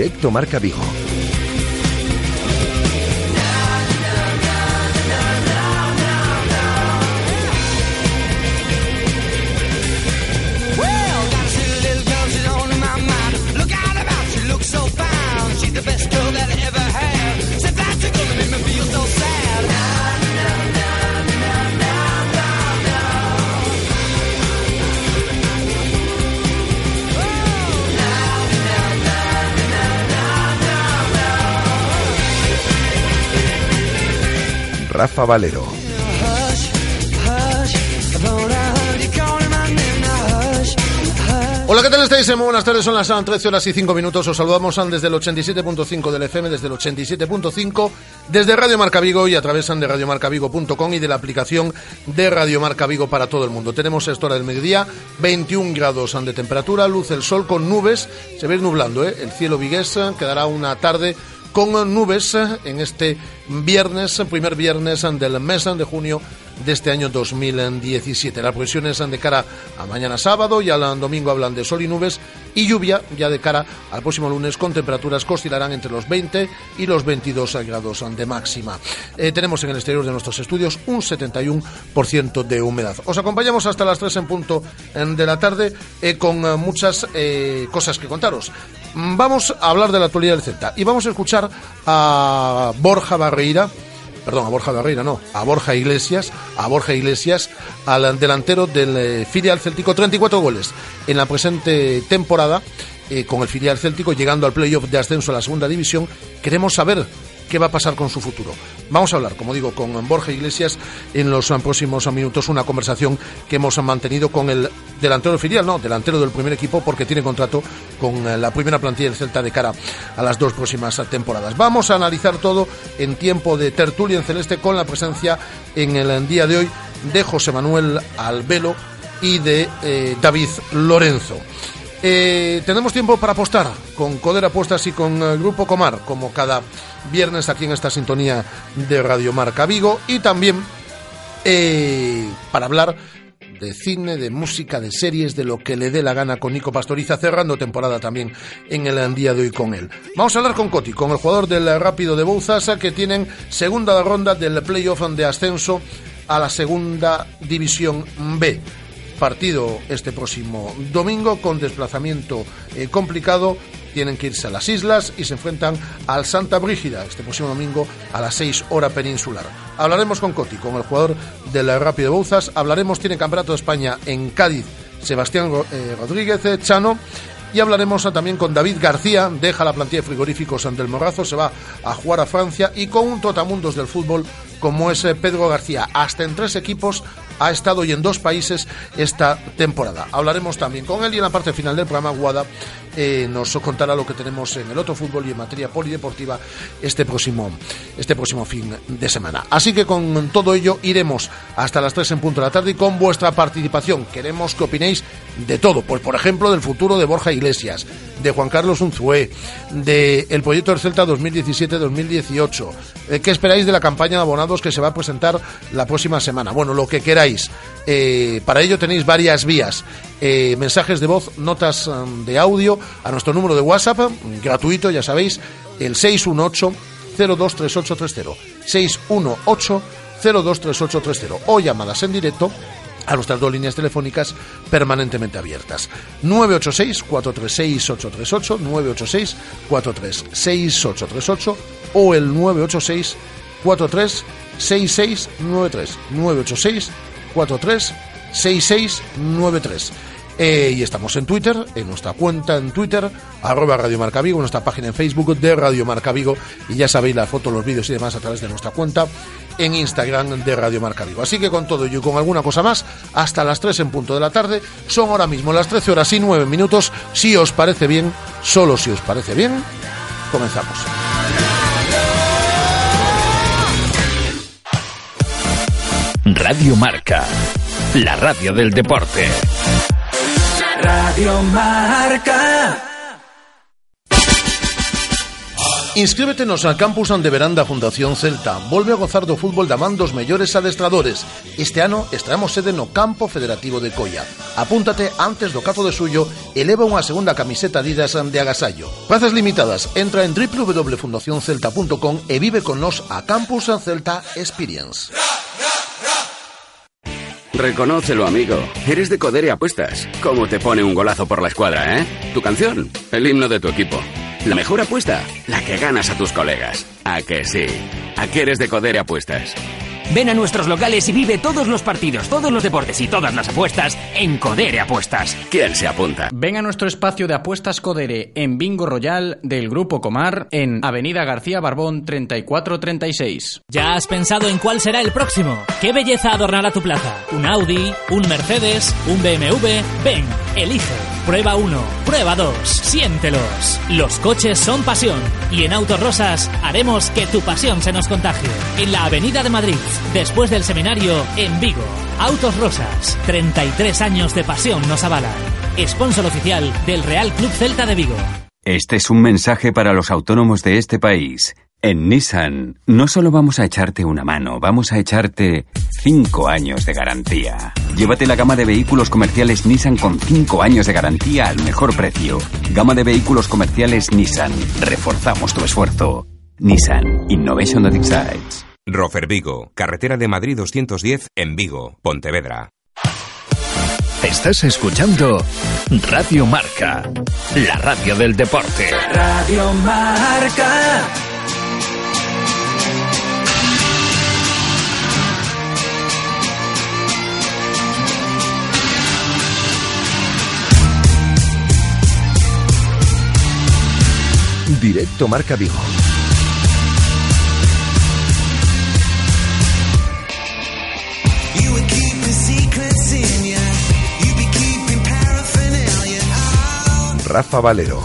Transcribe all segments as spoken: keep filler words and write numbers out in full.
Directo Marca Vigo. Rafa Valero. Hola, ¿qué tal estáis? Muy buenas tardes, son las trece horas y cinco minutos. Os saludamos desde el ochenta y siete punto cinco del F M, desde el ochenta y siete punto cinco, desde Radio Marca Vigo y a través de radio marca vigo punto com y de la aplicación de Radio Marca Vigo para todo el mundo. Tenemos a esta hora del mediodía veintiún grados de temperatura, luce el sol con nubes, se va a ir nublando, ¿eh? El cielo vigués quedará una tarde con nubes en este viernes, primer viernes del mes de junio de este año dos mil diecisiete. Las previsiones de cara a mañana sábado y al domingo hablan de sol y nubes y lluvia ya de cara al próximo lunes, con temperaturas que oscilarán entre los veinte y los veintidós grados de máxima. Eh, tenemos en el exterior de nuestros estudios un setenta y uno por ciento de humedad. Os acompañamos hasta las tres en punto de la tarde eh, con muchas eh, cosas que contaros. Vamos a hablar de la actualidad del Celta y vamos a escuchar a Borja Barreira, perdón, a Borja Barreira no, a Borja Iglesias, a Borja Iglesias, al delantero del eh, filial céltico, treinta y cuatro goles en la presente temporada eh, con el filial céltico, llegando al playoff de ascenso a la segunda división. Queremos saber qué va a pasar con su futuro. Vamos a hablar, como digo, con Borja Iglesias en los próximos minutos, una conversación que hemos mantenido con el delantero del filial, no, delantero del primer equipo, porque tiene contrato con la primera plantilla del Celta de cara a las dos próximas temporadas. Vamos a analizar todo en tiempo de tertulia en celeste, con la presencia en el día de hoy de José Manuel Albelo y de eh, David Lorenzo. Eh, tenemos tiempo para apostar con Coder Apuestas y con el Grupo Comar, como cada viernes aquí en esta sintonía de Radio Marca Vigo, y también eh, para hablar de cine, de música, de series, de lo que le dé la gana con Nico Pastoriza, cerrando temporada también en el día de hoy con él. Vamos a hablar con Coti, con el jugador del Rápido de Bouzas, que tienen segunda ronda del playoff de ascenso a la segunda división B. Partido este próximo domingo con desplazamiento eh, complicado. Tienen que irse a las islas y se enfrentan al Santa Brígida este próximo domingo a las seis hora peninsular. Hablaremos con Coti, con el jugador del Rápido de Bouzas. Hablaremos, tiene Campeonato de España en Cádiz, Sebastián eh, Rodríguez eh, Chano. Y hablaremos también con David García, deja la plantilla de frigoríficos del Morrazo, se va a jugar a Francia, y con un trotamundos del fútbol como es Pedro García. Hasta en tres equipos ha estado y en dos países esta temporada. Hablaremos también con él, y en la parte final del programa Guada eh, nos contará lo que tenemos en el otro fútbol y en materia polideportiva este próximo, este próximo fin de semana. Así que con todo ello iremos hasta las tres en punto de la tarde, y con vuestra participación queremos que opinéis de todo, pues por ejemplo del futuro de Borja Iglesias, de Juan Carlos Unzué, de el proyecto del Celta dos mil diecisiete dos mil dieciocho, eh, qué esperáis de la campaña de abonados que se va a presentar la próxima semana. Bueno, lo que queráis. Eh, para ello tenéis varias vías, eh, mensajes de voz, notas um, de audio a nuestro número de WhatsApp, gratuito, ya sabéis, el seis uno ocho cero dos tres ocho tres cero, seis uno ocho cero dos tres ocho tres cero, o llamadas en directo a nuestras dos líneas telefónicas permanentemente abiertas, nueve ocho seis cuatro tres seis ocho tres ocho, nueve ocho seis cuatro tres seis ocho tres ocho, o el nueve ocho seis cuatro tres seis seis nueve tres, nueve ocho seis cuatro tres seis seis nueve tres. Eh, y estamos en Twitter, en nuestra cuenta en Twitter, arroba Radio Marca Vigo, en nuestra página en Facebook de Radio Marca Vigo, y ya sabéis las fotos, los vídeos y demás a través de nuestra cuenta en Instagram de Radio Marca Vigo. Así que con todo ello y con alguna cosa más, hasta las tres en punto de la tarde. Son ahora mismo las trece horas y nueve minutos. Si os parece bien, solo si os parece bien, comenzamos. Radio Marca, la radio del deporte. Radio Marca. Inscríbete nos a Campus de Verán da Fundación Celta. Volve a gozar do fútbol da man dos mellores adestradores. Este ano estreamos sede no Campo Federativo de Coia. Apúntate antes do cazo de suyo e leva unha segunda camiseta Adidas de agasallo. Prazas limitadas. Entra en doble u doble u doble u punto fundación celta punto com e vive con nos a Campus Celta Experience. Reconócelo, amigo. Eres de Codere Apuestas. ¿Cómo te pone un golazo por la escuadra, eh? Tu canción, el himno de tu equipo. La mejor apuesta, la que ganas a tus colegas. ¿A que sí? ¿A qué eres de Codere Apuestas? Ven a nuestros locales y vive todos los partidos, todos los deportes y todas las apuestas en Codere Apuestas. ¿Quién se apunta? Ven a nuestro espacio de apuestas Codere en Bingo Royal del Grupo Comar en Avenida García Barbón treinta y cuatro treinta y seis. ¿Ya has pensado en cuál será el próximo? ¿Qué belleza adornará tu plaza? ¿Un Audi? ¿Un Mercedes? ¿Un B M W? Ven, elige. Prueba uno, prueba dos, siéntelos. Los coches son pasión y en Autos Rosas haremos que tu pasión se nos contagie. En la Avenida de Madrid, después del seminario, en Vigo. Autos Rosas, treinta y tres años de pasión nos avalan. Sponsor oficial del Real Club Celta de Vigo. Este es un mensaje para los autónomos de este país. En Nissan, no solo vamos a echarte una mano, vamos a echarte cinco años de garantía. Llévate la gama de vehículos comerciales Nissan con cinco años de garantía al mejor precio. Gama de vehículos comerciales Nissan. Reforzamos tu esfuerzo. Nissan Innovation that excites. Rofer Vigo, carretera de Madrid doscientos diez en Vigo, Pontevedra. Estás escuchando Radio Marca, la radio del deporte. Radio Marca. Directo Marca Vigo. Rafa Valero.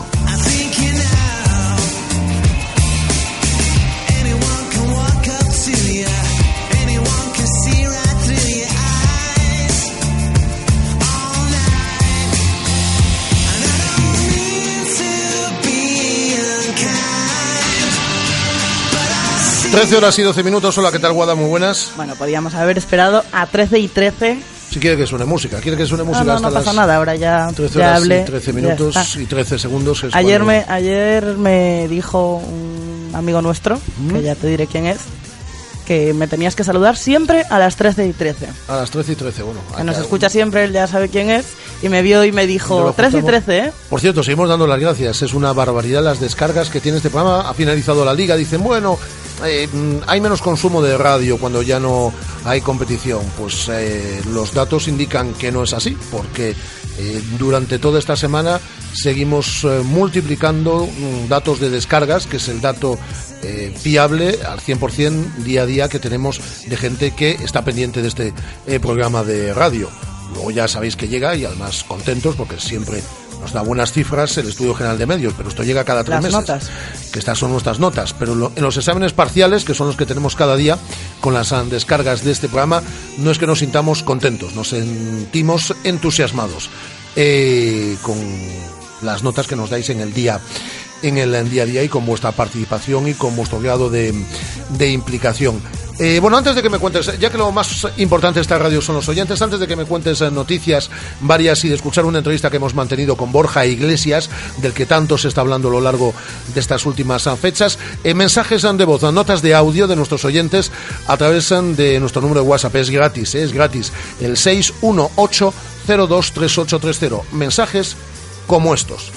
trece horas y doce minutos. Hola, ¿qué tal, Guada? Muy buenas. Bueno, podíamos haber esperado a trece y trece. Si quiere que suene música, quiere que suene música no, no, hasta no pasa las nada, ahora ya, trece ya horas hablé, y trece minutos y trece segundos. Es ayer, cuando... me, ayer me dijo un amigo nuestro, ¿Mm? que ya te diré quién es, que me tenías que saludar siempre a las trece y trece. A las trece y trece, bueno. Que nos escucha siempre, él ya sabe quién es, y me vio y me dijo trece y trece, ¿eh? Por cierto, seguimos dando las gracias, es una barbaridad las descargas que tiene este programa. Ha finalizado la liga, dicen, bueno, eh, hay menos consumo de radio cuando ya no hay competición. Pues eh, los datos indican que no es así, porque eh, durante toda esta semana seguimos eh, multiplicando mm, datos de descargas, que es el dato eh, fiable al cien por ciento día a día que tenemos de gente que está pendiente de este eh, programa de radio. Luego ya sabéis que llega y además contentos porque siempre nos da buenas cifras el Estudio General de Medios, pero esto llega cada tres las meses. Notas. Que estas son nuestras notas, pero lo, en los exámenes parciales, que son los que tenemos cada día con las uh, descargas de este programa, no es que nos sintamos contentos, nos sentimos entusiasmados eh, con las notas que nos dais en el día en el en día a día y con vuestra participación y con vuestro grado de, de implicación. Eh, bueno, antes de que me cuentes, ya que lo más importante de esta radio son los oyentes, antes de que me cuentes eh, noticias varias y de escuchar una entrevista que hemos mantenido con Borja Iglesias, del que tanto se está hablando a lo largo de estas últimas uh, fechas, eh, mensajes uh, de voz, uh, notas de audio de nuestros oyentes a través uh, de nuestro número de WhatsApp. Es gratis, eh, es gratis, el seis uno ocho cero dos tres ocho tres cero. Mensajes como estos.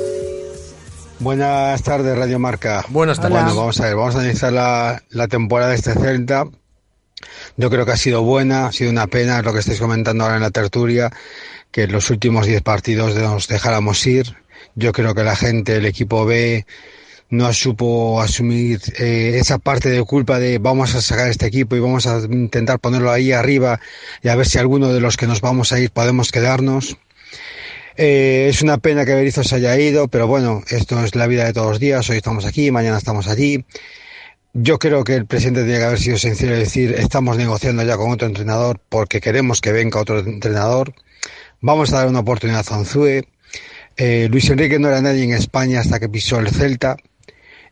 Buenas tardes, Radio Marca. Buenas tardes. Bueno, vamos a ver, vamos a analizar la, la temporada de este Celta. Yo creo que ha sido buena, ha sido una pena lo que estáis comentando ahora en la tertulia, que en los últimos diez partidos nos dejáramos ir. Yo creo que la gente, el equipo B, no supo asumir eh, esa parte de culpa de vamos a sacar este equipo y vamos a intentar ponerlo ahí arriba y a ver si alguno de los que nos vamos a ir podemos quedarnos. Eh, es una pena que Berizzo se haya ido, pero bueno, esto es la vida de todos los días. Hoy estamos aquí, mañana estamos allí. Yo creo que el presidente tenía que haber sido sincero y decir, estamos negociando ya con otro entrenador porque queremos que venga otro entrenador. Vamos a dar una oportunidad a Unzúe. Eh, Luis Enrique no era nadie en España hasta que pisó el Celta.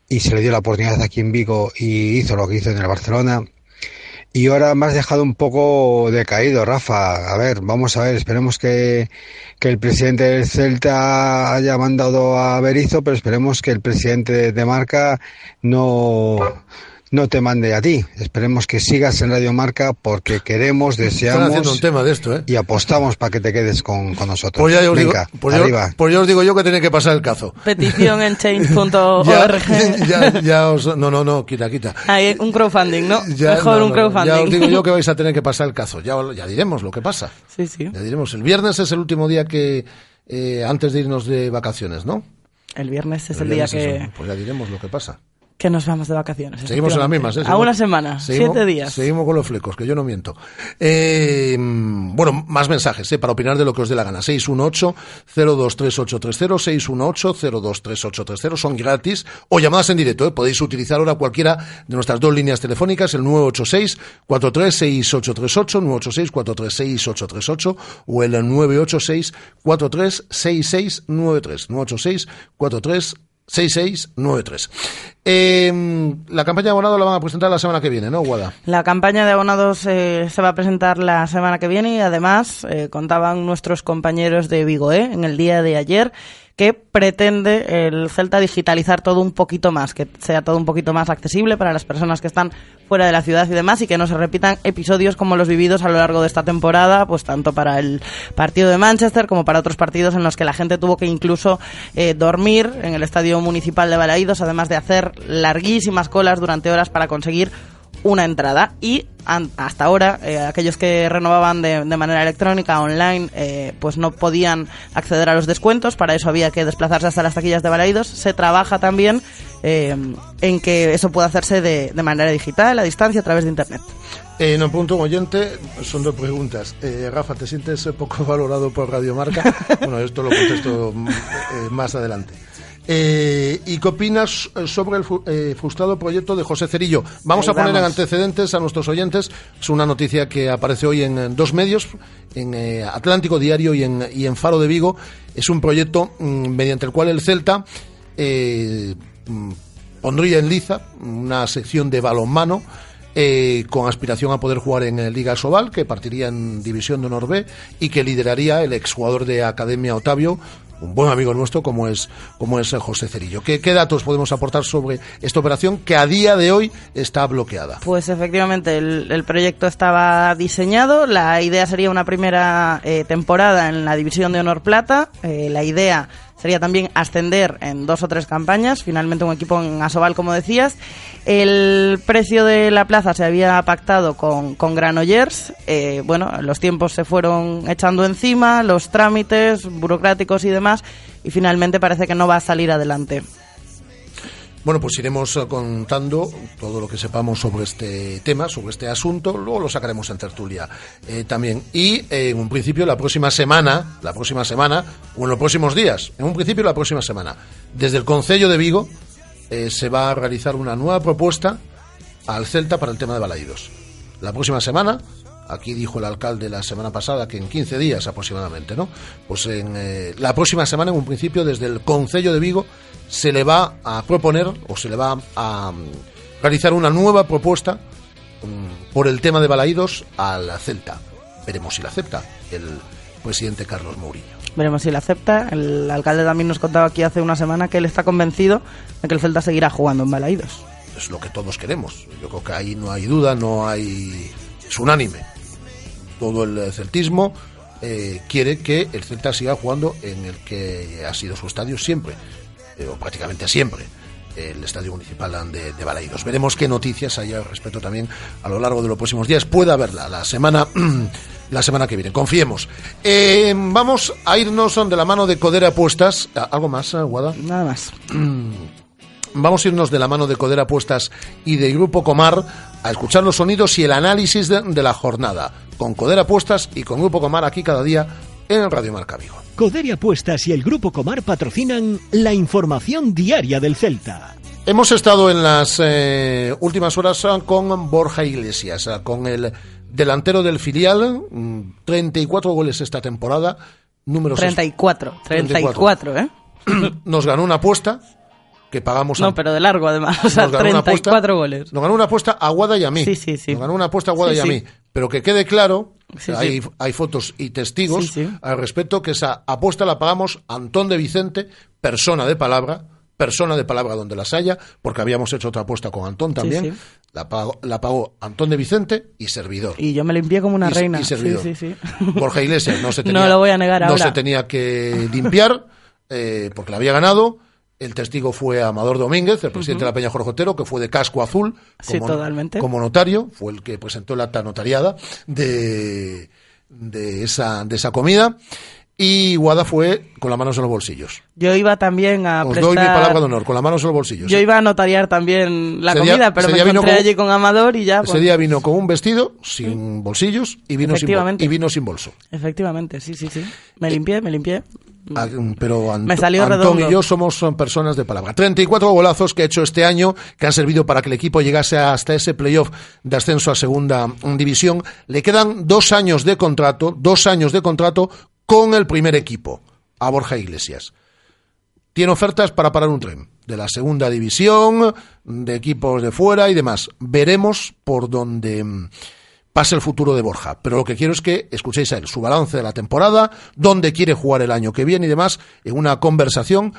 y se le dio la oportunidad aquí en Vigo y hizo lo que hizo en el Barcelona. Y ahora me has dejado un poco decaído, Rafa. A ver, vamos a ver, esperemos que, que el presidente del Celta haya mandado a Berizzo, pero esperemos que el presidente de, de Marca no, no te mande a ti. Esperemos que sigas en Radio Marca porque queremos, deseamos... Están haciendo un tema de esto, ¿eh? Y apostamos para que te quedes con, con nosotros. Pues ya, os Venga, digo, pues, arriba. yo, pues ya os digo yo que tiene que pasar el cazo. Petición en change punto org. ya, ya, ya os, no, no, no, quita, quita. Hay un crowdfunding, ¿no? Ya, Mejor no, un no, crowdfunding. Ya os digo yo que vais a tener que pasar el cazo. Ya, ya diremos lo que pasa. Sí, sí. Ya diremos. El viernes es el último día que, eh, antes de irnos de vacaciones, ¿no? El viernes es el, el día viernes que... es, pues ya diremos lo que pasa. Que nos vamos de vacaciones. Seguimos en las mismas, ¿eh? A una semana, seguimos, siete días. Seguimos con los flecos, que yo no miento. Eh, bueno, más mensajes, ¿eh? Para opinar de lo que os dé la gana. seis uno ocho, cero dos tres ocho tres cero, seis uno ocho, cero dos tres ocho tres cero, son gratis. O llamadas en directo, ¿eh? Podéis utilizar ahora cualquiera de nuestras dos líneas telefónicas, el nueve ocho seis, cuatro tres seis ocho tres ocho, nueve ocho seis, cuatro tres seis ocho tres ocho, o el nueve ocho seis, cuatro tres seis seis nueve tres, nueve ocho seis, cuatro tres seis seis nueve tres. Eh, la campaña de abonado la van a presentar la semana que viene, ¿no, Guada? La campaña de abonados eh, se va a presentar la semana que viene y además eh, contaban nuestros compañeros de Vigo eh, en el día de ayer que pretende el Celta digitalizar todo un poquito más, que sea todo un poquito más accesible para las personas que están fuera de la ciudad y demás, y que no se repitan episodios como los vividos a lo largo de esta temporada, pues tanto para el partido de Manchester como para otros partidos en los que la gente tuvo que incluso eh, dormir en el Estadio Municipal de Balaídos, además de hacer larguísimas colas durante horas para conseguir una entrada. Y an, hasta ahora eh, aquellos que renovaban de, de manera electrónica online eh, pues no podían acceder a los descuentos, para eso había que desplazarse hasta las taquillas de Balaídos. Se trabaja también eh, en que eso pueda hacerse de, de manera digital, a distancia, a través de internet. Eh, en un punto oyente, son dos preguntas. Eh, Rafa, ¿te sientes poco valorado por Radio Marca? Bueno, esto lo contesto eh, más adelante. Eh, ¿Y qué opinas sobre el eh, frustrado proyecto de José Cerillo? Vamos Ahí a poner vamos. en antecedentes a nuestros oyentes. Es una noticia que aparece hoy en, en dos medios, en eh, Atlántico Diario y en, y en Faro de Vigo. Es un proyecto mmm, mediante el cual el Celta eh, mmm, pondría en liza una sección de balonmano eh, con aspiración a poder jugar en eh, Liga Sobal, que partiría en División de Honor B y que lideraría el exjugador de Academia Otavio, un buen amigo nuestro como es como es José Cerillo. ¿Qué, ¿Qué datos podemos aportar sobre esta operación que a día de hoy está bloqueada? Pues efectivamente el, el proyecto estaba diseñado. La idea sería una primera eh, temporada en la División de Honor Plata. Eh, la idea sería también ascender en dos o tres campañas, finalmente un equipo en Asobal, como decías. El precio de la plaza se había pactado con, con Granollers. Eh, bueno, los tiempos se fueron echando encima, los trámites burocráticos y demás, y finalmente parece que no va a salir adelante. Bueno, pues iremos contando todo lo que sepamos sobre este tema, sobre este asunto, luego lo sacaremos en tertulia eh, también. Y eh, en un principio la próxima semana, la próxima semana, o en los próximos días, en un principio la próxima semana, desde el Concello de Vigo eh, se va a realizar una nueva propuesta al Celta para el tema de Balaídos. La próxima semana, aquí dijo el alcalde la semana pasada que en quince días aproximadamente, ¿no? Pues en eh, la próxima semana, en un principio, desde el Concello de Vigo, se le va a proponer o se le va a, a realizar una nueva propuesta um, por el tema de Balaídos al Celta. Veremos si la acepta el presidente Carlos Mourinho. Veremos si la acepta. El alcalde también nos contaba aquí hace una semana que él está convencido de que el Celta seguirá jugando en Balaídos. Es lo que todos queremos. Yo creo que ahí no hay duda, no hay... es unánime. Todo el celtismo eh, quiere que el Celta siga jugando en el que ha sido su estadio siempre, eh, o prácticamente siempre, el Estadio Municipal de, de Balaídos. Veremos qué noticias hay al respecto también a lo largo de los próximos días. Puede haberla la semana la semana que viene, confiemos. Eh, vamos a irnos de la mano de Codere Apuestas. ¿Algo más, Guada? Nada más. Vamos a irnos de la mano de Codere Apuestas y de Grupo Comar a escuchar los sonidos y el análisis de, de la jornada, con Codere Apuestas y con Grupo Comar aquí cada día en Radio Marca Vigo. Codere Apuestas y el Grupo Comar patrocinan la información diaria del Celta. Hemos estado en las eh, últimas horas con Borja Iglesias, con el delantero del filial, treinta y cuatro goles esta temporada, número treinta y cuatro, treinta y cuatro, ¿eh? Nos ganó una apuesta que pagamos... No, a... pero de largo, además. O sea, treinta y cuatro goles. Nos ganó una apuesta a Guada y a mí. Sí, sí, sí. Nos ganó una apuesta a Guada sí, y a sí. mí. Pero que quede claro, sí, hay, sí. hay fotos y testigos sí, sí. al respecto, que esa apuesta la pagamos Antón de Vicente, persona de palabra, persona de palabra donde las haya, porque habíamos hecho otra apuesta con Antón también. Sí, sí. La, pagó, la pagó Antón de Vicente y servidor. Y yo me limpié como una y, reina. Y servidor. Sí, sí, sí. Borja Iglesias no se tenía, no lo voy a negar no ahora. se tenía que limpiar eh, porque la había ganado. El testigo fue Amador Domínguez, el presidente uh-huh. de la Peña Jorge Otero, que fue de casco azul como, sí, totalmente. como notario, fue el que presentó el acta notariada de, de, esa, de esa comida. Y Guada fue con las manos en los bolsillos. Yo iba también a Os prestar... doy mi palabra de honor, con las manos en los bolsillos. Yo iba a notariar también la ese comida, día, pero me encontré con, allí con Amador y ya... Ese pues... día vino con un vestido sin bolsillos y vino, sin, bol- y vino sin bolso. Efectivamente, sí, sí, sí. Me limpié, me limpié. Ah, pero Ant- me salió Antón redondo. y yo somos son personas de palabra. treinta y cuatro golazos que ha hecho este año, que han servido para que el equipo llegase hasta ese playoff de ascenso a segunda división. Le quedan dos años de contrato, dos años de contrato con el primer equipo, a Borja Iglesias. Tiene ofertas para parar un tren de la segunda división, de equipos de fuera y demás. Veremos por dónde pasa el futuro de Borja, pero lo que quiero es que escuchéis a él, su balance de la temporada, dónde quiere jugar el año que viene y demás, en una conversación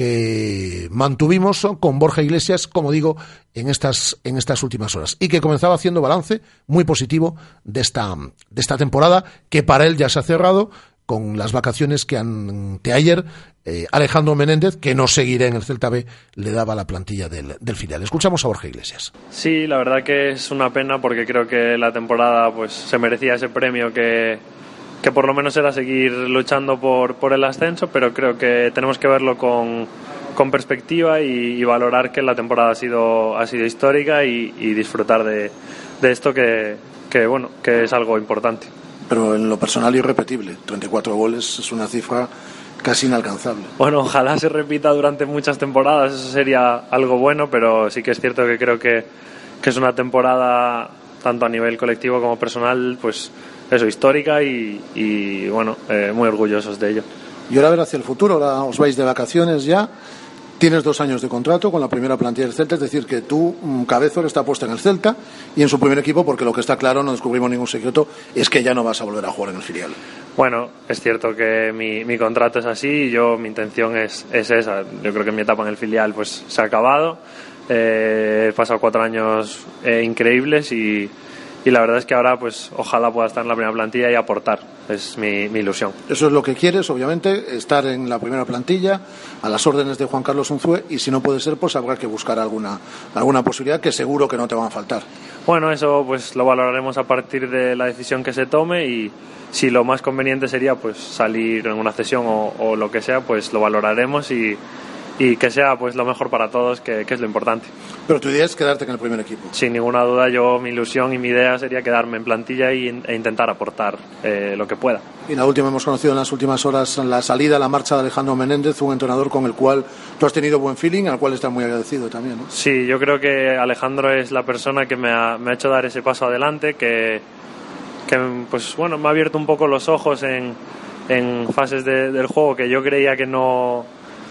que mantuvimos con Borja Iglesias, como digo, en estas, en estas últimas horas, y que comenzaba haciendo balance muy positivo de esta, de esta temporada, que para él ya se ha cerrado, con las vacaciones que anteayer eh, Alejandro Menéndez, que no seguirá en el Celta B, le daba la plantilla del, del filial. Escuchamos a Borja Iglesias. Sí, la verdad que es una pena porque creo que la temporada pues se merecía ese premio que, que por lo menos era seguir luchando por, por el ascenso, pero creo que tenemos que verlo con, con perspectiva y, y valorar que la temporada ha sido, ha sido histórica y, y disfrutar de, de esto que, que, bueno, que es algo importante. Pero en lo personal irrepetible, treinta y cuatro goles es una cifra casi inalcanzable. Bueno, ojalá se repita durante muchas temporadas, eso sería algo bueno, pero sí que es cierto que creo que, que es una temporada, tanto a nivel colectivo como personal, pues eso, histórica y, y bueno, eh, muy orgullosos de ello. Y ahora a ver hacia el futuro, ahora os vais de vacaciones ya. Tienes dos años de contrato con la primera plantilla del Celta, es decir, que tú, Cabezor, está puesta en el Celta y en su primer equipo, porque lo que está claro, no descubrimos ningún secreto, es que ya no vas a volver a jugar en el filial. Bueno, es cierto que mi, mi contrato es así y yo, mi intención es, es esa. Yo creo que mi etapa en el filial pues se ha acabado. Eh, he pasado cuatro años eh, increíbles y, y la verdad es que ahora pues ojalá pueda estar en la primera plantilla y aportar. Es mi, mi ilusión. Eso es lo que quieres, obviamente, estar en la primera plantilla a las órdenes de Juan Carlos Unzué, y si no puede ser, pues habrá que buscar alguna, alguna posibilidad que seguro que no te van a faltar. Bueno, eso pues lo valoraremos a partir de la decisión que se tome y si lo más conveniente sería pues salir en una cesión o, o lo que sea, pues lo valoraremos y y que sea pues lo mejor para todos, que, que es lo importante. Pero tu idea es quedarte en el primer equipo. Sin ninguna duda, yo mi ilusión y mi idea sería quedarme en plantilla y, e intentar aportar eh, lo que pueda. Y la última, hemos conocido en las últimas horas la salida, la marcha de Alejandro Menéndez, un entrenador con el cual tú has tenido buen feeling, al cual estás muy agradecido también, ¿no? Sí, yo creo que Alejandro es la persona que me ha, me ha hecho dar ese paso adelante, que, que pues bueno, me ha abierto un poco los ojos en, en fases de, del juego que yo creía que no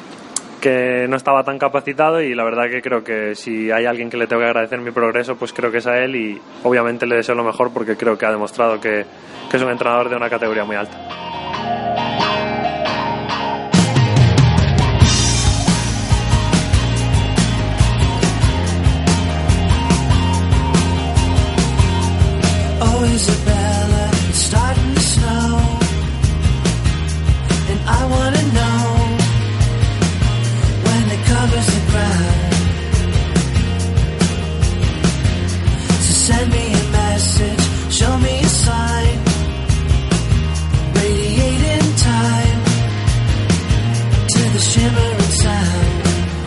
que no estaba tan capacitado, y la verdad que creo que si hay alguien que le tengo que agradecer mi progreso, pues creo que es a él, y obviamente le deseo lo mejor porque creo que ha demostrado que, que es un entrenador de una categoría muy alta. Oh, Isabella, it's starting to snow, and I wanna know when it covers the ground. So send me a message, show me a sign, radiate in time to the shimmering sound.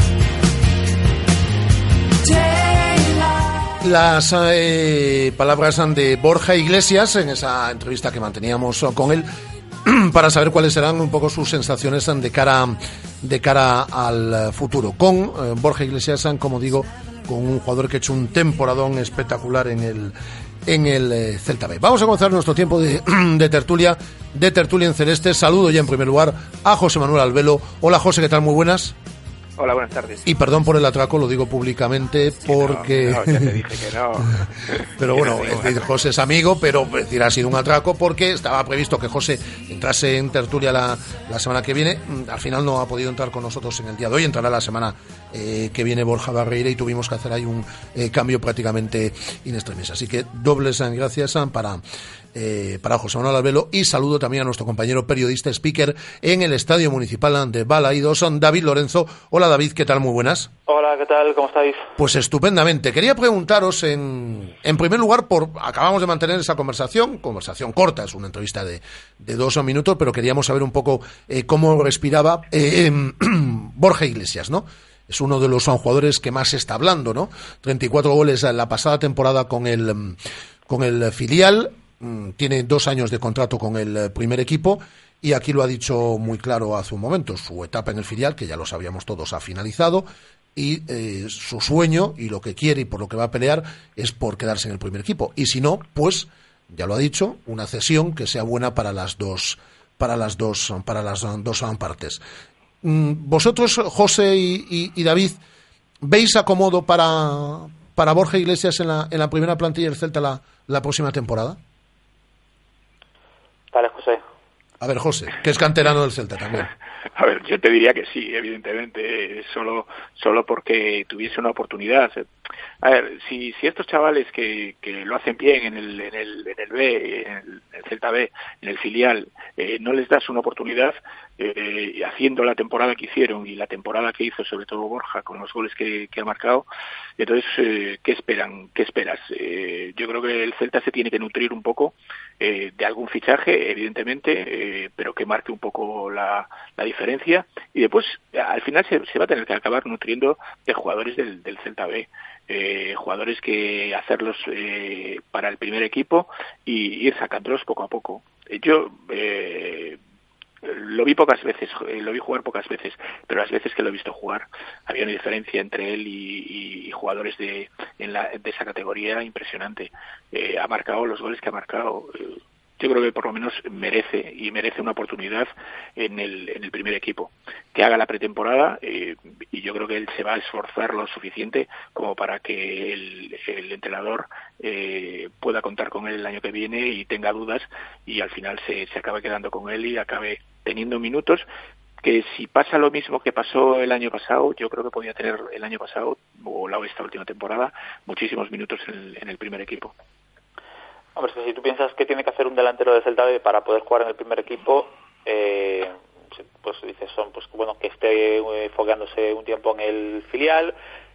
Las eh, palabras de Borja Iglesias en esa entrevista que manteníamos con él para saber cuáles serán un poco sus sensaciones de cara, de cara al futuro. Con eh, Borja Iglesias, como digo, con un jugador que ha hecho un temporadón espectacular en el, en el eh, Celta B. Vamos a comenzar nuestro tiempo de, de tertulia, de tertulia en celeste. Saludo ya en primer lugar a José Manuel Albelo. Hola José, ¿qué tal? Muy buenas. Hola, buenas tardes. Y perdón por el atraco, lo digo públicamente porque... No, no, ya te dije que no. Pero bueno, es decir, José es amigo, pero es decir, ha sido un atraco porque estaba previsto que José entrase en tertulia la, la semana que viene. Al final no ha podido entrar con nosotros en el día de hoy, entrará la semana eh, que viene Borja Barreira y tuvimos que hacer ahí un eh, cambio prácticamente in extremis. Así que dobles gracias para... Eh, para José Manuel Albelo, y saludo también a nuestro compañero periodista speaker en el Estadio Municipal de Balaidos, David Lorenzo. Hola David, ¿qué tal? Muy buenas. Hola, ¿qué tal? ¿Cómo estáis? Pues estupendamente. Quería preguntaros en, en primer lugar, por acabamos de mantener esa conversación, conversación corta, es una entrevista de, de dos minutos, pero queríamos saber un poco eh, cómo respiraba eh, eh, Borja Iglesias, ¿no? Es uno de los jugadores que más se está hablando, ¿no? treinta y cuatro goles en la pasada temporada con el, con el filial. Tiene dos años de contrato con el primer equipo y aquí lo ha dicho muy claro hace un momento. Su etapa en el filial, que ya lo sabíamos todos, ha finalizado y eh, su sueño y lo que quiere y por lo que va a pelear es por quedarse en el primer equipo. Y si no, pues, ya lo ha dicho, una cesión que sea buena para las dos, para las dos, para las dos partes. Vosotros, José y, y, y David, ¿veis acomodo para, para Borja Iglesias en la, en la primera plantilla del Celta la, la próxima temporada? Vale, José. A ver, José, que es canterano del Celta también. A ver, yo te diría que sí, evidentemente, solo solo porque tuviese una oportunidad. A ver, si si estos chavales que, que lo hacen bien en el en el en el B, en el, el Celta B, en el filial, eh, no les das una oportunidad, eh, haciendo la temporada que hicieron y la temporada que hizo sobre todo Borja con los goles que, que ha marcado, entonces eh, ¿qué esperan? ¿Qué esperas? Eh, yo creo que el Celta se tiene que nutrir un poco eh, de algún fichaje, evidentemente, eh, pero que marque un poco la, la diferencia, y después al final se, se va a tener que acabar nutriendo de jugadores del, del Celta B. Eh, jugadores que hacerlos eh, para el primer equipo y ir sacándolos poco a poco. Yo eh, lo vi pocas veces, eh, lo vi jugar pocas veces, pero las veces que lo he visto jugar había una diferencia entre él y, y, y jugadores de, en la, de esa categoría impresionante. Eh, ha marcado los goles que ha marcado. Eh, yo creo que por lo menos merece y merece una oportunidad en el en el primer equipo, que haga la pretemporada, eh, y yo creo que él se va a esforzar lo suficiente como para que el, el entrenador eh, pueda contar con él el año que viene y tenga dudas y al final se, se acabe quedando con él y acabe teniendo minutos que, si pasa lo mismo que pasó el año pasado, yo creo que podía tener el año pasado o la esta última temporada muchísimos minutos en el, en el primer equipo. Hombre, si tú piensas que tiene que hacer un delantero de Celta B para poder jugar en el primer equipo, eh, pues dices, son, pues bueno, que esté enfogándose un tiempo en el filial,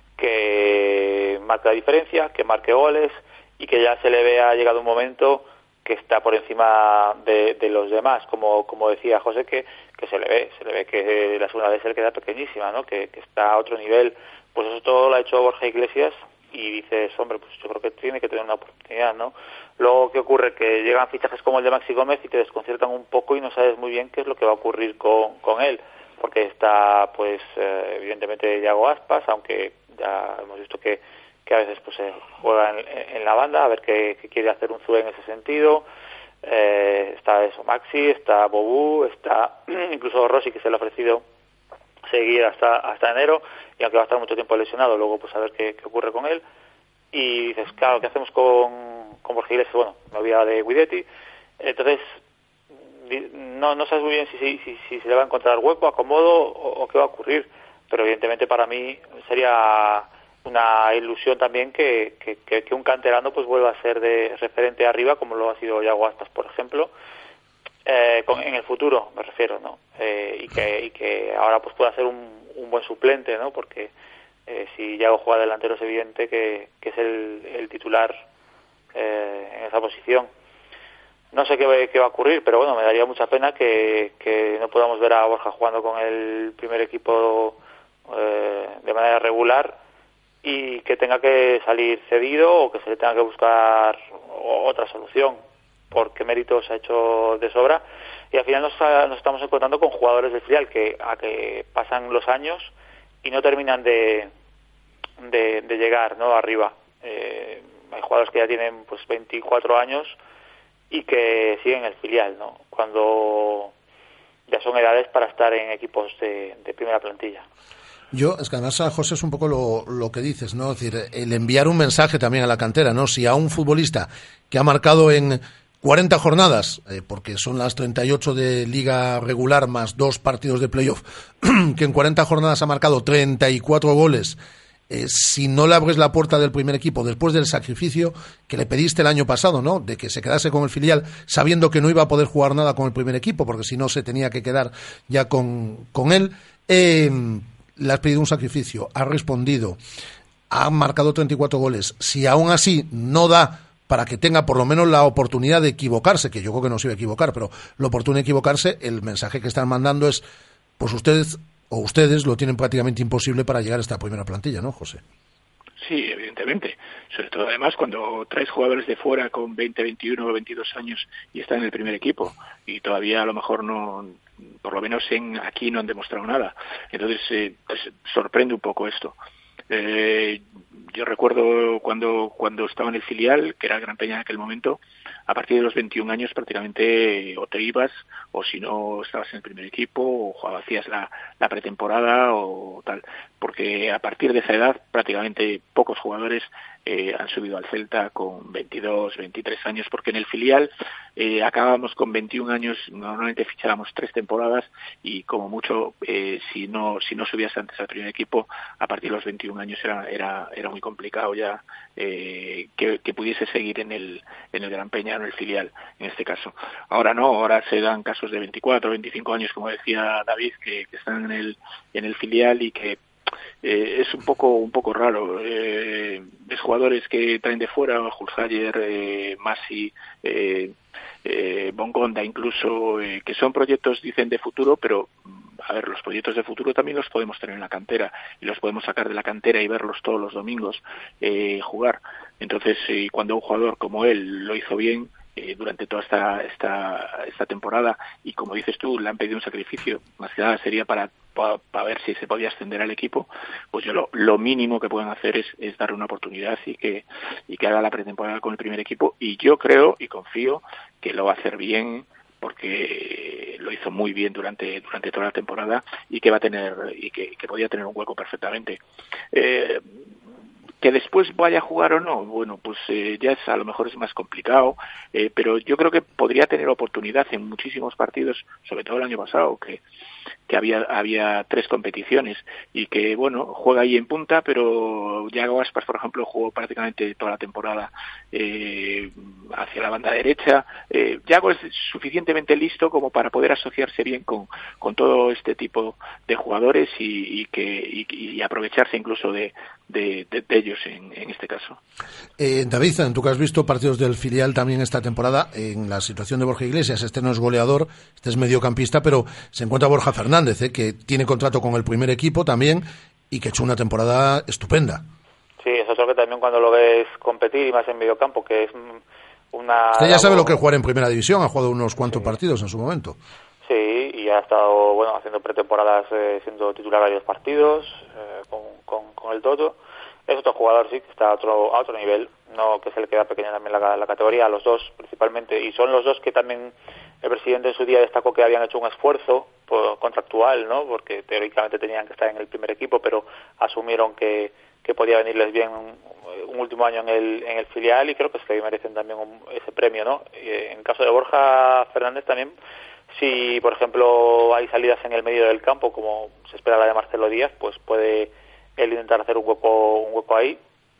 que marque la diferencia, que marque goles y que ya se le vea llegado un momento que está por encima de, de los demás, como como decía José, que, que se le ve, se le ve que la segunda vez se le queda pequeñísima, ¿no? Que, que está a otro nivel. Pues eso todo lo ha hecho Borja Iglesias y dices, hombre, pues yo creo que tiene que tener una oportunidad, ¿no? Luego, ¿qué ocurre? Que llegan fichajes como el de Maxi Gómez y te desconciertan un poco y no sabes muy bien qué es lo que va a ocurrir con, con él, porque está, pues, eh, evidentemente Iago Aspas, aunque ya hemos visto que, que a veces pues se juega en, en la banda, a ver qué, qué quiere hacer un Zue en ese sentido. Eh, está eso, Maxi, está Bobú, está incluso Rossi, que se le ha ofrecido seguir hasta hasta enero, y aunque va a estar mucho tiempo lesionado, luego pues a ver qué, qué ocurre con él. Y dices, claro, ¿qué hacemos con, con Borja Iglesias? Bueno, novia de Guidetti. Entonces, no no sabes muy bien si, si, si, si se le va a encontrar hueco, acomodo o, o qué va a ocurrir. Pero evidentemente para mí sería una ilusión también que, que, que, que un canterano pues vuelva a ser de referente arriba, como lo ha sido Iago Aspas, por ejemplo. Eh, con, en el futuro me refiero, ¿no? Eh, y que y que ahora pues pueda ser un, un buen suplente, ¿no? Porque eh, si Iago juega delantero es evidente que, que es el, el titular eh, en esa posición. No sé qué, qué va a ocurrir, pero bueno, me daría mucha pena que, que no podamos ver a Borja jugando con el primer equipo eh, de manera regular y que tenga que salir cedido o que se le tenga que buscar otra solución, porque méritos ha hecho de sobra, y al final nos, nos estamos encontrando con jugadores del filial que a que pasan los años y no terminan de de, de llegar, ¿no?, arriba. Eh, hay jugadores que ya tienen pues veinticuatro años y que siguen el filial, ¿no?, cuando ya son edades para estar en equipos de, de primera plantilla. Yo, es que además, José, es un poco lo, lo que dices, ¿no? Es decir, el enviar un mensaje también a la cantera, ¿no? Si a un futbolista que ha marcado en cuarenta jornadas, eh, porque son las treinta y ocho de liga regular más dos partidos de playoff, que en cuarenta jornadas ha marcado treinta y cuatro goles, eh, si no le abres la puerta del primer equipo después del sacrificio que le pediste el año pasado, ¿no? De que se quedase con el filial sabiendo que no iba a poder jugar nada con el primer equipo, porque si no se tenía que quedar ya con, con él, eh, le has pedido un sacrificio, ha respondido, ha marcado treinta y cuatro goles. Si aún así no da para que tenga por lo menos la oportunidad de equivocarse, que yo creo que no se iba a equivocar, pero la oportunidad de equivocarse, el mensaje que están mandando es, pues ustedes o ustedes lo tienen prácticamente imposible para llegar a esta primera plantilla, ¿no, José? Sí, evidentemente. Sobre todo, además, cuando traes jugadores de fuera con veinte, veintiuno o veintidós años y están en el primer equipo y todavía a lo mejor no, por lo menos en aquí no han demostrado nada. Entonces, eh, pues, sorprende un poco esto. Eh, yo recuerdo cuando cuando estaba en el filial, que era Gran Peña en aquel momento, a partir de los veintiún años prácticamente o te ibas, o si no estabas en el primer equipo, o hacías la, la pretemporada o tal, porque a partir de esa edad prácticamente pocos jugadores eh, han subido al Celta con veintidós, veintitrés años, porque en el filial eh, acabábamos con veintiún años, normalmente fichábamos tres temporadas y como mucho, eh, si no si no subías antes al primer equipo, a partir de los veintiún años era era era muy complicado ya eh, que, que pudiese seguir en el en el Gran Peña, en el filial, en este caso. Ahora no, ahora se dan casos de veinticuatro, veinticinco años, como decía David, que, que están en el en el filial y que Eh, es un poco un poco raro. Eh, ves jugadores que traen de fuera, Hulsayer, eh, Masi, eh, eh, Bongonda incluso, eh, que son proyectos, dicen, de futuro, pero a ver, los proyectos de futuro también los podemos tener en la cantera y los podemos sacar de la cantera y verlos todos los domingos eh, jugar. Entonces, eh, cuando un jugador como él lo hizo bien eh, durante toda esta, esta esta temporada y, como dices tú, le han pedido un sacrificio, más que nada sería para para pa ver si se podía ascender al equipo, pues yo lo, lo mínimo que pueden hacer es, es darle una oportunidad y que y que haga la pretemporada con el primer equipo, y yo creo y confío que lo va a hacer bien, porque lo hizo muy bien durante durante toda la temporada y que va a tener y que, que podía tener un hueco perfectamente. Eh, Que después vaya a jugar o no, bueno, pues eh, ya es, a lo mejor es más complicado, eh, pero yo creo que podría tener oportunidad en muchísimos partidos, sobre todo el año pasado, que que había había tres competiciones y que, bueno, juega ahí en punta, pero Yago Aspas, por ejemplo, jugó prácticamente toda la temporada eh, hacia la banda derecha. Eh, Yago es suficientemente listo como para poder asociarse bien con, con todo este tipo de jugadores y, y que y, y aprovecharse incluso de, de, de, de ellos en, en este caso. Eh, David, tú que has visto partidos del filial también esta temporada, en la situación de Borja Iglesias, este no es goleador, este es mediocampista, pero se encuentra Borja Fernández, eh, que tiene contrato con el primer equipo también y que ha hecho una temporada estupenda. Sí, eso es lo que también cuando lo ves competir y más en mediocampo, que es una... Usted ya sabe lo que es jugar en primera división, ha jugado unos cuantos sí. partidos en su momento. Sí, y ha estado, bueno, haciendo pretemporadas, eh, siendo titular varios partidos eh, con, con, con el Toto. Es otro jugador, sí, que está a otro, a otro nivel, no que se le queda pequeña también la, la categoría, a los dos principalmente, y son los dos que también el presidente en su día destacó que habían hecho un esfuerzo por, contractual, ¿no? Porque teóricamente tenían que estar en el primer equipo, pero asumieron que, que podía venirles bien un, un último año en el, en el filial, y creo que se merecen también un, ese premio, ¿no? Y en caso de Borja Fernández también, si por ejemplo hay salidas en el medio del campo, como se espera la de Marcelo Díaz, pues puede él intentar hacer un hueco un hueco ahí.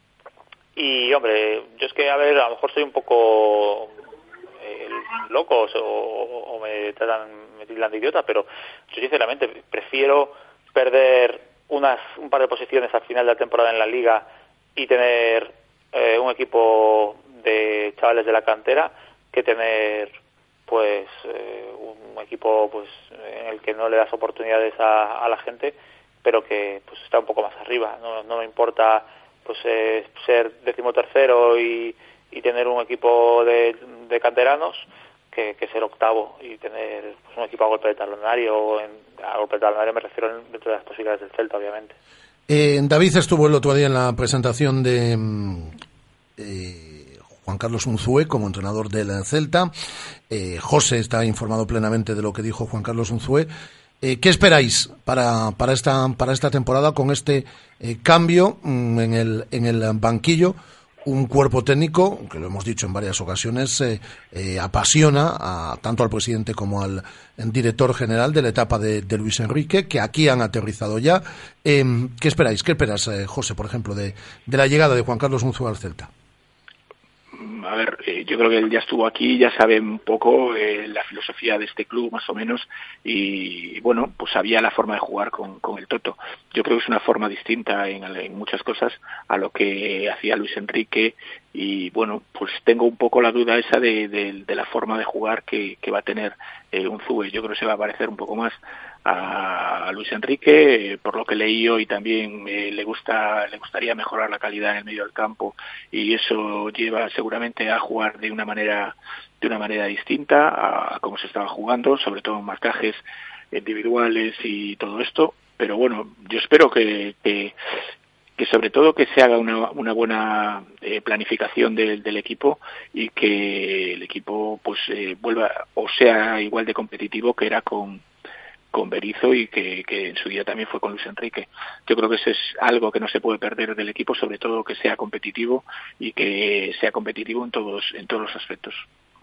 Y hombre, yo es que a ver, a lo mejor soy un poco eh, loco o, o me tratan me tildan de idiota, pero yo sinceramente prefiero perder unas un par de posiciones al final de la temporada en la liga y tener eh, un equipo de chavales de la cantera que tener pues eh, un equipo pues en el que no le das oportunidades a, a la gente, pero que pues está un poco más arriba. No, no me importa pues eh, ser decimotercero y, y tener un equipo de, de canteranos que, que ser octavo y tener pues, un equipo a golpe de talonario. En, a golpe de talonario me refiero dentro de las posibilidades del Celta, obviamente. Eh, David estuvo el otro día en la presentación de eh, Juan Carlos Unzué como entrenador del Celta. Eh, José está informado plenamente de lo que dijo Juan Carlos Unzué. Eh, ¿Qué esperáis para, para, esta, para esta temporada con este eh, cambio mm, en, el, en el banquillo? Un cuerpo técnico, que lo hemos dicho en varias ocasiones, eh, eh, apasiona a, tanto al presidente como al director general de la etapa de, de Luis Enrique, que aquí han aterrizado ya. Eh, ¿Qué esperáis? ¿Qué esperas, eh, José, por ejemplo, de, de la llegada de Juan Carlos Unzué al Celta? A ver, eh, yo creo que él ya estuvo aquí, ya sabe un poco eh, la filosofía de este club, más o menos, y bueno, pues sabía la forma de jugar con, con el Toto. Yo creo que es una forma distinta en, en muchas cosas a lo que hacía Luis Enrique, y bueno, pues tengo un poco la duda esa de, de, de la forma de jugar que, que va a tener eh, Unzué. Yo creo que se va a parecer un poco más a, a Luis Enrique, eh, por lo que leí hoy también eh, le gusta le gustaría mejorar la calidad en el medio del campo, y eso lleva seguramente a jugar de una manera de una manera distinta a, a cómo se estaba jugando, sobre todo en marcajes individuales y todo esto. Pero bueno, yo espero que, que que sobre todo que se haga una, una buena eh, planificación del, del equipo, y que el equipo pues eh, vuelva o sea igual de competitivo que era con con Berizzo, y que, que en su día también fue con Luis Enrique. Yo creo que eso es algo que no se puede perder del equipo, sobre todo que sea competitivo, y que sea competitivo en todos en todos los aspectos.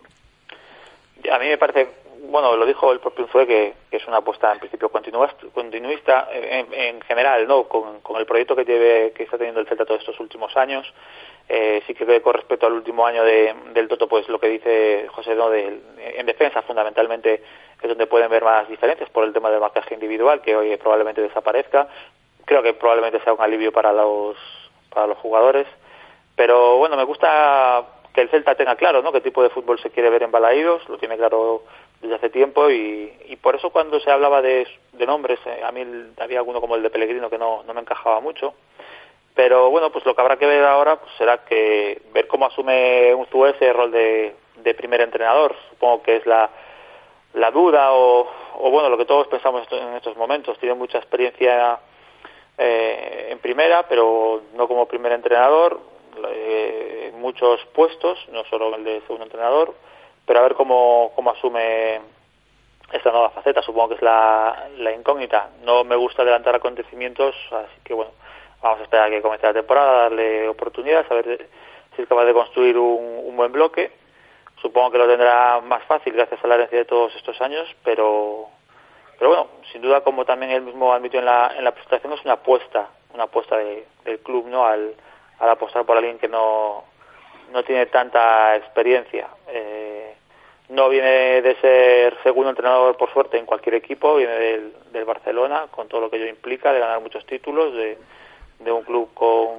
A mí me parece, bueno, lo dijo el propio Unzué, que, que es una apuesta en principio continuista en, en general, ¿no? Con, con el proyecto que lleve, que está teniendo el Celta todos estos últimos años. Eh, sí que con respecto al último año de, del Toto, pues lo que dice José, ¿no? De, en defensa fundamentalmente es donde pueden ver más diferencias por el tema del marcaje individual, que hoy probablemente desaparezca. Creo que probablemente sea un alivio para los para los jugadores, pero bueno, me gusta que el Celta tenga claro, ¿no?, qué tipo de fútbol se quiere ver en Balaídos. Lo tiene claro desde hace tiempo, y, y por eso cuando se hablaba de, de nombres, eh, a mí había alguno como el de Pellegrino que no, no me encajaba mucho. Pero bueno, pues lo que habrá que ver ahora pues será que ver cómo asume Unzué ese rol de, de primer entrenador. Supongo que es la, la duda o, o bueno, lo que todos pensamos en estos momentos. Tiene mucha experiencia eh, en primera, pero no como primer entrenador, eh, muchos puestos, no solo el de segundo entrenador, pero a ver cómo, cómo asume esta nueva faceta. Supongo que es la, la incógnita. No me gusta adelantar acontecimientos, así que bueno, vamos a esperar a que comience la temporada, darle oportunidades, a ver si es capaz de construir un, un buen bloque. Supongo que lo tendrá más fácil gracias a la herencia de todos estos años, pero pero bueno, sin duda, como también él mismo admitió en la en la presentación, es una apuesta, una apuesta de, del club, ¿no?, al, al apostar por alguien que no no tiene tanta experiencia. Eh, no viene de ser segundo entrenador, por suerte, en cualquier equipo, viene del, del Barcelona, con todo lo que ello implica, de ganar muchos títulos, de de un club con,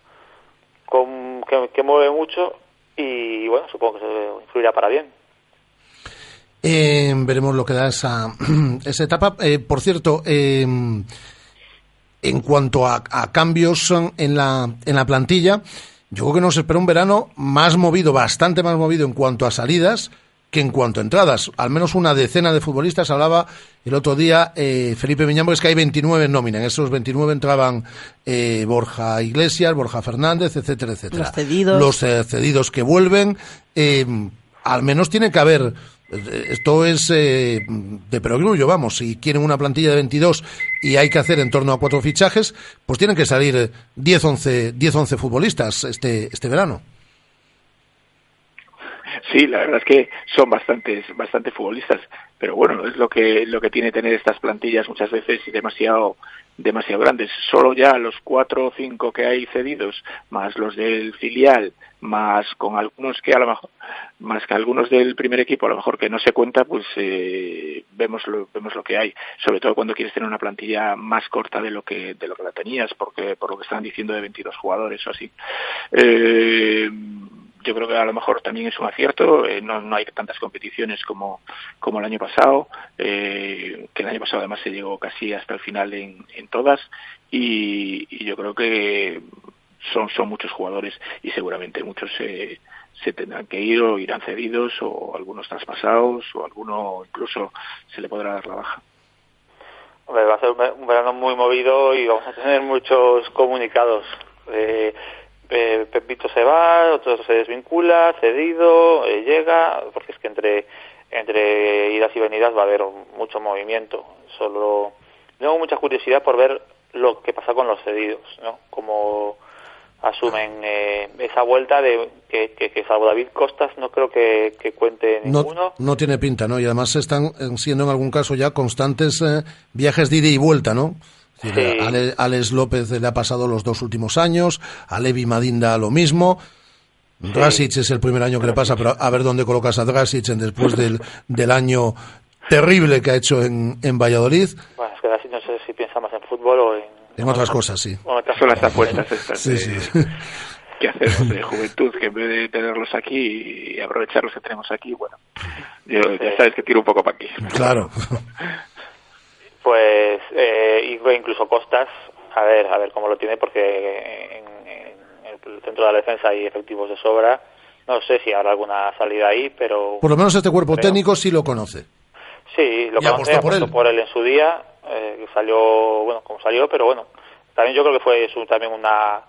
con que, que mueve mucho, y bueno, supongo que se influirá para bien. Eh, veremos lo que da esa, esa etapa. Eh, por cierto, eh, en cuanto a, a cambios en la, en la plantilla, yo creo que nos espera un verano más movido, bastante más movido en cuanto a salidas que en cuanto a entradas. Al menos una decena de futbolistas. Hablaba el otro día eh, Felipe Miñambres que hay veintinueve en nómina. En esos veintinueve entraban eh, Borja Iglesias, Borja Fernández, etcétera, etcétera. Los cedidos. Los eh, cedidos que vuelven. Eh, al menos tiene que haber... Esto es eh, de perogrullo, vamos. Si quieren una plantilla de veintidós y hay que hacer en torno a cuatro fichajes, pues tienen que salir diez, once futbolistas este, este verano. Sí, la verdad es que son bastantes, bastantes futbolistas, pero bueno, es lo que lo que tiene tener estas plantillas muchas veces demasiado demasiado grandes. Solo ya los cuatro o cinco que hay cedidos, más los del filial, más con algunos que a lo mejor, más que algunos del primer equipo, a lo mejor que no se cuenta, pues eh, vemos lo vemos lo que hay. Sobre todo cuando quieres tener una plantilla más corta de lo que de lo que la tenías, porque por lo que están diciendo de veintidós jugadores o así. Eh, Yo creo que a lo mejor también es un acierto. Eh, no, no hay tantas competiciones como, como el año pasado, eh, que el año pasado además se llegó casi hasta el final en, en todas, y, y yo creo que son, son muchos jugadores, y seguramente muchos se, se tendrán que ir o irán cedidos, o algunos traspasados, o alguno incluso se le podrá dar la baja. Hombre, va a ser un verano muy movido y vamos a tener muchos comunicados. Eh, Eh, Pepito se va, otro se desvincula, cedido, eh, llega, porque es que entre entre idas y venidas va a haber mucho movimiento. Solo tengo mucha curiosidad por ver lo que pasa con los cedidos, ¿no? Como asumen eh, esa vuelta de que, que, que salvo David Costas no creo que, que cuente ninguno. No, no tiene pinta, ¿no? Y además están siendo en algún caso ya constantes eh, viajes de ida y vuelta, ¿no? Es decir, sí. Ale, Alex López le ha pasado los dos últimos años, a Levi Madinda lo mismo. Sí. Drasic es el primer año que le pasa, pero a ver dónde colocas a Drasic después del, del año terrible que ha hecho en, en Valladolid. Bueno, es que Drasic no sé si piensa más en fútbol o en... En otras cosas, sí. Son las apuestas estas sí, de, sí. que hacemos de juventud, que en vez de tenerlos aquí y aprovechar los que tenemos aquí, bueno, yo ya sabes que tiro un poco para aquí. Claro. Pues, eh, incluso Costas, a ver, a ver cómo lo tiene, porque en, en el centro de la defensa hay efectivos de sobra. No sé si habrá alguna salida ahí, pero... Por lo menos este cuerpo creo. técnico sí lo conoce. Sí, lo y conoce, apostó por apostó él. por él en su día, eh, que salió, bueno, como salió, pero bueno, también yo creo que fue eso, también una,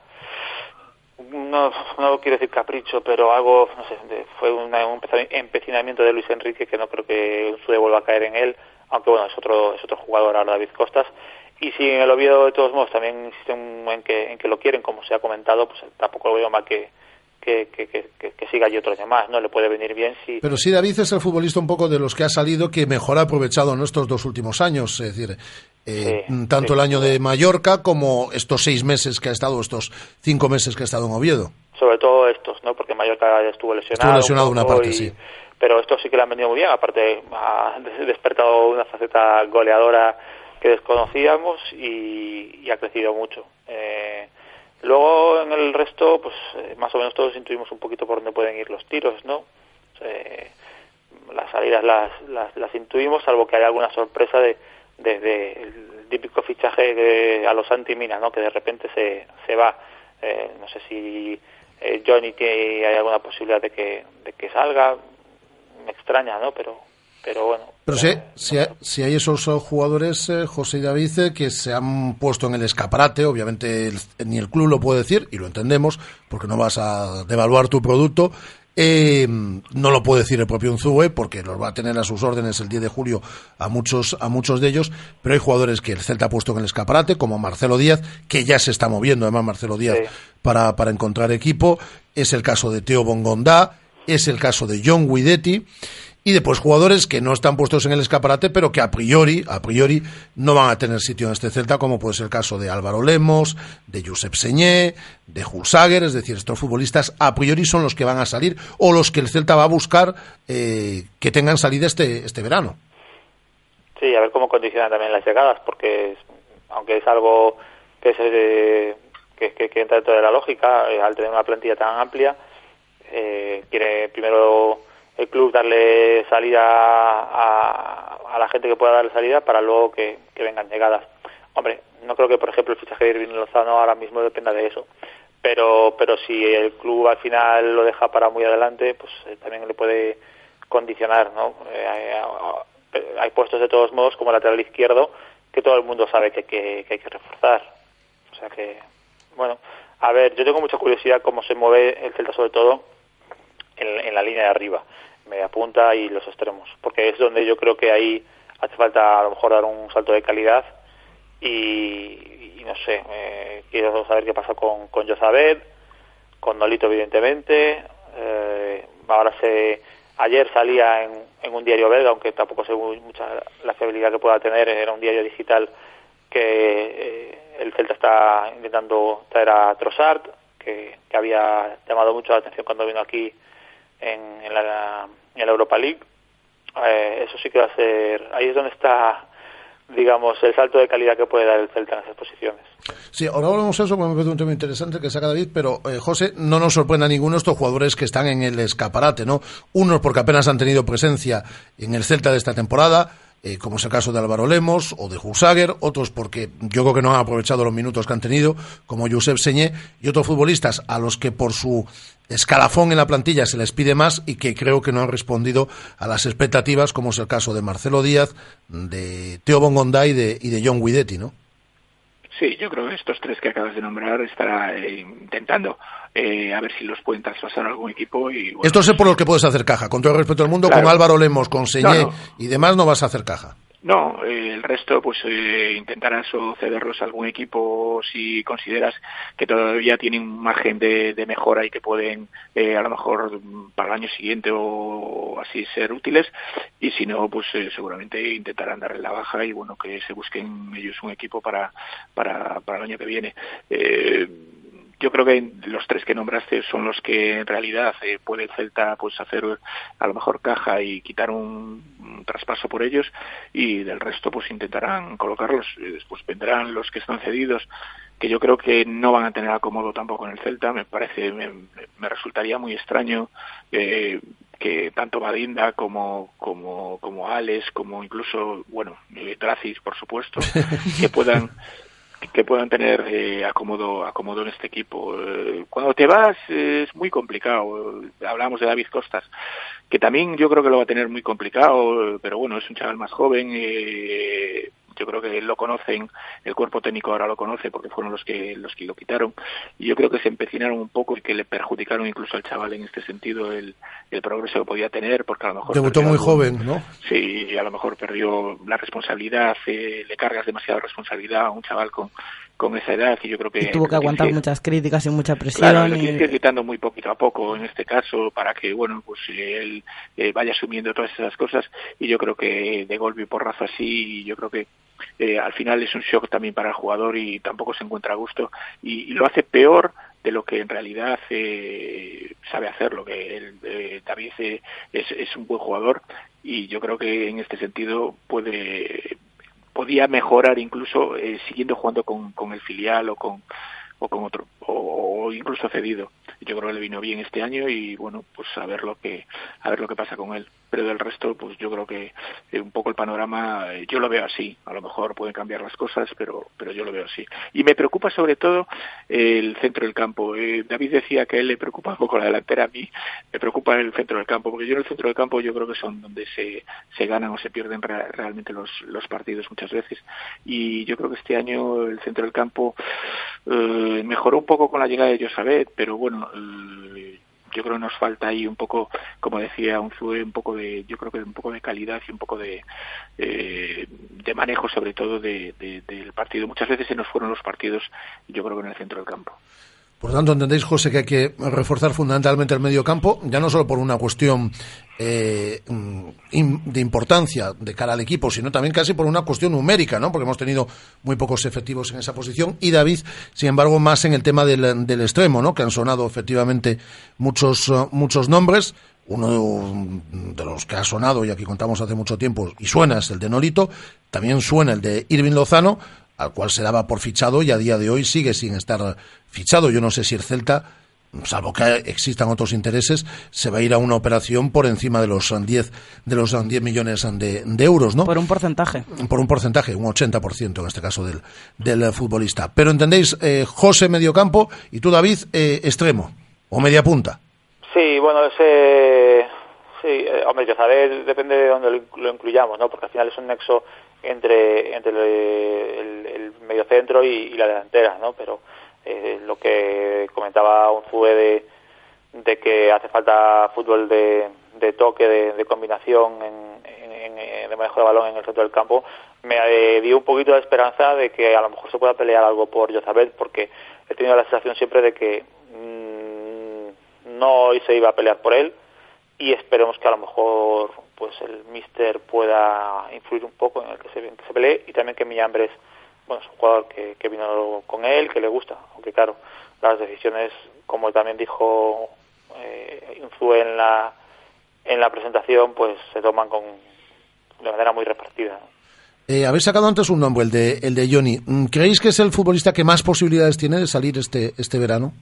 no, no quiero decir capricho, pero algo, no sé, fue una, un empecinamiento de Luis Enrique que no creo que su vuelva a caer en él, aunque bueno, es otro es otro jugador ahora, David Costas. Y si en el Oviedo de todos modos también insisten en que en que lo quieren, como se ha comentado, pues tampoco lo veo mal que Que, que, que, que siga y otros demás, ¿no? Le puede venir bien si... Pero sí, David es el futbolista un poco de los que ha salido que mejor ha aprovechado en estos dos últimos años, es decir, eh, sí, tanto sí, el año sí. de Mallorca como estos seis meses que ha estado, estos cinco meses que ha estado en Oviedo. Sobre todo estos, ¿no? Porque Mallorca estuvo lesionado. Estuvo lesionado un una parte, y... sí. Pero estos sí que le han venido muy bien, aparte ha despertado una faceta goleadora que desconocíamos y, y ha crecido mucho. Eh... Luego en el resto, pues eh, más o menos todos intuimos un poquito por dónde pueden ir los tiros, ¿no? Eh, las salidas las, las las intuimos, salvo que haya alguna sorpresa de, de, de el típico fichaje de, a los anti-minas, ¿no? Que de repente se se va. Eh, no sé si eh, Johnny tiene, hay alguna posibilidad de que de que salga. Me extraña, ¿no? Pero pero bueno. Pero sí, si, hay, si hay esos jugadores, eh, José y David, eh, que se han puesto en el escaparate, obviamente el, ni el club lo puede decir, y lo entendemos, porque no vas a devaluar tu producto, eh, no lo puede decir el propio Unzúe, porque los va a tener a sus órdenes el diez de julio a muchos a muchos de ellos, pero hay jugadores que el Celta ha puesto en el escaparate, como Marcelo Díaz, que ya se está moviendo, además Marcelo Díaz, sí. para, para encontrar equipo, es el caso de Theo Bongondá, es el caso de John Guidetti, y después jugadores que no están puestos en el escaparate, pero que a priori, a priori no van a tener sitio en este Celta, como puede ser el caso de Álvaro Lemos, de Josep Señé, de Hulsager, es decir, estos futbolistas a priori son los que van a salir, o los que el Celta va a buscar eh, que tengan salida este, este verano. Sí, a ver cómo condicionan también las llegadas, porque aunque es algo que, se, eh, que, que, que entra dentro de la lógica, eh, al tener una plantilla tan amplia, eh, quiere primero el club darle salida a, a la gente que pueda darle salida para luego que, que vengan llegadas. Hombre, no creo que por ejemplo el fichaje de Irving Lozano ahora mismo dependa de eso, pero pero si el club al final lo deja para muy adelante, pues eh, también le puede condicionar, ¿no? Eh, hay, hay puestos de todos modos como lateral izquierdo que todo el mundo sabe que, que, que hay que reforzar, o sea que, bueno, a ver, yo tengo mucha curiosidad cómo se mueve el Celta, sobre todo en, en la línea de arriba, media punta y los extremos, porque es donde yo creo que ahí hace falta a lo mejor dar un salto de calidad y, y no sé, eh, quiero saber qué pasa con, con Jozabed, con Nolito evidentemente, eh, ahora se ayer salía en, en un diario belga, aunque tampoco sé mucha la fiabilidad que pueda tener, era un diario digital que eh, el Celta está intentando traer a Trossard, que, que había llamado mucho la atención cuando vino aquí en, en la en la Europa League. Eh, eso sí que va a ser, ahí es donde está, digamos, el salto de calidad que puede dar el Celta en esas posiciones. Sí, ahora hablamos de eso, porque me parece un tema interesante que saca David, pero eh, José, no nos sorprende a ninguno estos jugadores que están en el escaparate, ¿no? Unos porque apenas han tenido presencia en el Celta de esta temporada, eh, como es el caso de Álvaro Lemos o de Hulsager, otros porque yo creo que no han aprovechado los minutos que han tenido, como Josep Señé, y otros futbolistas a los que por su escalafón en la plantilla se les pide más y que creo que no han respondido a las expectativas, como es el caso de Marcelo Díaz, de Theo Bongondá y de, y de John Guidetti, ¿no? Sí, yo creo que estos tres que acabas de nombrar estará eh, intentando eh, a ver si los pueden traspasar a algún equipo. Y bueno, Estos es por los que puedes hacer caja. Con todo el respeto del mundo, claro. con Álvaro Lemos, con Señé no, no. y demás no vas a hacer caja. No, eh, el resto pues eh, intentarás o cederlos a algún equipo si consideras que todavía tienen un margen de, de mejora y que pueden eh, a lo mejor para el año siguiente o así ser útiles, y si no pues eh, seguramente intentarán darle la baja y bueno, que se busquen ellos un equipo para para, para el año que viene. Eh, Yo creo que los tres que nombraste son los que en realidad eh, puede el Celta pues hacer a lo mejor caja y quitar un, un traspaso por ellos, y del resto pues intentarán colocarlos. Después vendrán los que están cedidos, que yo creo que no van a tener acomodo tampoco en el Celta. Me parece, me, me resultaría muy extraño eh, que tanto Badinda como como como Alex, como incluso, bueno, eh, Dracis, por supuesto, que puedan que puedan tener eh, acomodo acomodo en este equipo. Eh, cuando te vas eh, es muy complicado. Hablamos de David Costas, que también yo creo que lo va a tener muy complicado, pero bueno, es un chaval más joven. Eh, yo creo que lo conocen, el cuerpo técnico ahora lo conoce porque fueron los que los que lo quitaron, y yo creo que se empecinaron un poco y que le perjudicaron incluso al chaval en este sentido el, el progreso que podía tener, porque a lo mejor debutó muy algún, joven, ¿no? Sí, a lo mejor perdió la responsabilidad, eh, le cargas demasiada responsabilidad a un chaval con con esa edad, y yo creo que... Y tuvo que aguantar que, muchas críticas y mucha presión. Claro, lo y... tienes que ir quitando muy poquito a poco en este caso para que, bueno, pues él eh, vaya asumiendo todas esas cosas, y yo creo que de golpe y porrazo así, yo creo que eh, al final es un shock también para el jugador y tampoco se encuentra a gusto, y, y lo hace peor de lo que en realidad eh, sabe hacerlo, que el, eh, David eh, es, es un buen jugador, y yo creo que en este sentido puede... podía mejorar incluso eh, siguiendo jugando con, con el filial o con o con otro o, o incluso cedido. Yo creo que le vino bien este año y bueno, pues a ver lo que a ver lo que pasa con él. Pero del resto, pues yo creo que eh, un poco el panorama eh, yo lo veo así. A lo mejor pueden cambiar las cosas, pero pero yo lo veo así. Y me preocupa sobre todo eh, el centro del campo. Eh, David decía que a él le preocupa un poco la delantera, a mí me preocupa el centro del campo, porque yo en el centro del campo yo creo que son donde se se ganan o se pierden re- realmente los los partidos muchas veces. Y yo creo que este año el centro del campo eh, mejoró un poco con la llegada de Josabet, pero bueno, eh, yo creo que nos falta ahí un poco, como decía Unzué, un poco de, yo creo que un poco de calidad y un poco de eh, de manejo sobre todo de, de, del partido. Muchas veces se nos fueron los partidos, yo creo que en el centro del campo. Por tanto, entendéis, José, que hay que reforzar fundamentalmente el medio campo, ya no solo por una cuestión eh, de importancia de cara al equipo, sino también casi por una cuestión numérica, ¿no? Porque hemos tenido muy pocos efectivos en esa posición, y David, sin embargo, más en el tema del, del extremo, ¿no? Que han sonado efectivamente muchos muchos nombres. Uno de los que ha sonado, y aquí contamos hace mucho tiempo, y suena, es el de Nolito. También suena el de Irving Lozano, al cual se daba por fichado y a día de hoy sigue sin estar fichado. Yo no sé si el Celta, salvo que existan otros intereses, se va a ir a una operación por encima de los diez de los diez millones de, de euros, ¿no? Por un porcentaje. Por un porcentaje, un ochenta por ciento en este caso del, del futbolista. Pero entendéis, eh, José mediocampo y tú, David, eh, extremo o media punta. Sí, bueno, ese... Sí, eh, hombre, ya sabes, depende de dónde lo, lo incluyamos, ¿no? Porque al final es un nexo entre entre el, el, el mediocentro y, y la delantera, ¿no? Pero eh, lo que comentaba Unzué de, de que hace falta fútbol de, de toque, de, de combinación, en, en, en, de manejo de balón en el centro del campo, me eh, dio un poquito de esperanza de que a lo mejor se pueda pelear algo por Jozabet, porque he tenido la sensación siempre de que mmm, no se iba a pelear por él, y esperemos que a lo mejor pues el míster pueda influir un poco en el que se, en que se pelee, y también que Millambres, bueno, es un jugador que, que vino con él, que le gusta, aunque claro, las decisiones, como también dijo eh, Unzué en la en la presentación, pues se toman con de manera muy repartida. Eh, habéis sacado antes un nombre, el de el de Johnny. ¿Creéis que es el futbolista que más posibilidades tiene de salir este este verano?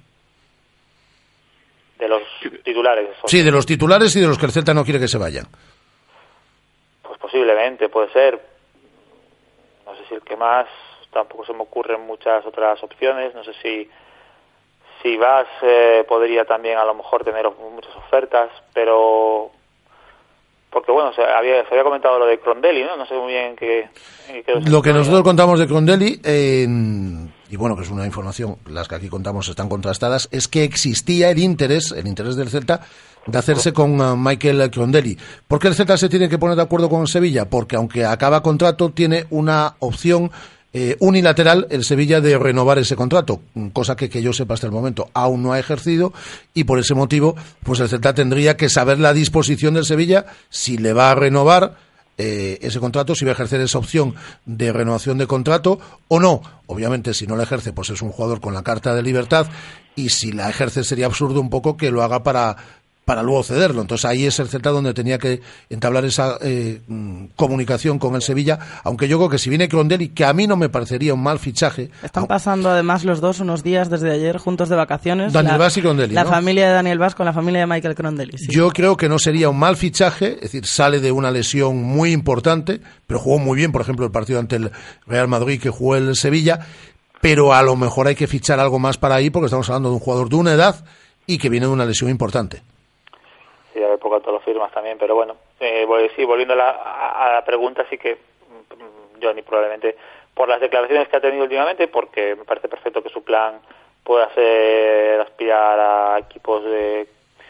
De los titulares. Sí, de los titulares y de los que el Celta no quiere que se vayan. Pues posiblemente, puede ser. No sé si el que más, tampoco se me ocurren muchas otras opciones. No sé si si Vas eh, podría también a lo mejor tener muchas ofertas, pero porque bueno, se había, se había comentado lo de Crondelli, ¿no? No sé muy bien qué... qué lo que nosotros contamos de Crondelli, eh, y bueno, que es una información, las que aquí contamos están contrastadas, es que existía el interés, el interés del Celta de hacerse con uh, Michael Crondelli. ¿Por qué el Celta se tiene que poner de acuerdo con el Sevilla? Porque aunque acaba contrato, tiene una opción eh, unilateral el Sevilla de renovar ese contrato, cosa que, que yo sepa hasta el momento aún no ha ejercido, y por ese motivo pues el Celta tendría que saber la disposición del Sevilla si le va a renovar eh, ese contrato, si va a ejercer esa opción de renovación de contrato o no. Obviamente si no la ejerce pues es un jugador con la carta de libertad, y si la ejerce sería absurdo un poco que lo haga para para luego cederlo. Entonces ahí es el Celta donde tenía que entablar esa eh, comunicación con el Sevilla, aunque yo creo que si viene Crondelli, que a mí no me parecería un mal fichaje. Están pasando además los dos unos días desde ayer juntos de vacaciones. Daniel la, Vaz y Crondelli, La ¿no? familia de Daniel Vaz con la familia de Michael Crondelli. Sí. Yo creo que no sería un mal fichaje, es decir, sale de una lesión muy importante, pero jugó muy bien, por ejemplo, el partido ante el Real Madrid que jugó el Sevilla, pero a lo mejor hay que fichar algo más para ahí, porque estamos hablando de un jugador de una edad y que viene de una lesión importante. Sí, a ver por cuánto lo firmas también, pero bueno, eh, sí, volviendo a la, a la pregunta, sí que Johnny probablemente, por las declaraciones que ha tenido últimamente, porque me parece perfecto que su plan pueda ser aspirar a equipos de,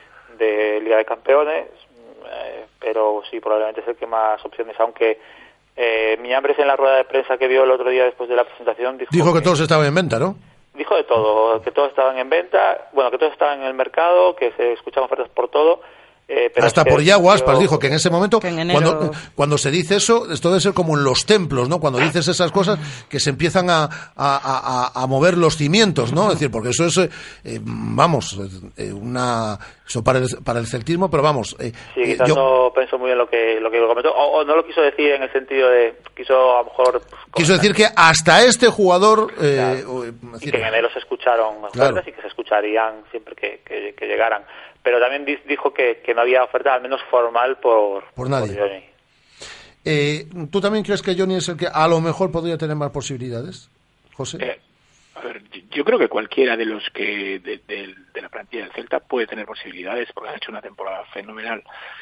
de Liga de Campeones, eh, pero sí, probablemente es el que más opciones, aunque eh, Miñambres en la rueda de prensa que dio el otro día después de la presentación dijo, dijo que, que todos estaban en venta, ¿no? Dijo de todo, que todos estaban en venta, bueno, que todos estaban en el mercado, que se escuchaban ofertas por todo. Eh, pero Hasta que por Yago Aspas yo... dijo que en ese momento, en cuando, cuando se dice eso, esto debe ser como en los templos, ¿no? Cuando dices esas cosas, que se empiezan a, a, a, a mover los cimientos, ¿no? Es decir, porque eso es, eh, vamos, eh, una, eso para el, para el celtismo, pero vamos. Eh, sí, quizás yo... no pensó muy bien lo que, lo que comentó, o, o no lo quiso decir en el sentido de, quiso a lo mejor... Pues, quiso decir que hasta este jugador... Eh, claro. eh, y que en enero se escucharon ofertas, claro, y que se escucharían siempre que, que, que llegaran. Pero también dijo que, que no había oferta, al menos formal, por, por nadie. Por Johnny. Eh, ¿Tú también crees que Johnny es el que a lo mejor podría tener más posibilidades, José? Eh, a ver, yo creo que cualquiera de los que de, de, de la plantilla del Celta puede tener posibilidades, porque han hecho una temporada fenomenal.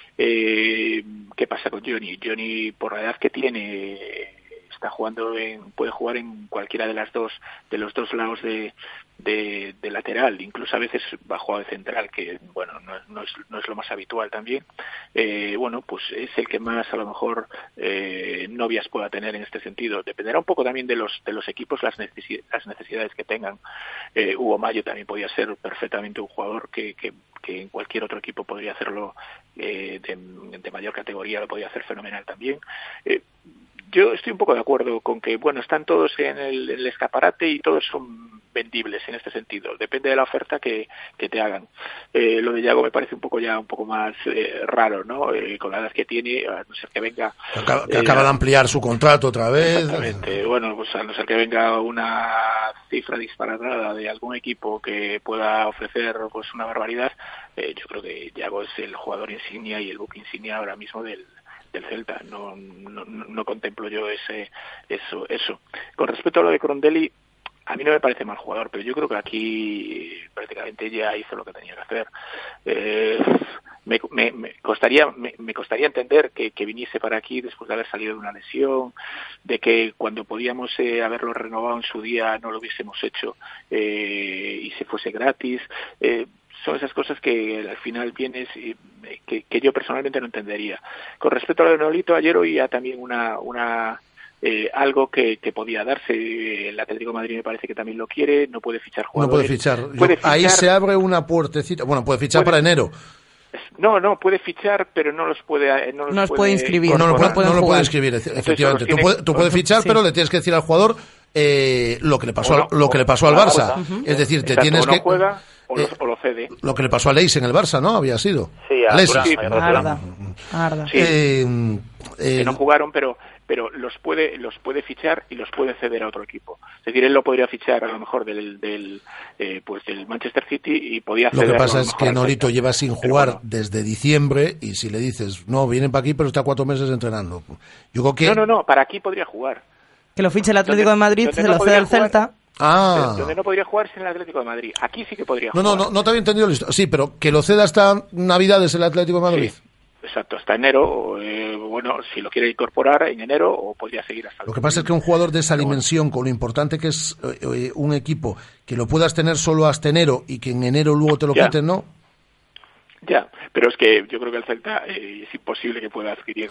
Eh, ¿Qué pasa con Johnny? Johnny, por la edad que tiene, está jugando en, puede jugar en cualquiera de las dos, de los dos lados de De, de lateral, incluso a veces va a jugar de central, que bueno, no, no, es, no es lo más habitual también. Eh, bueno, pues es el que más a lo mejor eh, novias pueda tener en este sentido. Dependerá un poco también de los de los equipos, las, necesi- las necesidades que tengan. Eh, Hugo Mayo también podría ser perfectamente un jugador que, que, que en cualquier otro equipo podría hacerlo eh, de, de mayor categoría, lo podría hacer fenomenal también. Eh, Yo estoy un poco de acuerdo con que, bueno, están todos en el, en el escaparate y todos son vendibles en este sentido. Depende de la oferta que, que te hagan. Eh, lo de Yago me parece un poco ya un poco más eh, raro, ¿no? Eh, con la edad que tiene, a no ser que venga... Que acaba, que eh, acaba de ampliar su contrato otra vez. Exactamente. Bueno, pues a no ser que venga una cifra disparatada de algún equipo que pueda ofrecer pues una barbaridad, eh, yo creo que Yago es el jugador insignia y el buque insignia ahora mismo del del Celta. No, no, no contemplo yo ese eso eso con respecto a lo de Crondelli, a mí no me parece mal jugador, pero yo creo que aquí prácticamente ya hizo lo que tenía que hacer. eh, me, me, me costaría me, me costaría entender que, que viniese para aquí después de haber salido de una lesión, de que cuando podíamos eh, haberlo renovado en su día no lo hubiésemos hecho eh, y se fuese gratis. eh, Son esas cosas que al final vienes y que, que yo personalmente no entendería. Con respecto a lo de Nolito, ayer oía también una una eh, algo que, que podía darse. El Atlético de Madrid me parece que también lo quiere, no puede fichar jugadores. No puede fichar. Yo, puede fichar. Ahí se abre una puertecita. Bueno, puede fichar puede, para enero. No, no, puede fichar, pero no los puede... No los no los puede, puede inscribir. No, no, no, no, puede, no lo puede inscribir, efectivamente. Tiene, tú, puede, tú puedes fichar, sí, pero le tienes que decir al jugador eh, lo que le pasó, no, al, lo que le pasó al Barça. Uh-huh. Es decir, te Exacto, tienes no que... Juega, o, eh, lo, o lo cede. Lo que le pasó a Leis en el Barça, ¿no? Había sido. Sí, a Alexis. Sí, Arda. Arda. Sí, eh, eh, que no jugaron, pero pero los puede los puede fichar y los puede ceder a otro equipo. Es decir, él lo podría fichar a lo mejor del del eh, pues del Manchester City y podía ceder. Lo que pasa es que Nolito lleva sin jugar bueno, desde diciembre y si le dices, no, vienen para aquí pero está cuatro meses entrenando. Yo creo que... No, no, no, para aquí podría jugar. Que lo fiche el Atlético de Madrid, se no lo cede al Celta. Ah. Donde no podría jugar es en el Atlético de Madrid. Aquí sí que podría no, jugar. No, no, no te había entendido listo. Sí, pero que lo ceda hasta Navidades el Atlético de Madrid. Sí. exacto, hasta enero, o, eh, bueno, si lo quiere incorporar en enero, o podría seguir hasta... Lo que pasa es que un jugador de esa dimensión, con lo importante que es eh, un equipo, que lo puedas tener solo hasta enero y que en enero luego te lo Ya. quiten, ¿no? Ya, pero es que yo creo que el Celta eh, es imposible que pueda adquirir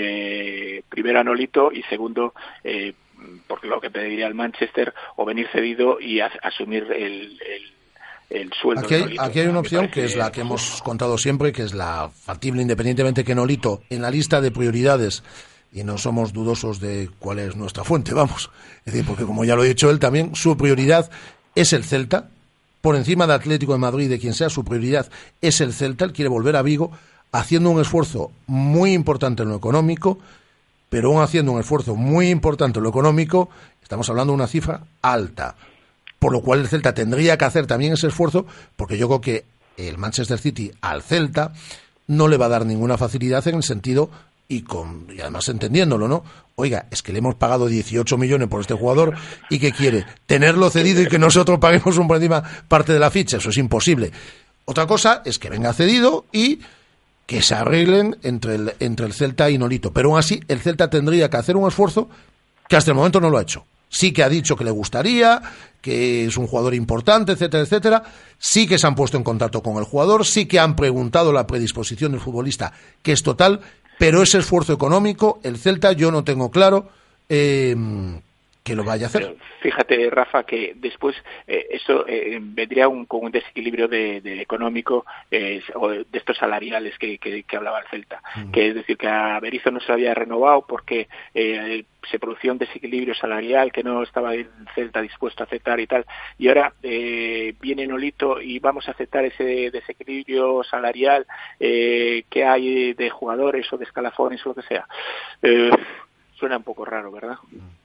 eh, primero a Nolito y segundo, eh, porque lo que pediría el Manchester, o venir cedido y as- asumir el, el, el sueldo Aquí de hay, Nolito. aquí hay una Me opción parece- que es la que hemos contado siempre, que es la factible, independientemente que Nolito, en la lista de prioridades, y no somos dudosos de cuál es nuestra fuente, vamos, es decir, porque como ya lo ha dicho él también, su prioridad es el Celta, por encima de Atlético de Madrid, de quien sea, su prioridad es el Celta, él quiere volver a Vigo, haciendo un esfuerzo muy importante en lo económico, pero aún haciendo un esfuerzo muy importante en lo económico, estamos hablando de una cifra alta, por lo cual el Celta tendría que hacer también ese esfuerzo, porque yo creo que el Manchester City al Celta no le va a dar ninguna facilidad en el sentido, y con y además entendiéndolo, ¿no? Oiga, es que le hemos pagado dieciocho millones por este jugador y que quiere tenerlo cedido y que nosotros paguemos un por encima parte de la ficha, eso es imposible. Otra cosa es que venga cedido y que se arreglen entre el, entre el Celta y Nolito, pero aún así el Celta tendría que hacer un esfuerzo que hasta el momento no lo ha hecho. Sí que ha dicho que le gustaría, que es un jugador importante, etcétera, etcétera. Sí que se han puesto en contacto con el jugador, sí que han preguntado la predisposición del futbolista, que es total, pero ese esfuerzo económico, el Celta, yo no tengo claro eh, que lo vaya a hacer. Pero fíjate, Rafa, que después eh, eso eh, vendría un, con un desequilibrio de, de económico eh, o de estos salariales que, que, que hablaba el Celta. Mm. Que es decir, que a Berizzo no se lo había renovado porque eh, se producía un desequilibrio salarial que no estaba el Celta dispuesto a aceptar y tal. Y ahora eh, viene Nolito y vamos a aceptar ese desequilibrio salarial eh, que hay de jugadores o de escalafones o lo que sea. Eh, suena un poco raro, ¿verdad?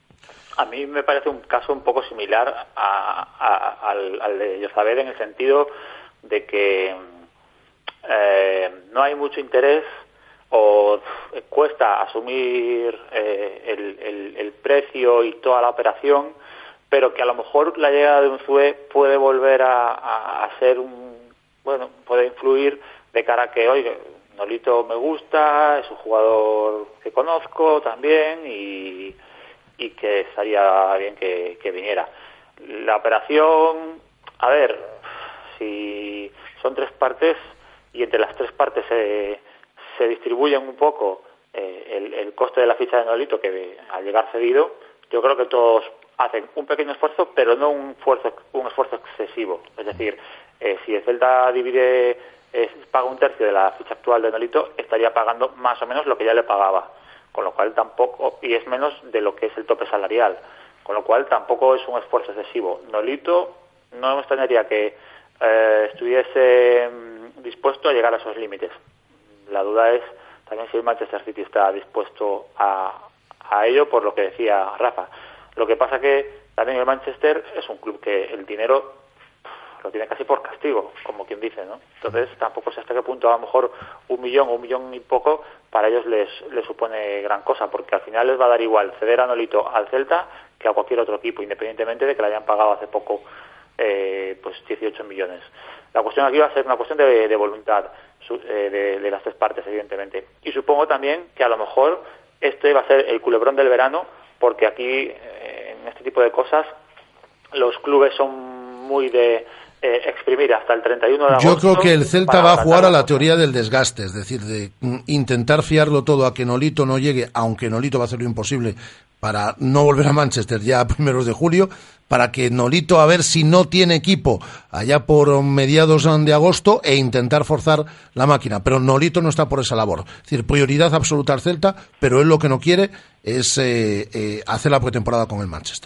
A mí me parece un caso un poco similar a, a, al, al de Jozabed, en el sentido de que eh, no hay mucho interés o cuesta asumir eh, el, el, el precio y toda la operación, pero que a lo mejor la llegada de Unzué puede volver a, a, a ser un, bueno, puede influir de cara a que, oye, Nolito me gusta, es un jugador que conozco también y y que estaría bien que, que viniera. La operación, a ver, si son tres partes y entre las tres partes se, se distribuyen un poco eh, el, el coste de la ficha de Nolito, que al llegar cedido, yo creo que todos hacen un pequeño esfuerzo, pero no un esfuerzo, un esfuerzo excesivo. Es decir, eh, si el Celta divide, eh, paga un tercio de la ficha actual de Nolito, estaría pagando más o menos lo que ya le pagaba. Con lo cual tampoco, y es menos de lo que es el tope salarial, con lo cual tampoco es un esfuerzo excesivo. Nolito no me extrañaría que eh, estuviese mm, dispuesto a llegar a esos límites. La duda es también si el Manchester City está dispuesto a, a ello, por lo que decía Rafa. Lo que pasa que también el Manchester es un club que el dinero lo tiene casi por castigo, como quien dice, ¿no? Entonces tampoco sé hasta qué punto a lo mejor un millón o un millón y poco para ellos les, les supone gran cosa, porque al final les va a dar igual ceder a Nolito al Celta que a cualquier otro equipo, independientemente de que le hayan pagado hace poco eh, pues dieciocho millones. La cuestión aquí va a ser una cuestión de, de voluntad su, eh, de, de las tres partes, evidentemente. Y supongo también que a lo mejor este va a ser el culebrón del verano, porque aquí eh, en este tipo de cosas los clubes son muy de Eh, exprimir hasta el treinta y uno de agosto. Yo creo que el Celta va a jugar a la teoría del desgaste, es decir, de mm, intentar fiarlo todo a que Nolito no llegue, aunque Nolito va a hacer lo imposible para no volver a Manchester ya a primeros de julio, para que Nolito, a ver si no tiene equipo allá por mediados de agosto, e intentar forzar la máquina. Pero Nolito no está por esa labor. Es decir, prioridad absoluta al Celta, pero él lo que no quiere es eh, eh, hacer la pretemporada con el Manchester.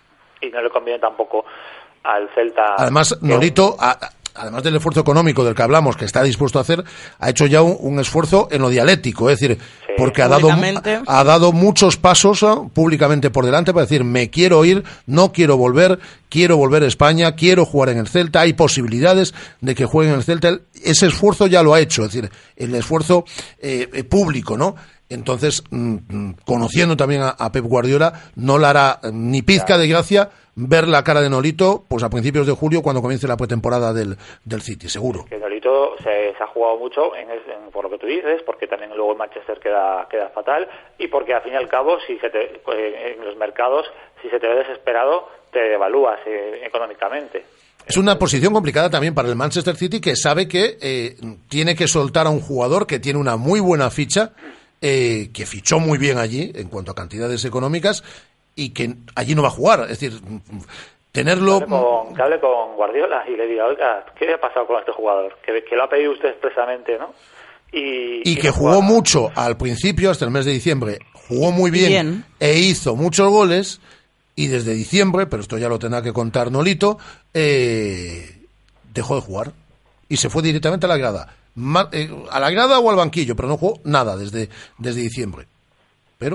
Y no le conviene tampoco al Celta. Además, Nolito, a, además del esfuerzo económico del que hablamos, que está dispuesto a hacer, ha hecho ya un, un esfuerzo en lo dialéctico, es decir, sí, porque ha dado, ha dado muchos pasos uh, públicamente por delante para decir, me quiero ir, no quiero volver, quiero volver a España, quiero jugar en el Celta, hay posibilidades de que juegue en el Celta. Ese esfuerzo ya lo ha hecho, es decir, el esfuerzo eh, eh, público, ¿no? Entonces, mmm, conociendo también a, a Pep Guardiola, no le hará ni pizca de gracia ver la cara de Nolito pues a principios de julio cuando comience la pretemporada del, del City, seguro. Que Nolito se, se ha jugado mucho en, en, por lo que tú dices, porque también luego el Manchester queda, queda fatal, y porque al fin y al cabo, si se te, en los mercados, si se te ve desesperado, te devalúas eh, económicamente. Es una posición complicada también para el Manchester City, que sabe que eh, tiene que soltar a un jugador que tiene una muy buena ficha, eh, que fichó muy bien allí en cuanto a cantidades económicas y que allí no va a jugar. Es decir, tenerlo... Que hable con, que hable con Guardiola y le diga, oiga, ¿qué le ha pasado con este jugador? Que, que lo ha pedido usted expresamente, ¿no? Y, y y que no jugó juega. mucho al principio, hasta el mes de diciembre, jugó muy bien, Bien. e hizo muchos goles, y desde diciembre, pero esto ya lo tendrá que contar Nolito, eh, dejó de jugar y se fue directamente a la grada. Ma- eh, a la grada o al banquillo, pero no jugó nada desde, desde diciembre. Pero...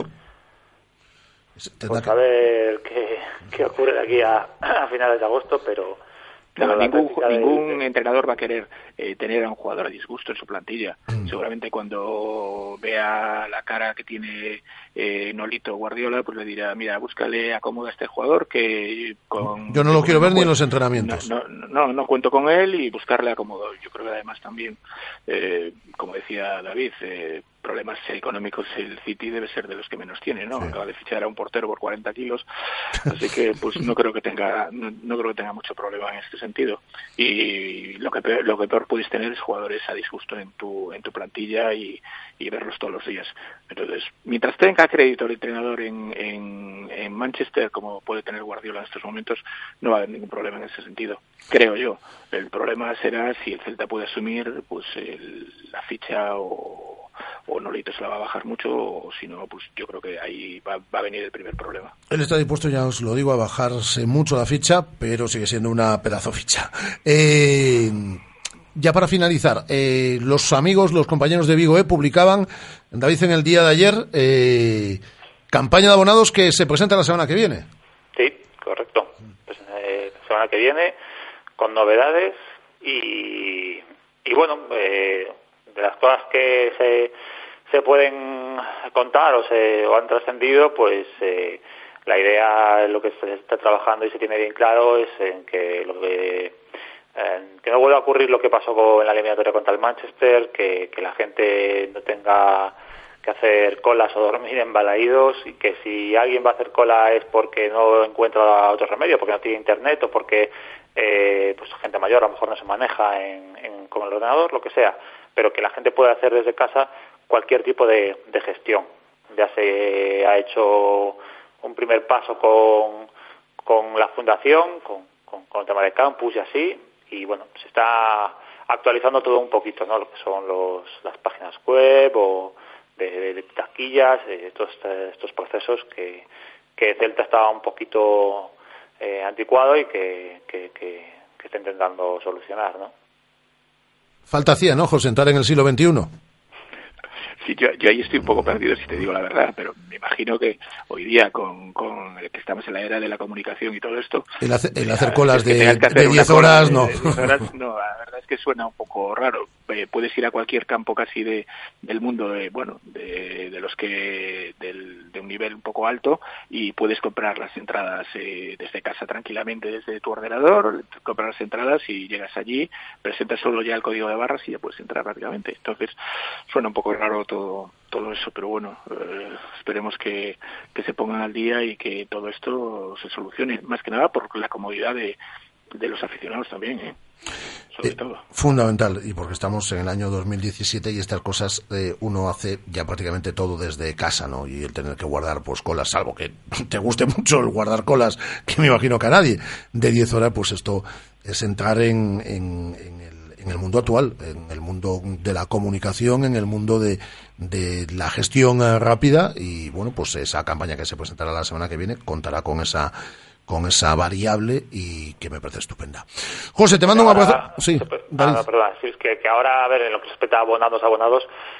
Pues a ver qué, qué ocurre de aquí a, a finales de agosto, pero... No, pero la ningún táctica de- ningún entrenador va a querer eh, tener a un jugador a disgusto en su plantilla. Seguramente cuando vea la cara que tiene eh, Nolito Guardiola, pues le dirá, mira, búscale acomoda a este jugador que con... Yo no lo que quiero ver ni en cuento- los entrenamientos. No, no, no, no cuento con él y buscarle acomodo. Yo creo que además también, eh, como decía David, eh, problemas económicos el City debe ser de los que menos tiene, ¿no? Acaba de fichar a un portero por cuarenta kilos, así que pues no creo que tenga no, no creo que tenga mucho problema en este sentido. Y lo que peor, lo que peor puedes tener es jugadores a disgusto en tu en tu plantilla y, y verlos todos los días. Entonces, mientras tenga crédito el entrenador en, en, en Manchester, como puede tener Guardiola en estos momentos, no va a haber ningún problema en ese sentido, creo yo. El problema será si el Celta puede asumir pues el, la ficha o o Nolito se la va a bajar mucho, o si no, pues yo creo que ahí va, va a venir el primer problema. Él está dispuesto, ya os lo digo, a bajarse mucho la ficha, pero sigue siendo una pedazo ficha. Eh, ya para finalizar, eh, los amigos, los compañeros de Vigo E publicaban, David, en el día de ayer, eh, campaña de abonados que se presenta la semana que viene. Sí, correcto. Pues, eh, la semana que viene, con novedades y, y bueno, eh, de las cosas que se, se pueden contar o se o han trascendido, pues eh, la idea, lo que se está trabajando y se tiene bien claro es en que lo que eh, que no vuelva a ocurrir lo que pasó con, en la eliminatoria contra el Manchester, que, que la gente no tenga que hacer colas o dormir en balaídos, y que si alguien va a hacer cola es porque no encuentra otro remedio, porque no tiene internet o porque eh, pues gente mayor a lo mejor no se maneja en, en, con el ordenador, lo que sea, pero que la gente puede hacer desde casa cualquier tipo de, de gestión. Ya se ha hecho un primer paso con, con la fundación, con, con, con el tema de campus y así, y bueno, se está actualizando todo un poquito, ¿no? Lo que son los, las páginas web o de, de, de taquillas, eh, todos este, estos procesos que, que Celta estaba un poquito eh, anticuado y que, que, que, que está intentando solucionar, ¿no? Falta hacía, ¿no, José, entrar en el siglo veintiuno? Sí, yo, yo ahí estoy un poco perdido, si te digo la verdad, pero me imagino que hoy día, con, con el que estamos en la era de la comunicación y todo esto... El, hace, el hacer colas de diez horas, no. De, de diez horas, no, la verdad es que suena un poco raro. Eh, puedes ir a cualquier campo casi de del mundo, de, bueno, de, de los que... Del, de un nivel un poco alto, y puedes comprar las entradas eh, desde casa tranquilamente, desde tu ordenador, comprar las entradas y llegas allí, presentas solo ya el código de barras y ya puedes entrar rápidamente. Entonces, suena un poco raro todo todo eso, pero bueno, eh, esperemos que, que se pongan al día y que todo esto se solucione, más que nada por la comodidad de, de los aficionados también, ¿eh? Sobre Eh, todo. Fundamental, y porque estamos en el año dos mil diecisiete y estas cosas eh, uno hace ya prácticamente todo desde casa, ¿no? Y el tener que guardar pues colas, salvo que te guste mucho el guardar colas, que me imagino que a nadie, de diez horas, pues esto es entrar en, en, en el en el mundo actual, en el mundo de la comunicación, en el mundo de, de la gestión eh, rápida, y bueno, pues esa campaña que se presentará la semana que viene contará con esa con esa variable y que me parece estupenda. José, te mando un abrazo. Sí, David. Ah, perdón, sí, es que, que ahora, a ver, en lo que respecta a abonados, abonados,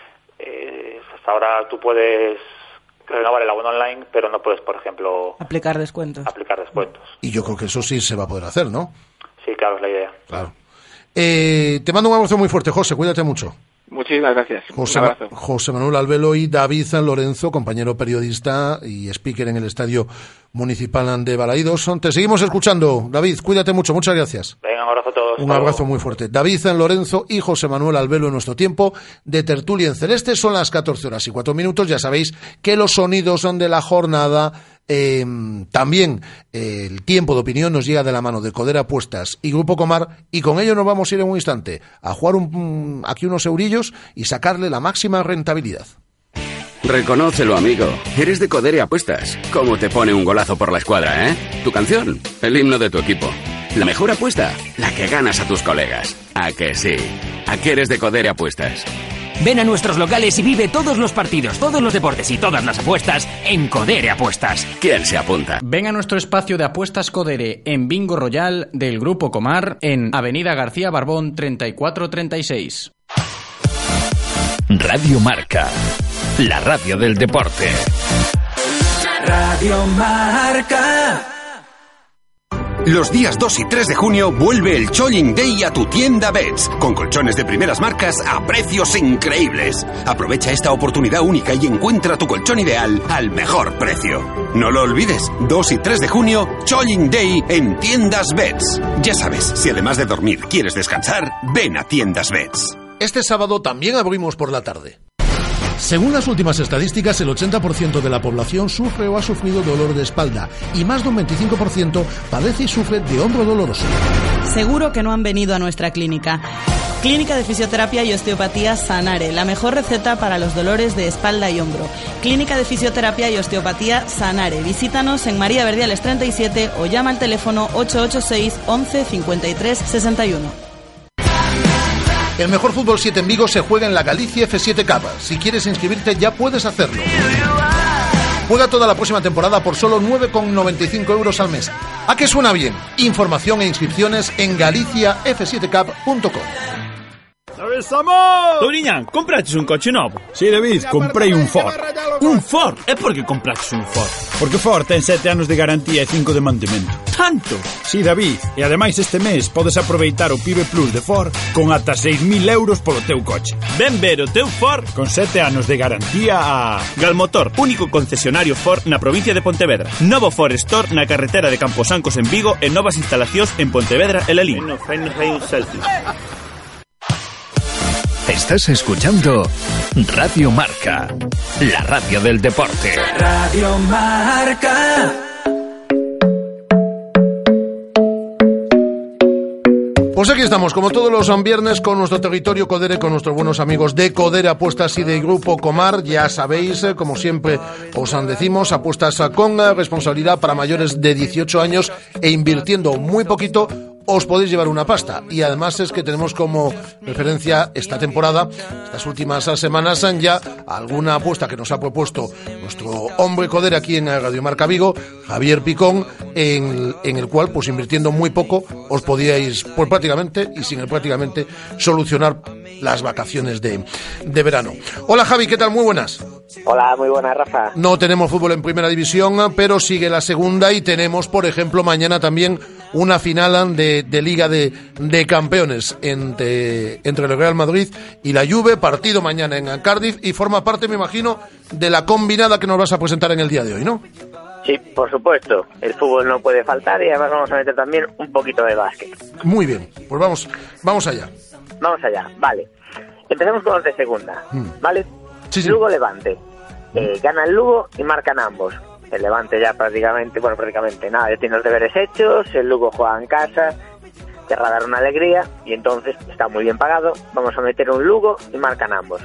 eh, hasta ahora tú puedes renovar el abono online, pero no puedes, por ejemplo, aplicar descuentos. Aplicar descuentos. Y yo creo que eso sí se va a poder hacer, ¿no? Sí, claro, es la idea. Claro. Eh, te mando un abrazo muy fuerte, José, cuídate mucho. Muchísimas gracias. José, Un abrazo. José Manuel Albelo y David Lorenzo, compañero periodista y speaker en el Estadio Municipal de Balaídos. Te seguimos escuchando, David, cuídate mucho, muchas gracias. Venga, un abrazo a todos. Un abrazo muy fuerte. David Lorenzo y José Manuel Albelo en nuestro tiempo de tertulia en celeste. Son las catorce horas y cuatro minutos. Ya sabéis que los sonidos son de la jornada. Eh, también eh, el tiempo de opinión nos llega de la mano de Codere Apuestas y Grupo Comar, y con ello nos vamos a ir en un instante a jugar un, aquí unos eurillos y sacarle la máxima rentabilidad. Reconócelo, amigo. Eres de Codere Apuestas. ¿Cómo te pone un golazo por la escuadra, eh? Tu canción, el himno de tu equipo. La mejor apuesta, la que ganas a tus colegas. ¿A que sí? ¿A qué eres de Codere Apuestas? Ven a nuestros locales y vive todos los partidos, todos los deportes y todas las apuestas en Codere Apuestas. ¿Quién se apunta? Ven a nuestro espacio de apuestas Codere en Bingo Royal del Grupo Comar en Avenida García Barbón treinta y cuatro treinta y seis. Radio Marca, la radio del deporte. Radio Marca. Los días dos y tres de junio vuelve el Cholling Day a tu tienda Bets, con colchones de primeras marcas a precios increíbles. Aprovecha esta oportunidad única y encuentra tu colchón ideal al mejor precio. No lo olvides, dos y tres de junio, Cholling Day en tiendas Bets. Ya sabes, si además de dormir quieres descansar, ven a tiendas Bets. Este sábado también abrimos por la tarde. Según las últimas estadísticas, el ochenta por ciento de la población sufre o ha sufrido dolor de espalda y más de un veinticinco por ciento padece y sufre de hombro doloroso. Seguro que no han venido a nuestra clínica. Clínica de Fisioterapia y Osteopatía Sanare, la mejor receta para los dolores de espalda y hombro. Clínica de Fisioterapia y Osteopatía Sanare. Visítanos en María Verdiales treinta y siete o llama al teléfono ocho ocho seis once cincuenta y tres sesenta y uno. El mejor fútbol siete en Vigo se juega en la Galicia F siete Cup. Si quieres inscribirte ya puedes hacerlo. Juega toda la próxima temporada por solo nueve con noventa y cinco euros al mes. ¿A qué suena bien? Información e inscripciones en galicia f siete cup punto com. Sabes, amor? Touriñán, compraches un coche novo? Sí, David, comprei un Ford. Un Ford? E por que compraches un Ford? Porque Ford ten sete anos de garantía e cinco de mantemento. Tanto? Sí, David, e ademais este mes podes aproveitar o Pibe Plus de Ford con ata seis mil euros polo teu coche. Ven ver o teu Ford con sete anos de garantía a... Galmotor, único concesionario Ford na provincia de Pontevedra. Novo Ford Store na carretera de Camposancos en Vigo e novas instalacións en Pontevedra e Lelín. No, fainos hai un selfie. Estás escuchando Radio Marca, la radio del deporte. Radio Marca. Pues aquí estamos, como todos los viernes, con nuestro territorio Codere, con nuestros buenos amigos de Codere Apuestas y de Grupo Comar. Ya sabéis, como siempre os decimos, apuestas con responsabilidad para mayores de dieciocho años e invirtiendo muy poquito os podéis llevar una pasta. Y además es que tenemos como referencia esta temporada, estas últimas semanas, ya alguna apuesta que nos ha propuesto nuestro hombre Codere aquí en Radio Marca Vigo, Javier Picón, en, en el cual, pues invirtiendo muy poco, os podíais, pues prácticamente, y sin el prácticamente, solucionar las vacaciones de, de verano. Hola Javi, ¿qué tal? Muy buenas. Hola, muy buenas, Rafa. No tenemos fútbol en primera división, pero sigue la segunda y tenemos, por ejemplo, mañana también una final de, de Liga de, de Campeones entre, entre el Real Madrid y la Juve, partido mañana en Cardiff, y forma parte, me imagino, de la combinada que nos vas a presentar en el día de hoy, ¿no? Sí, por supuesto, el fútbol no puede faltar y además vamos a meter también un poquito de básquet. Muy bien, pues vamos, vamos allá. Vamos allá, vale. Empecemos con los de segunda, mm. ¿vale? Sí, sí. Lugo Levante. Eh, gana el Lugo y marcan ambos. El Levante ya prácticamente, bueno, prácticamente nada, ya tiene los deberes hechos, el Lugo juega en casa, querrá dar una alegría y entonces está muy bien pagado. Vamos a meter un Lugo y marcan ambos.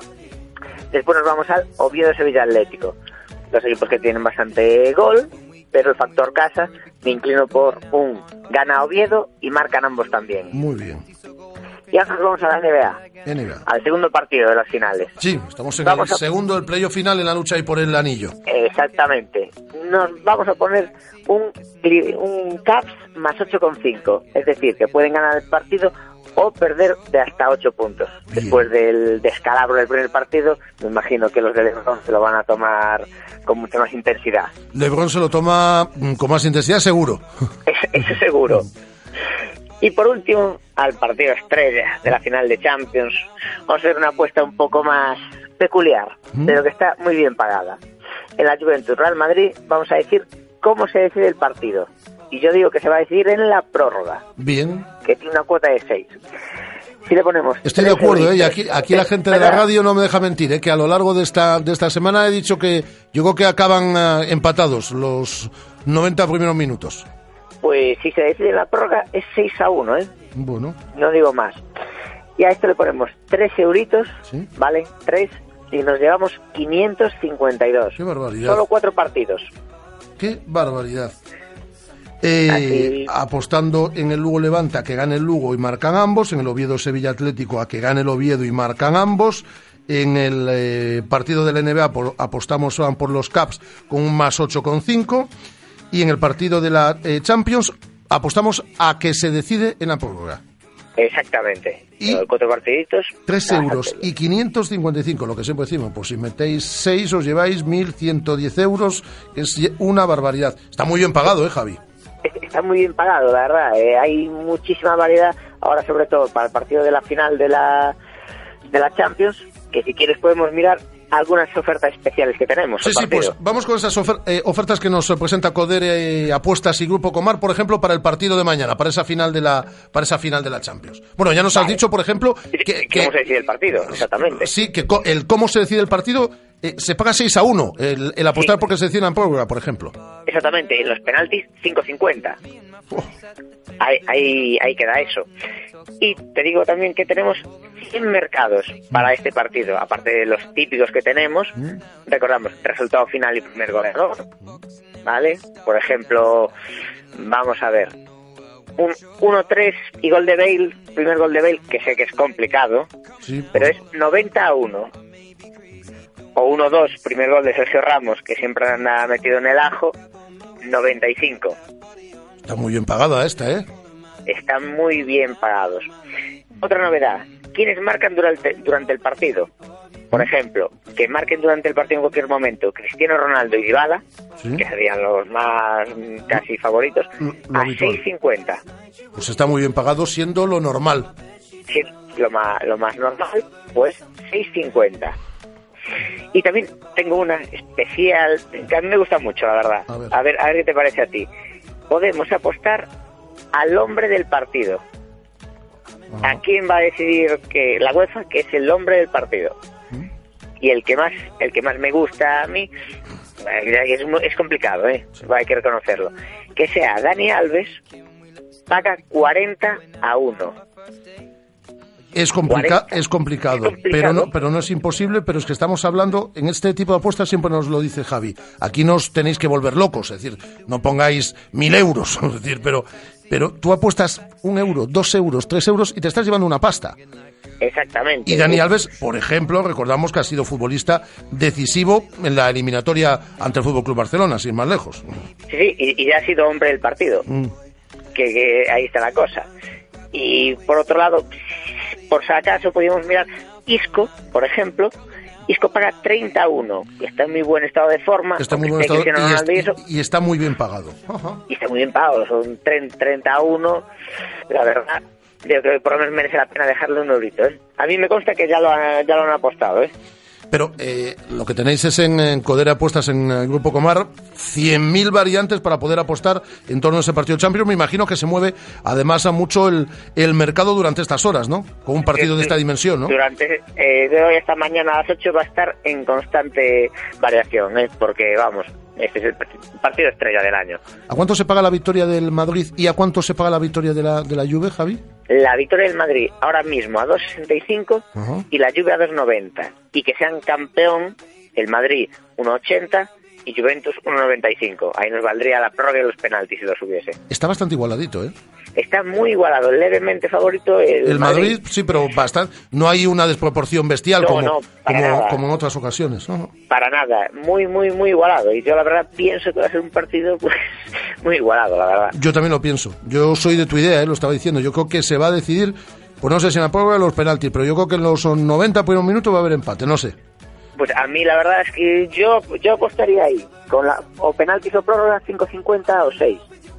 Después nos vamos al Oviedo Sevilla Atlético. Dos equipos que tienen bastante gol, pero el factor casa me inclino por un gana Oviedo y marcan ambos también. Muy bien. Y ahora nos vamos a la N B A. N B A. Al segundo partido de las finales. Sí, estamos en vamos el a... segundo del playoff final en la lucha y por el anillo. Exactamente. Nos vamos a poner un, un Caps más ocho coma cinco. Es decir, que pueden ganar el partido o perder de hasta ocho puntos. Bien. Después del descalabro del primer partido, me imagino que los de LeBron se lo van a tomar con mucha más intensidad. LeBron se lo toma con más intensidad, seguro. Eso seguro. Y por último, al partido estrella de la final de Champions, vamos a hacer una apuesta un poco más peculiar, ¿Mm? pero que está muy bien pagada. En la Juventus Real Madrid vamos a decir cómo se decide el partido. Y yo digo que se va a decidir en la prórroga. Bien. Que tiene una cuota de seis. Si le ponemos... Estoy de acuerdo, ¿eh? Y aquí, aquí la gente de la radio no me deja mentir, ¿eh? Que a lo largo de esta, de esta semana he dicho que yo creo que acaban uh, empatados los noventa primeros minutos. Pues si se decide en la prórroga es seis a uno, ¿eh? Bueno. No digo más. Y a esto le ponemos tres euritos, ¿sí? ¿Vale? tres, y nos llevamos quinientos cincuenta y dos. ¡Qué barbaridad! Solo cuatro partidos. ¡Qué barbaridad! Eh, apostando en el Lugo Levante a que gane el Lugo y marcan ambos, en el Oviedo Sevilla Atlético a que gane el Oviedo y marcan ambos, en el eh, partido del N B A por, apostamos por los Caps con un más ocho coma cinco. Y en el partido de la eh, Champions apostamos a que se decide en la prórroga. Exactamente. Y cuatro partiditos. Tres euros y quinientos cincuenta y cinco, lo que siempre decimos. Pues si metéis seis os lleváis mil ciento diez euros, que es una barbaridad. Está muy bien pagado, ¿eh, Javi? Está muy bien pagado, la verdad. Eh, hay muchísima variedad. Ahora, sobre todo, para el partido de la final de la, de la Champions, que si quieres podemos mirar algunas ofertas especiales que tenemos. Sí, sí, pues vamos con esas ofer- eh, ofertas que nos presenta Codere eh, Apuestas y Grupo Comar, por ejemplo, para el partido de mañana, para esa final de la para esa final de la Champions. Bueno, ya nos vale. has dicho, por ejemplo, que, que cómo se decide el partido, exactamente. Sí, que co- el cómo se decide el partido eh, se paga seis a uno, el, el apostar sí. porque se decide en prórroga, por ejemplo. Exactamente, en los penaltis cinco cincuenta. Oh. Ahí, ahí, ahí queda eso. Y te digo también que tenemos cien mercados para este partido, aparte de los típicos que tenemos. Recordamos, resultado final y primer goleador, ¿vale? Por ejemplo, vamos a ver, un uno tres y gol de Bale, primer gol de Bale, que sé que es complicado, sí, pero es noventa a uno. O uno dos, primer gol de Sergio Ramos, que siempre anda metido en el ajo, noventa y cinco. Está muy bien pagada esta, ¿eh? Están muy bien pagados. Otra novedad, ¿quiénes marcan durante, durante el partido? Por ejemplo, que marquen durante el partido en cualquier momento Cristiano Ronaldo y Dybala, ¿sí? que serían los más casi favoritos, lo a seis cincuenta. Pues está muy bien pagado siendo lo normal. Sí, lo más, lo más normal, pues seis cincuenta. Y también tengo una especial, que a mí me gusta mucho, la verdad. A ver, a ver, a ver qué te parece a ti. Podemos apostar al hombre del partido. Ajá. ¿A quién va a decidir que la UEFA que es el hombre del partido? ¿Mm? Y el que más el que más me gusta a mí es, es complicado, ¿eh? Sí. Hay que reconocerlo. Que sea Dani Alves, paga cuarenta a uno. Es, complica- es, complicado, es complicado, pero no, pero no es imposible, pero es que estamos hablando, en este tipo de apuestas siempre nos lo dice Javi, aquí nos tenéis que volver locos, es decir, no pongáis mil euros, es decir, pero, pero tú apuestas un euro, dos euros, tres euros y te estás llevando una pasta. Exactamente. Y Dani Alves, por ejemplo, recordamos que ha sido futbolista decisivo en la eliminatoria ante el F C Barcelona, sin más lejos. Sí, y, y ya ha sido hombre del partido, mm. que, que ahí está la cosa. Y por otro lado, por si acaso podríamos mirar Isco, por ejemplo. Isco paga treinta a uno, está en muy buen estado de forma. Está muy buen estado y, es, y, y está muy bien pagado. Ajá. Y está muy bien pagado, son treinta a uno. La verdad, yo creo que por lo menos merece la pena dejarle un eurito, ¿eh? A mí me consta que ya lo, han, ya lo han apostado, ¿eh? Pero eh, lo que tenéis es en, en Codere Apuestas, en el Grupo Comar, cien mil variantes para poder apostar en torno a ese partido de Champions. Me imagino que se mueve además a mucho el, el mercado durante estas horas, ¿no? Con un partido de esta dimensión, ¿no? Durante eh, de hoy hasta mañana a las ocho va a estar en constante variación, ¿eh? Porque, vamos, este es el partido estrella del año. ¿A cuánto se paga la victoria del Madrid y a cuánto se paga la victoria de la, de la Juve, Javi? La victoria del Madrid ahora mismo a dos sesenta y cinco uh-huh. y la Juve a dos noventa. Y que sean campeón el Madrid uno ochenta y Juventus uno noventa y cinco. Ahí nos valdría la prórroga y los penaltis si los hubiese. Está bastante igualadito, ¿eh? Está muy igualado, levemente favorito el, el Madrid. Madrid. Sí, pero bastante. No hay una desproporción bestial no, como, no, como, como en otras ocasiones. No. Para nada, muy, muy, muy igualado. Y yo la verdad pienso que va a ser un partido pues muy igualado, la verdad. Yo también lo pienso. Yo soy de tu idea, ¿eh? Lo estaba diciendo. Yo creo que se va a decidir, pues no sé si en la prórroga o los penaltis, pero yo creo que en los noventa por un minuto va a haber empate, no sé. Pues a mí la verdad es que yo yo apostaría ahí, con la o penaltis o prórroga cinco cincuenta o seis.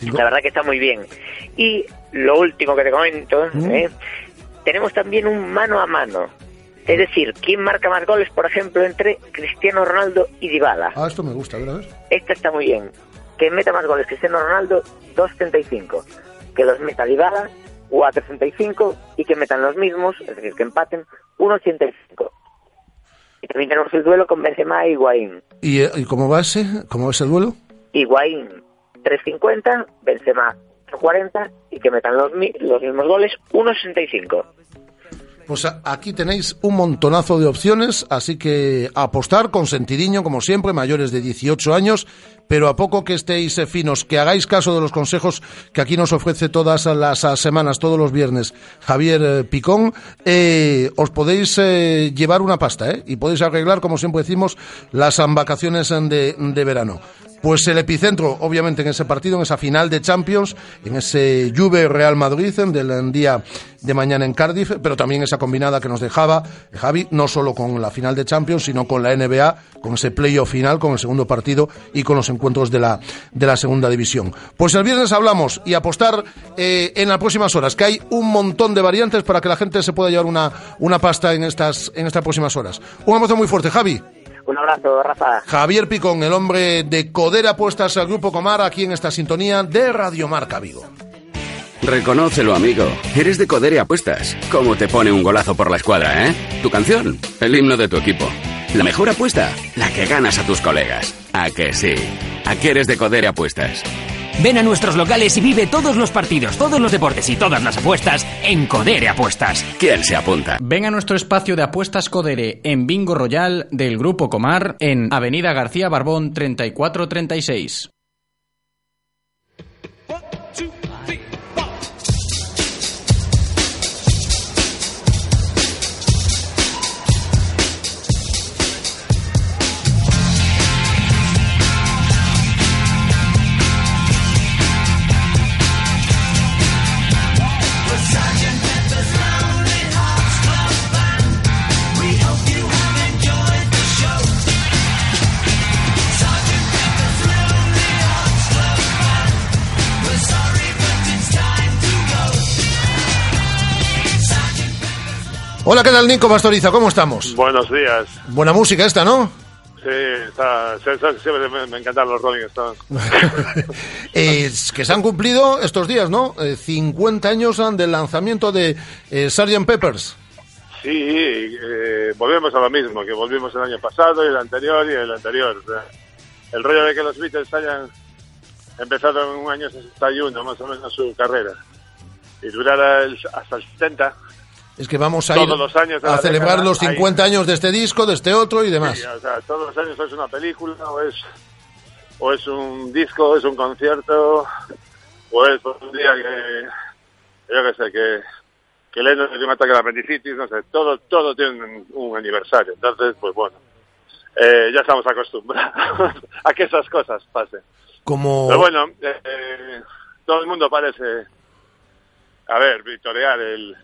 La verdad que está muy bien. Y lo último que te comento, ¿Mm? ¿eh? tenemos también un mano a mano. Es decir, ¿quién marca más goles, por ejemplo, entre Cristiano Ronaldo y Dybala? Ah, esto me gusta, ¿verdad? Esta está muy bien. Que meta más goles Cristiano Ronaldo, dos setenta y cinco. Que los meta Dybala, cuatro setenta y cinco. Y que metan los mismos, es decir, que empaten, uno ochenta y cinco. Y también tenemos el duelo con Benzema e Higuaín. ¿Y, y cómo va ese? ¿Cómo va ese duelo? Higuaín, tres cincuenta. Benzema, tres cuarenta. Y que metan los, los mismos goles, uno sesenta y cinco. Pues aquí tenéis un montonazo de opciones, así que apostar con sentidiño, como siempre, mayores de dieciocho años, pero a poco que estéis finos, que hagáis caso de los consejos que aquí nos ofrece todas las semanas, todos los viernes, Javier Picón, eh, os podéis eh, llevar una pasta, ¿eh? Y podéis arreglar, como siempre decimos, las vacaciones de, de verano. Pues el epicentro, obviamente, en ese partido, en esa final de Champions, en ese Juve Real Madrid del día de mañana en Cardiff, pero también esa combinada que nos dejaba Javi, no solo con la final de Champions, sino con la N B A, con ese playoff final, con el segundo partido y con los encuentros de la, de la segunda división. Pues el viernes hablamos y apostar eh, en las próximas horas, que hay un montón de variantes para que la gente se pueda llevar una, una pasta en estas, en estas próximas horas. Un abrazo muy fuerte, Javi. Un abrazo, Rafa. Javier Picón, el hombre de Codere Apuestas al Grupo Comar, aquí en esta sintonía de Radio Marca Vigo. Reconócelo, amigo. Eres de Codere Apuestas. ¿Cómo te pone un golazo por la escuadra, eh? Tu canción, el himno de tu equipo. La mejor apuesta, la que ganas a tus colegas. ¿A que sí? ¿A qué eres de Codere Apuestas? Ven a nuestros locales y vive todos los partidos, todos los deportes y todas las apuestas en Codere Apuestas. ¿Quién se apunta? Ven a nuestro espacio de apuestas Codere en Bingo Royal del Grupo Comar en Avenida García Barbón treinta y cuatro treinta y seis. Hola, ¿qué tal, Nico Pastoriza? ¿Cómo estamos? Buenos días. Buena música esta, ¿no? Sí, está, siempre me, me encantan los Rolling Stones. eh, que se han cumplido estos días, ¿no? Eh, cincuenta años del lanzamiento de eh, sergeant Pepper's. Sí, eh, volvemos a lo mismo, que volvimos el año pasado y el anterior y el anterior. O sea, el rollo de que los Beatles hayan empezado en un año sesenta y uno, más o menos, su carrera, y durara el, hasta el setenta. Es que vamos a ir los años a celebrar década, los cincuenta ahí. años de este disco, de este otro y demás. Sí, o sea, todos los años es una película, o es, o es un disco, o es un concierto, o es un día que, yo qué sé, que, que Lennon tiene un ataque de apendicitis, no sé, todo, todo tiene un, un aniversario. Entonces, pues bueno, eh, ya estamos acostumbrados a que esas cosas pasen. Como... Pero bueno, eh, todo el mundo parece, a ver, victoriar el...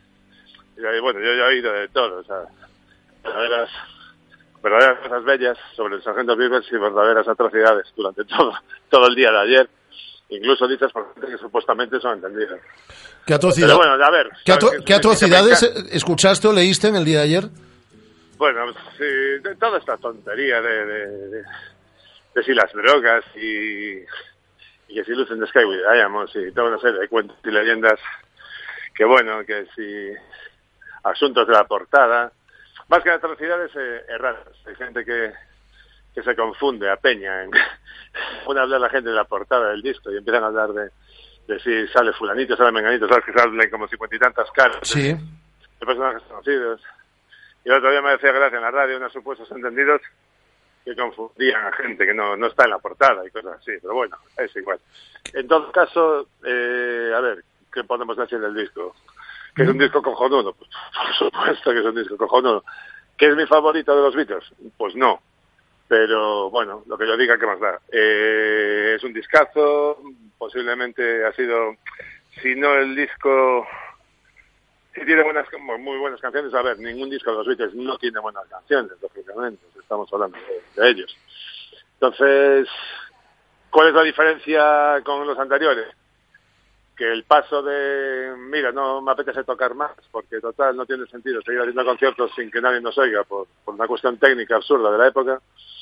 Y bueno, yo ya he oído de todo, o sea, verdaderas, verdaderas cosas bellas sobre el sargento Pepper's y verdaderas atrocidades durante todo, todo el día de ayer. Incluso dices por gente que supuestamente son entendidas. ¿Qué atrocidad? Pero bueno, a ver. ¿Qué, atro ¿qué, ¿qué atrocidades escuchaste o leíste en el día de ayer? Bueno, sí, de toda esta tontería de, de, de, de si las drogas y, y que si Lucen the Sky with Diamonds y toda una serie de cuentos y leyendas, que bueno, que si... asuntos de la portada, más que atrocidades eh, erradas. Hay gente que, que se confunde, apeña. En, una habla la gente de la portada del disco y empiezan a hablar de, de si sale fulanito, sale menganito, sabes que salen como cincuenta y tantas caras sí. de, de personajes conocidos. Y el otro día me decía gracia en la radio unos supuestos entendidos que confundían a gente que no, no está en la portada y cosas así, pero bueno, es igual. En todo caso, eh, a ver, ¿qué podemos decir del disco? ¿Que es un disco cojonudo? Pues, por supuesto que es un disco cojonudo. ¿Que es mi favorito de los Beatles? Pues no. Pero, bueno, lo que yo diga, ¿qué más da? Eh, es un discazo, posiblemente ha sido, si no el disco... Si tiene buenas, muy buenas canciones, a ver, ningún disco de los Beatles no tiene buenas canciones, lógicamente, estamos hablando de, de ellos. Entonces, ¿Cuál es la diferencia con los anteriores? Que el paso de, mira, no me apetece tocar más, porque total no tiene sentido seguir haciendo conciertos sin que nadie nos oiga, por, por una cuestión técnica absurda de la época,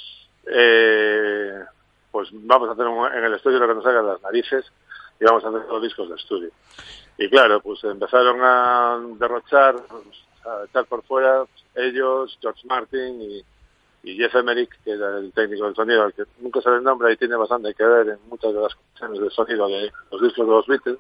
eh, pues vamos a hacer un, en el estudio lo que nos haga las narices y vamos a hacer los discos de estudio. Y claro, pues empezaron a derrochar, a echar por fuera ellos, George Martin y, y Jeff Emerick, que era el técnico del sonido, que nunca se le nombra y tiene bastante que ver en muchas de las cuestiones del sonido de los discos de los Beatles,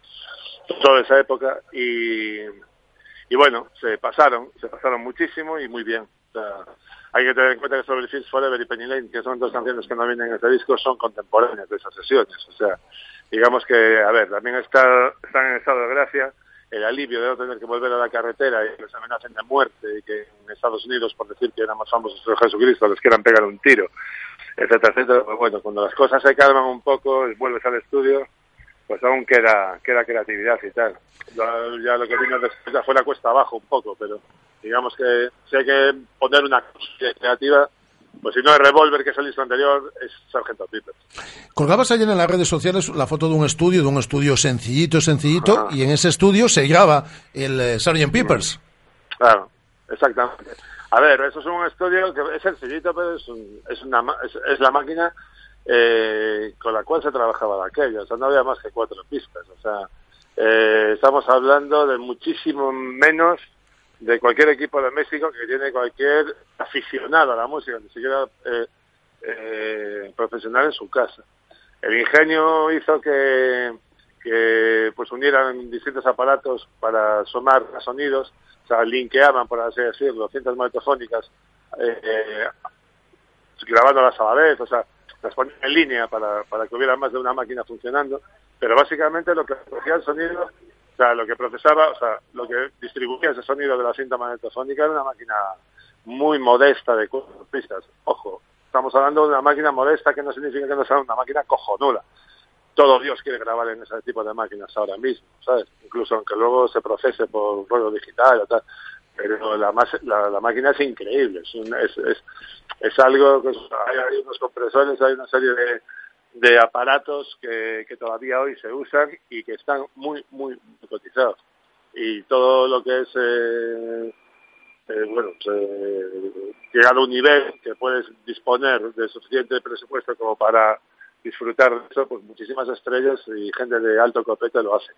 toda esa época, y, y bueno, se pasaron, se pasaron muchísimo y muy bien. O sea, hay que tener en cuenta que Strawberry Fields Forever y Penny Lane, que son dos canciones que no vienen en este disco, son contemporáneas de esas sesiones. O sea, digamos que, a ver, también está, están en estado de gracia el alivio de no tener que volver a la carretera y que les amenacen de muerte y que en Estados Unidos, por decir que eran más famosos que Jesucristo, les quieran pegar un tiro, etcétera, etcétera. Pues bueno, cuando las cosas se calman un poco y vuelves al estudio, pues aún queda, queda creatividad y tal. Ya, ya lo que vino después ya fue la cuesta abajo un poco, pero digamos que si hay que poner una cosa creativa, pues si no es Revolver, que es el disco anterior, es Sargento Pepper. Colgabas ayer en las redes sociales la foto de un estudio, de un estudio sencillito, sencillito, Ajá. y en ese estudio se graba el eh, sergeant Pepper's. Claro, exactamente. A ver, eso es un estudio que es sencillito, pero es, un, es, una, es, es la máquina eh, con la cual se trabajaba de aquello. O sea, no había más que cuatro pistas. O sea, eh, estamos hablando de muchísimo menos de cualquier equipo de México que tiene cualquier aficionado a la música, ni siquiera eh, eh, profesional en su casa. El ingenio hizo que, que pues unieran distintos aparatos para sumar sonidos, o sea, linkeaban, por así decirlo, cintas magnetofónicas, eh, eh, grabándolas a la vez, o sea, las ponían en línea para, para que hubiera más de una máquina funcionando, pero básicamente lo que hacía el sonido, o sea, lo que procesaba, o sea, lo que distribuía ese sonido de la cinta magnetofónica era una máquina muy modesta de cuatro pistas. Ojo, estamos hablando de una máquina modesta que no significa que no sea una máquina cojonuda. Todo Dios quiere grabar en ese tipo de máquinas ahora mismo, ¿sabes? Incluso aunque luego se procese por rollo digital o tal. Pero la, la, la máquina es increíble, es, un, es, es, es algo que hay, hay unos compresores, hay una serie de de aparatos que, que todavía hoy se usan y que están muy, muy cotizados. Y todo lo que es, eh, eh, bueno, pues, eh, llegado a un nivel que puedes disponer de suficiente presupuesto como para disfrutar de eso, pues muchísimas estrellas y gente de alto copete lo hace.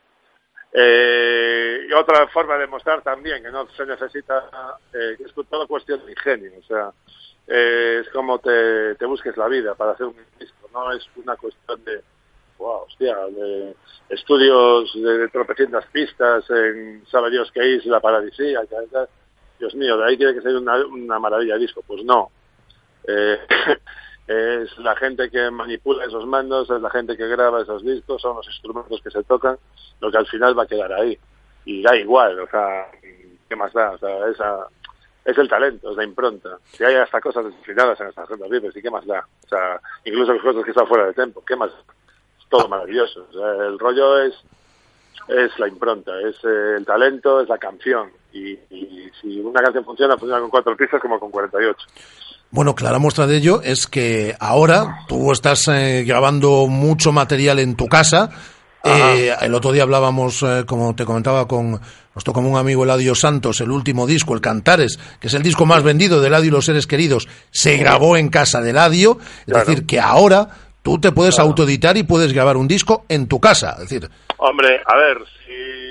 Eh, y otra forma de mostrar también que no se necesita, eh, que es todo cuestión de ingenio, o sea, eh, es como te, te busques la vida para hacer un disco, no es una cuestión de, wow, hostia, de estudios de, de tropecientas pistas en sabe Dios qué es la paradisía, Dios mío, de ahí tiene que ser una, una maravilla de disco, pues no. Eh, es la gente que manipula esos mandos, es la gente que graba esos discos, son los instrumentos que se tocan, lo que al final va a quedar ahí. Y da igual, o sea, ¿qué más da? O sea, esa, es el talento, es la impronta. Si hay hasta cosas desafinadas en estas rentas libres, ¿y qué más da? O sea, incluso cosas que están fuera de tiempo, ¿qué más da? Es todo maravilloso. O sea, el rollo es, es la impronta, es eh, el talento, es la canción. Y, y si una canción funciona, funciona con cuatro pistas como con cuarenta y ocho. Bueno, clara muestra de ello es que ahora tú estás eh, grabando mucho material en tu casa. Eh, el otro día hablábamos, eh, como te comentaba, con nuestro común amigo Eladio Santos, el último disco, el Cantares, que es el disco más vendido de Eladio y los Seres Queridos, se grabó en casa de Eladio. Es claro. decir, que ahora tú te puedes claro. autoeditar y puedes grabar un disco en tu casa. Es decir, hombre, a ver, si...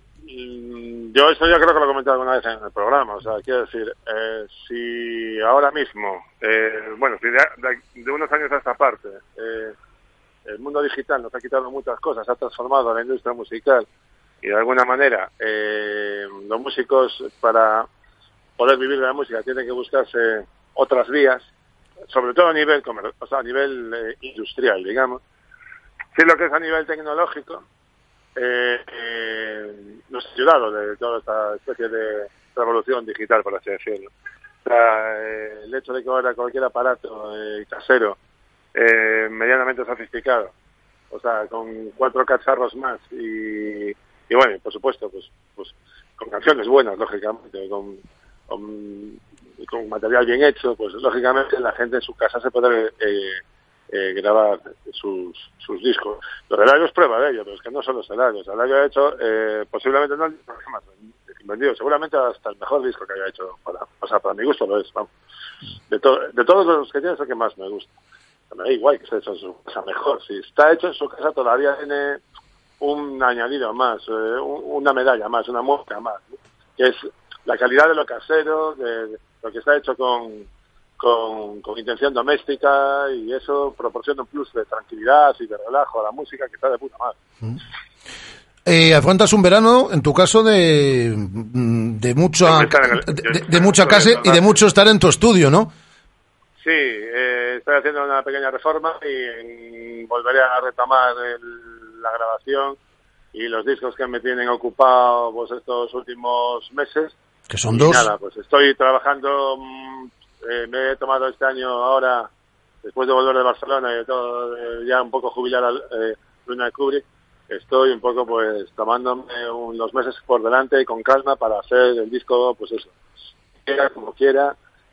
Yo eso ya creo que lo he comentado alguna vez en el programa, o sea, quiero decir, eh, si ahora mismo, eh, bueno, si de, de, de unos años a esta parte, eh, el mundo digital nos ha quitado muchas cosas, ha transformado la industria musical y de alguna manera eh, los músicos para poder vivir de la música tienen que buscarse otras vías, sobre todo a nivel comer, o sea, a nivel eh, industrial, digamos. Si lo que es a nivel tecnológico, Eh, eh, nos ha ayudado de toda esta especie de revolución digital, por así decirlo. O sea, eh, el hecho de que ahora cualquier aparato eh, casero eh, medianamente sofisticado, o sea, con cuatro cacharros más y, y bueno, por supuesto, pues, pues con canciones buenas, lógicamente, con, con, con material bien hecho, pues lógicamente la gente en su casa se puede eh, eh, grabar sus, sus discos. Los Eladio es prueba de ello, pero es que no son los Eladio. Eladio ha hecho eh, posiblemente no el disco que más vendido, seguramente hasta el mejor disco que haya hecho, para, o sea, para mi gusto lo es, vamos. De, to, de todos los que tiene es el que más me gusta. Me da igual que esté hecho en su casa mejor. Si está hecho en su casa todavía tiene un añadido más, eh, un, una medalla más, una muesca más, ¿no? Que es la calidad de lo casero, de, de lo que está hecho con, con, con intención doméstica, y eso proporciona un plus de tranquilidad y de relajo a la música que está de puta madre. Mm. Eh, afrontas un verano, en tu caso, de, de mucha de, de, de mucha casa y de mucho estar en tu estudio, ¿no? Sí, eh, estoy haciendo una pequeña reforma y volveré a retomar el, la grabación y los discos que me tienen ocupado pues estos últimos meses. Que son y dos. Nada, pues estoy trabajando, eh, me he tomado este año ahora, después de volver de Barcelona y de todo, eh, ya un poco jubilar a eh, Luna Kubrick. Estoy un poco pues tomándome unos meses por delante y con calma para hacer el disco, pues eso, quiera, como quiera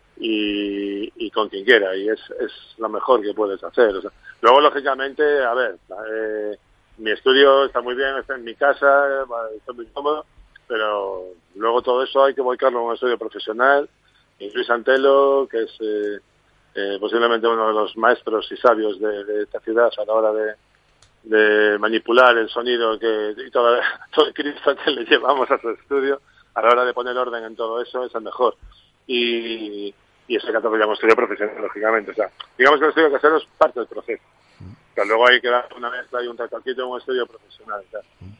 y, y con quien quiera, y es, es lo mejor que puedes hacer. O sea, luego, lógicamente, a ver, eh, mi estudio está muy bien, está en mi casa, estoy muy cómodo, pero luego todo eso hay que volcarlo a un estudio profesional. Y Luis Antelo, que es eh, eh, posiblemente uno de los maestros y sabios de, de esta ciudad a la hora de de manipular el sonido que y todo, todo el Cristo que le llevamos a su estudio, a la hora de poner orden en todo eso, es el mejor. Y, y ese caso llamo estudio profesional, lógicamente. O sea, digamos que el estudio casero es parte del proceso. O sea, luego hay que dar una mezcla y un tratamiento en un estudio profesional. O sea.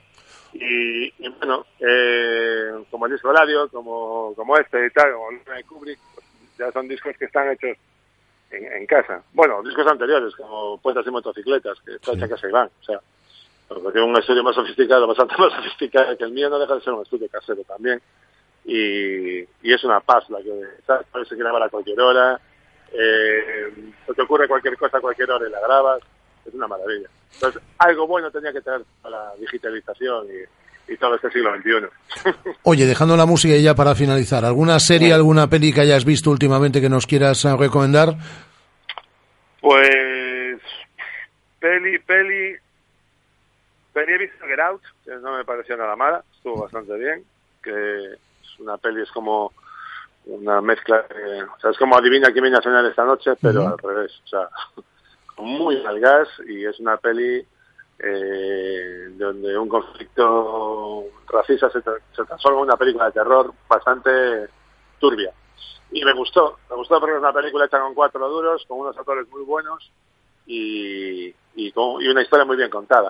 y, y bueno, eh, como el disco Eladio, como, como este y tal, como Luna y Kubrick, pues ya son discos que están hechos En, en casa. Bueno, discos anteriores, como Puertas y Motocicletas, que está hecha casa y van. O sea, porque un estudio más sofisticado, bastante más sofisticado que el mío, no deja de ser un estudio casero también. Y, y es una paz la que, ¿sabes? Parece que grabar a cualquier hora, eh, se te ocurre cualquier cosa a cualquier hora y la grabas, es una maravilla. Entonces, algo bueno tenía que tener para la digitalización y, y todo este siglo veintiuno. Oye, dejando la música ya para finalizar, ¿alguna serie, alguna peli que hayas visto últimamente que nos quieras recomendar? Pues peli, peli, peli he visto Get Out, que no me pareció nada mala, estuvo bastante bien, que es una peli, es como una mezcla, de, o sea, es como Adivina quién viene a cenar esta noche, pero uh-huh. al revés, o sea, muy al gas, y es una peli eh, donde un conflicto racista se, tra- se transforma en una película de terror bastante turbia. Y me gustó, me gustó porque es una película hecha con cuatro duros, con unos actores muy buenos y, y, con, y una historia muy bien contada.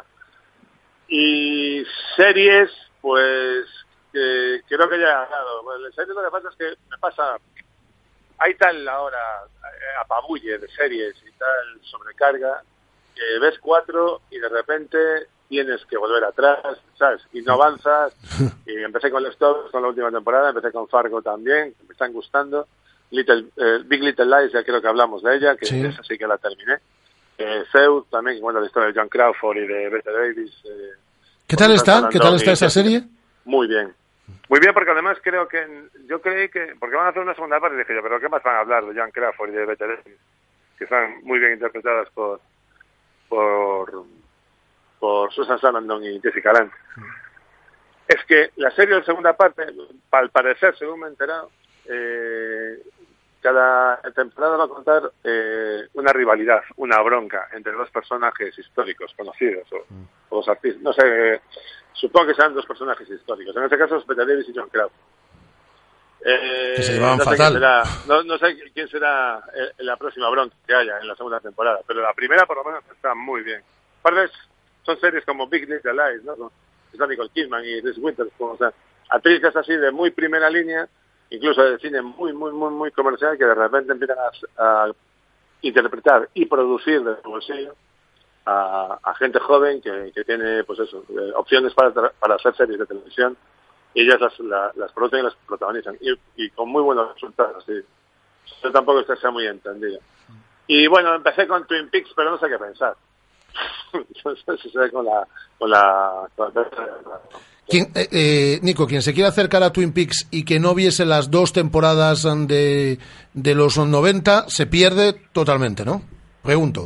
Y series, pues que creo que ya he hablado. Bueno, en series lo que pasa es que me pasa, hay tal ahora eh, apabulle de series y tal sobrecarga, que ves cuatro y de repente tienes que volver atrás, ¿sabes? Y no avanzas. Y empecé con Los Tops, con la última temporada, empecé con Fargo también, que me están gustando. Little, eh, Big Little Lies, ya creo que hablamos de ella, que sí. Esa sí que la terminé. Eh, Zeus también, bueno, la historia de John Crawford y de Bette Davis. Eh, ¿Qué tal está? ¿Qué tal está esa serie? Muy bien. Muy bien, porque además creo que, yo creí que, porque van a hacer una segunda parte, y dije yo, pero ¿qué más van a hablar de John Crawford y de Bette Davis? Que están muy bien interpretadas por, por, por Susan Sarandon y Jessica Lange. Es que la serie de la segunda parte, al parecer, según me he enterado, eh, cada temporada va a contar eh, una rivalidad, una bronca entre dos personajes históricos conocidos o, mm. o dos artistas. No sé, eh, supongo que sean dos personajes históricos. En este caso es Bette Davis y John Crawford. Eh, que se llevaban no sé fatal. Quién será, no, no sé quién será eh, la próxima bronca que haya en la segunda temporada, pero la primera por lo menos está muy bien. Aparte son series como Big Little Lies, ¿no? Con Nicole Kidman y Reese Witherspoon, o sea, actrices así de muy primera línea, incluso de cine muy, muy, muy, muy comercial, que de repente empiezan a, a interpretar y producir de su bolsillo a, a gente joven que, que tiene, pues eso, eh, opciones para, para hacer series de televisión, y ellas las, la, las producen y las protagonizan, y, y con muy buenos resultados, sí. Yo tampoco es que sea muy entendido. Y bueno, empecé con Twin Peaks, pero no sé qué pensar. No sé si se con la... Con la, con la ¿Quién, eh, eh, Nico, quien se quiera acercar a Twin Peaks y que no viese las dos temporadas de, de los noventa, se pierde totalmente, ¿no? Pregunto.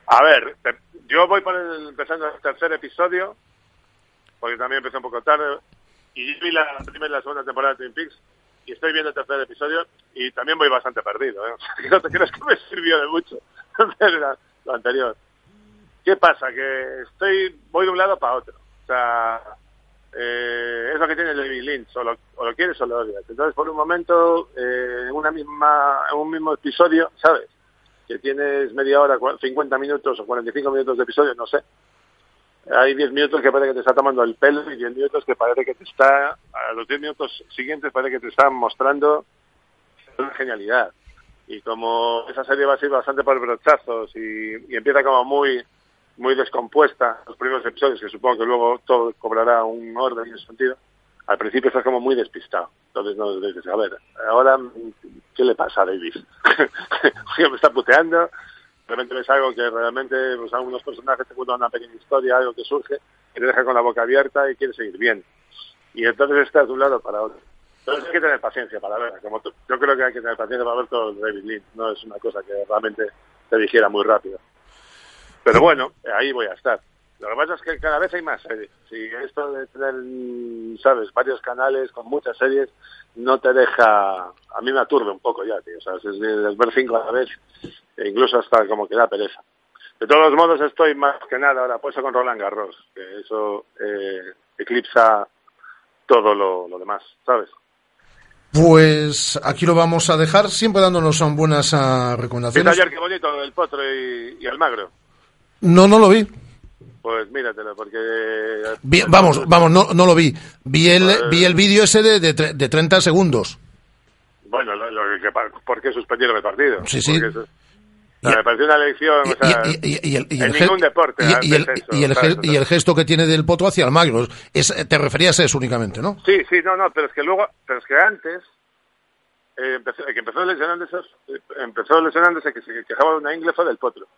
A ver, te, yo voy por el, empezando el tercer episodio, porque también empecé un poco tarde, y vi la primera y la segunda temporada de Twin Peaks, y estoy viendo el tercer episodio, y también voy bastante perdido, ¿eh? O sea, que no te creas que me sirvió de mucho lo anterior. ¿Qué pasa? Que estoy voy de un lado para otro. O sea, eh, es lo que tiene David Lynch, o lo, o lo quieres o lo odias. Entonces, por un momento, eh, en una misma, en un mismo episodio, ¿sabes? Que tienes media hora, cincuenta minutos o cuarenta y cinco minutos de episodio, no sé. Hay diez minutos que parece que te está tomando el pelo y diez minutos que parece que te está, a los diez minutos siguientes parece que te están mostrando una genialidad. Y como esa serie va a ser bastante por brochazos y, y empieza como muy muy descompuesta, los primeros episodios, que supongo que luego todo cobrará un orden en ese sentido, al principio estás como muy despistado. Entonces no dices, a ver, ahora, ¿qué le pasa a David? Me está puteando, de repente ves algo que realmente, pues algunos personajes te cuentan una pequeña historia, algo que surge, que te deja con la boca abierta y quieres seguir bien. Y entonces estás de un lado para otro. Entonces hay que tener paciencia para ver, como tú. Yo creo que hay que tener paciencia para ver todo el David Lynch, no es una cosa que realmente te digiera muy rápido. Pero bueno, ahí voy a estar. Lo que pasa es que cada vez hay más series. Si esto de tener, sabes, varios canales con muchas series no te deja... A mí me aturde un poco ya, tío. O sea, es ver cinco a la vez, e incluso hasta como que da pereza. De todos modos, estoy más que nada ahora puesto con Roland Garros, que eso eh, eclipsa todo lo, lo demás, ¿sabes? Pues aquí lo vamos a dejar, siempre dándonos buenas uh, recomendaciones. ¿Viste ayer qué bonito el Potro y, y Almagro? No, no lo vi. Pues míratelo, porque... Vi, vamos, vamos, no, no lo vi. Vi el, pues, vi el vídeo ese de, de, de treinta segundos. Bueno, lo, lo que, ¿por qué suspendieron el partido? Sí, sí. Porque, o sea, me pareció una lección, o sea, y, y, y, y el, y en el ningún deporte. Y, y, el, eso, y, el, ¿sabes? y el gesto que tiene del Potro hacia Almagro, es, te referías a eso únicamente, ¿no? Sí, sí, no, no, pero es que luego, pero es que antes, eh, empezó, que empezó lesionándose, empezó lesionándose que se quejaba de una ingle fue del Potro.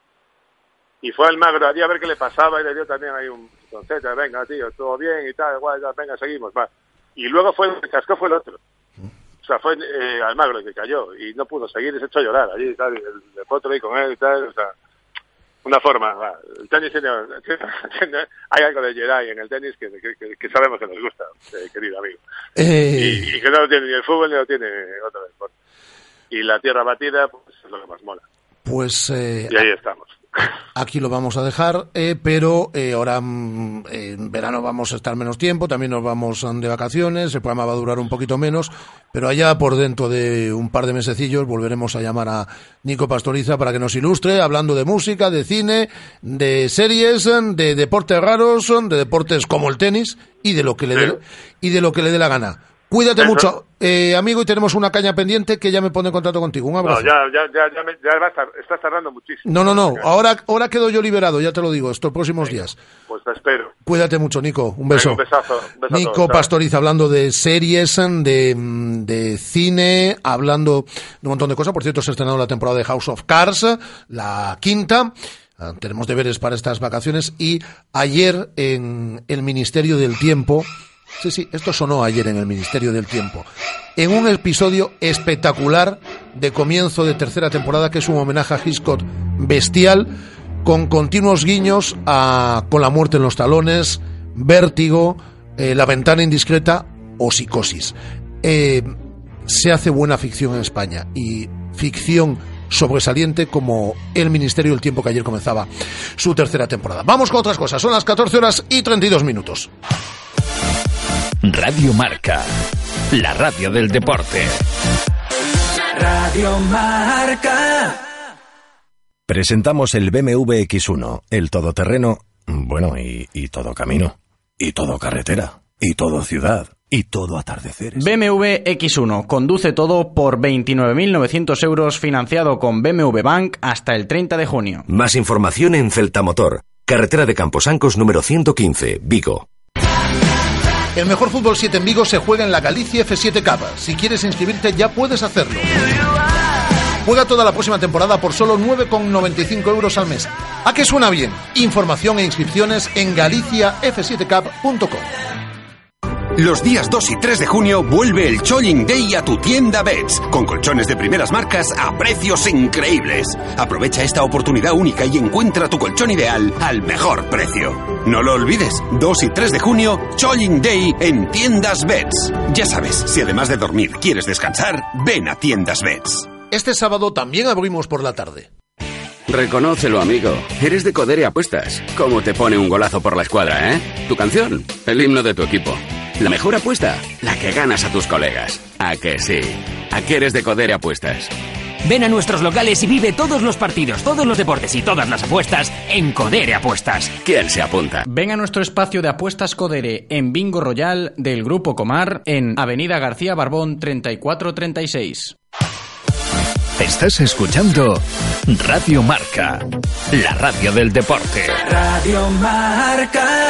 Y fue Almagro allí a ver qué le pasaba y le dio también ahí un concepto, venga tío, todo bien y tal, igual, ya, venga, seguimos, va. Y luego fue el que cascó fue el otro. O sea, fue eh, Almagro el que cayó y no pudo seguir y se echó a llorar allí, tal, el, el Potro ahí con él y tal, o sea, una forma, va. El tenis tiene, tiene, hay algo de Jedi en el tenis que, que, que sabemos que nos gusta, eh, querido amigo. Eh... Y, y que no lo tiene ni el fútbol ni lo tiene otro deporte. Y la tierra batida, pues es lo que más mola. Pues... Eh... Y ahí estamos. Aquí lo vamos a dejar, eh, pero eh, ahora mm, en verano vamos a estar menos tiempo, también nos vamos de vacaciones, el programa va a durar un poquito menos, pero allá por dentro de un par de mesecillos volveremos a llamar a Nico Pastoriza para que nos ilustre, hablando de música, de cine, de series, de deportes raros, de deportes como el tenis y de lo que le dé, y de lo que le dé la gana. Cuídate Eso. mucho, eh, amigo, y tenemos una caña pendiente que ya me pone en contacto contigo. Un abrazo. No, ya, ya, ya, ya, me, ya va a estar, estás tardando muchísimo. No, no, no. Ahora, ahora quedo yo liberado, ya te lo digo, estos próximos Venga, días. Pues te espero. Cuídate mucho, Nico. Un beso. Venga, un besazo. Un beso Nico todos, Pastoriza, hablando de series, de, de cine, hablando de un montón de cosas. Por cierto, se ha estrenado la temporada de House of Cards, la quinta. Tenemos deberes para estas vacaciones. Y ayer en el Ministerio del Tiempo... Sí, sí, esto sonó ayer en el Ministerio del Tiempo. En un episodio espectacular de comienzo de tercera temporada, que es un homenaje a Hitchcock bestial, con continuos guiños a Con la muerte en los talones, Vértigo, eh, La ventana indiscreta o Psicosis. Eh, se hace buena ficción en España y ficción sobresaliente como el Ministerio del Tiempo, que ayer comenzaba su tercera temporada. Vamos con otras cosas. Son las catorce horas y treinta y dos minutos. Radio Marca, la radio del deporte. Radio Marca. Presentamos el B M W X uno, el todoterreno, bueno, y, y todo camino, y todo carretera, y todo ciudad, y todo atardeceres. B M W X uno, conduce todo por veintinueve mil novecientos euros, financiado con B M W Bank hasta el treinta de junio. Más información en Celta Motor, carretera de Camposancos número ciento quince, Vigo. El mejor fútbol siete en Vigo se juega en la Galicia F siete Cup. Si quieres inscribirte ya puedes hacerlo. Juega toda la próxima temporada por solo nueve con noventa y cinco euros al mes. ¿A qué suena bien? Información e inscripciones en galicia f siete cup punto com. Los días dos y tres de junio vuelve el Cholling Day a tu tienda Bets, con colchones de primeras marcas a precios increíbles. Aprovecha esta oportunidad única y encuentra tu colchón ideal al mejor precio. No lo olvides, dos y tres de junio, Cholling Day en tiendas Bets. Ya sabes, si además de dormir quieres descansar, ven a tiendas Bets. Este sábado también abrimos por la tarde. Reconócelo, amigo. Eres de Codere Apuestas. ¿Cómo te pone un golazo por la escuadra, eh? Tu canción, el himno de tu equipo. La mejor apuesta, la que ganas a tus colegas. ¿A que sí? ¿A qué eres de Codere Apuestas? Ven a nuestros locales y vive todos los partidos, todos los deportes y todas las apuestas en Codere Apuestas. ¿Quién se apunta? Ven a nuestro espacio de apuestas Codere en Bingo Royal del Grupo Comar en Avenida García Barbón treinta y cuatro treinta y seis. Estás escuchando Radio Marca, la radio del deporte. Radio Marca.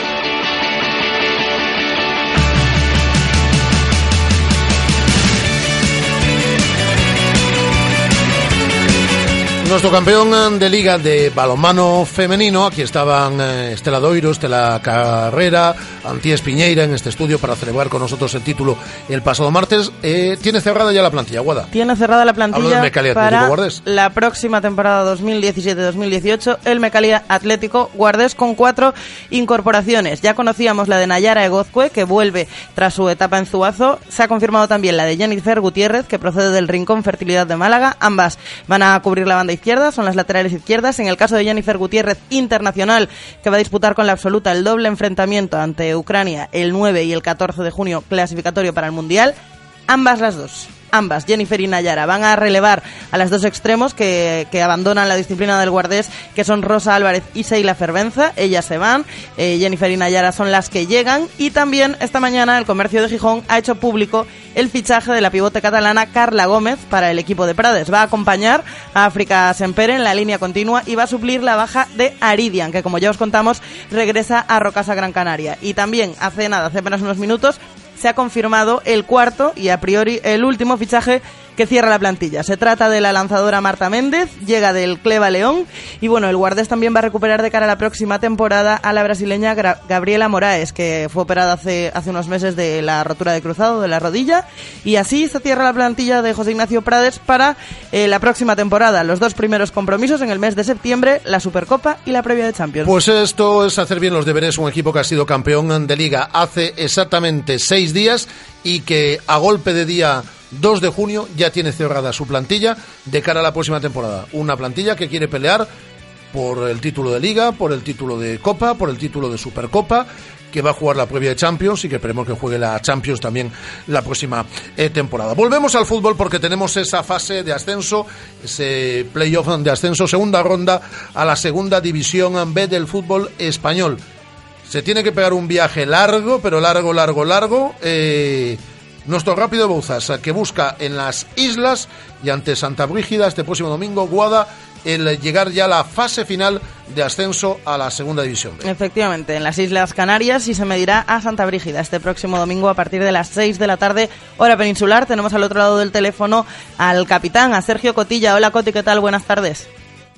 Nuestro campeón de Liga de balonmano femenino, aquí estaban eh, Estela Doiro, Estela Carrera, Antía Piñeira en este estudio para celebrar con nosotros el título el pasado martes. Eh, tiene cerrada ya la plantilla, Guada. Tiene cerrada la plantilla para Guardés. La próxima temporada dos mil diecisiete dos mil dieciocho, el Mecalia Atlético Guardés con cuatro incorporaciones. Ya conocíamos la de Nayara Egozcue, que vuelve tras su etapa en Zuazo. Se ha confirmado también la de Jennifer Gutiérrez, que procede del Rincón Fertilidad de Málaga. Ambas van a cubrir la banda izquierda, son las laterales izquierdas. En el caso de Jennifer Gutiérrez, internacional, que va a disputar con la absoluta el doble enfrentamiento ante Ucrania el nueve y el catorce de junio, clasificatorio para el Mundial. Ambas las dos, ambas, Jennifer y Nayara, van a relevar a las dos extremos que, que abandonan la disciplina del Guardés, que son Rosa Álvarez y Seila Fervenza. Ellas se van, eh, Jennifer y Nayara son las que llegan. Y también esta mañana el Comercio de Gijón ha hecho público el fichaje de la pivote catalana Carla Gómez para el equipo de Prades. Va a acompañar a África Sempere en la línea continua y va a suplir la baja de Aridian, que como ya os contamos regresa a Rocasa Gran Canaria. Y también hace nada, hace apenas unos minutos, se ha confirmado el cuarto y a priori el último fichaje que cierra la plantilla. Se trata de la lanzadora Marta Méndez, llega del Cleva León, y bueno, el Guardés también va a recuperar de cara a la próxima temporada a la brasileña Gra- Gabriela Moraes, que fue operada hace, hace unos meses de la rotura de cruzado de la rodilla, y así se cierra la plantilla de José Ignacio Prades para eh, la próxima temporada. Los dos primeros compromisos en el mes de septiembre, la Supercopa y la previa de Champions. Pues esto es hacer bien los deberes, un equipo que ha sido campeón de Liga hace exactamente seis días y que a golpe de día dos de junio ya tiene cerrada su plantilla de cara a la próxima temporada. Una plantilla que quiere pelear por el título de Liga, por el título de Copa, por el título de Supercopa, que va a jugar la previa de Champions y que esperemos que juegue la Champions también la próxima eh, temporada. Volvemos al fútbol porque tenemos esa fase de ascenso, ese playoff de ascenso, segunda ronda a la segunda división B del fútbol español. Se tiene que pegar un viaje largo, pero largo, largo, largo. Eh... Nuestro Rápido Bouzas, que busca en las islas y ante Santa Brígida este próximo domingo, Guada, el llegar ya a la fase final de ascenso a la segunda división. Efectivamente, en las Islas Canarias, y se medirá a Santa Brígida este próximo domingo a partir de las seis de la tarde, hora peninsular. Tenemos al otro lado del teléfono al capitán, a Sergio Cotilla. Hola Coti, ¿qué tal? Buenas tardes.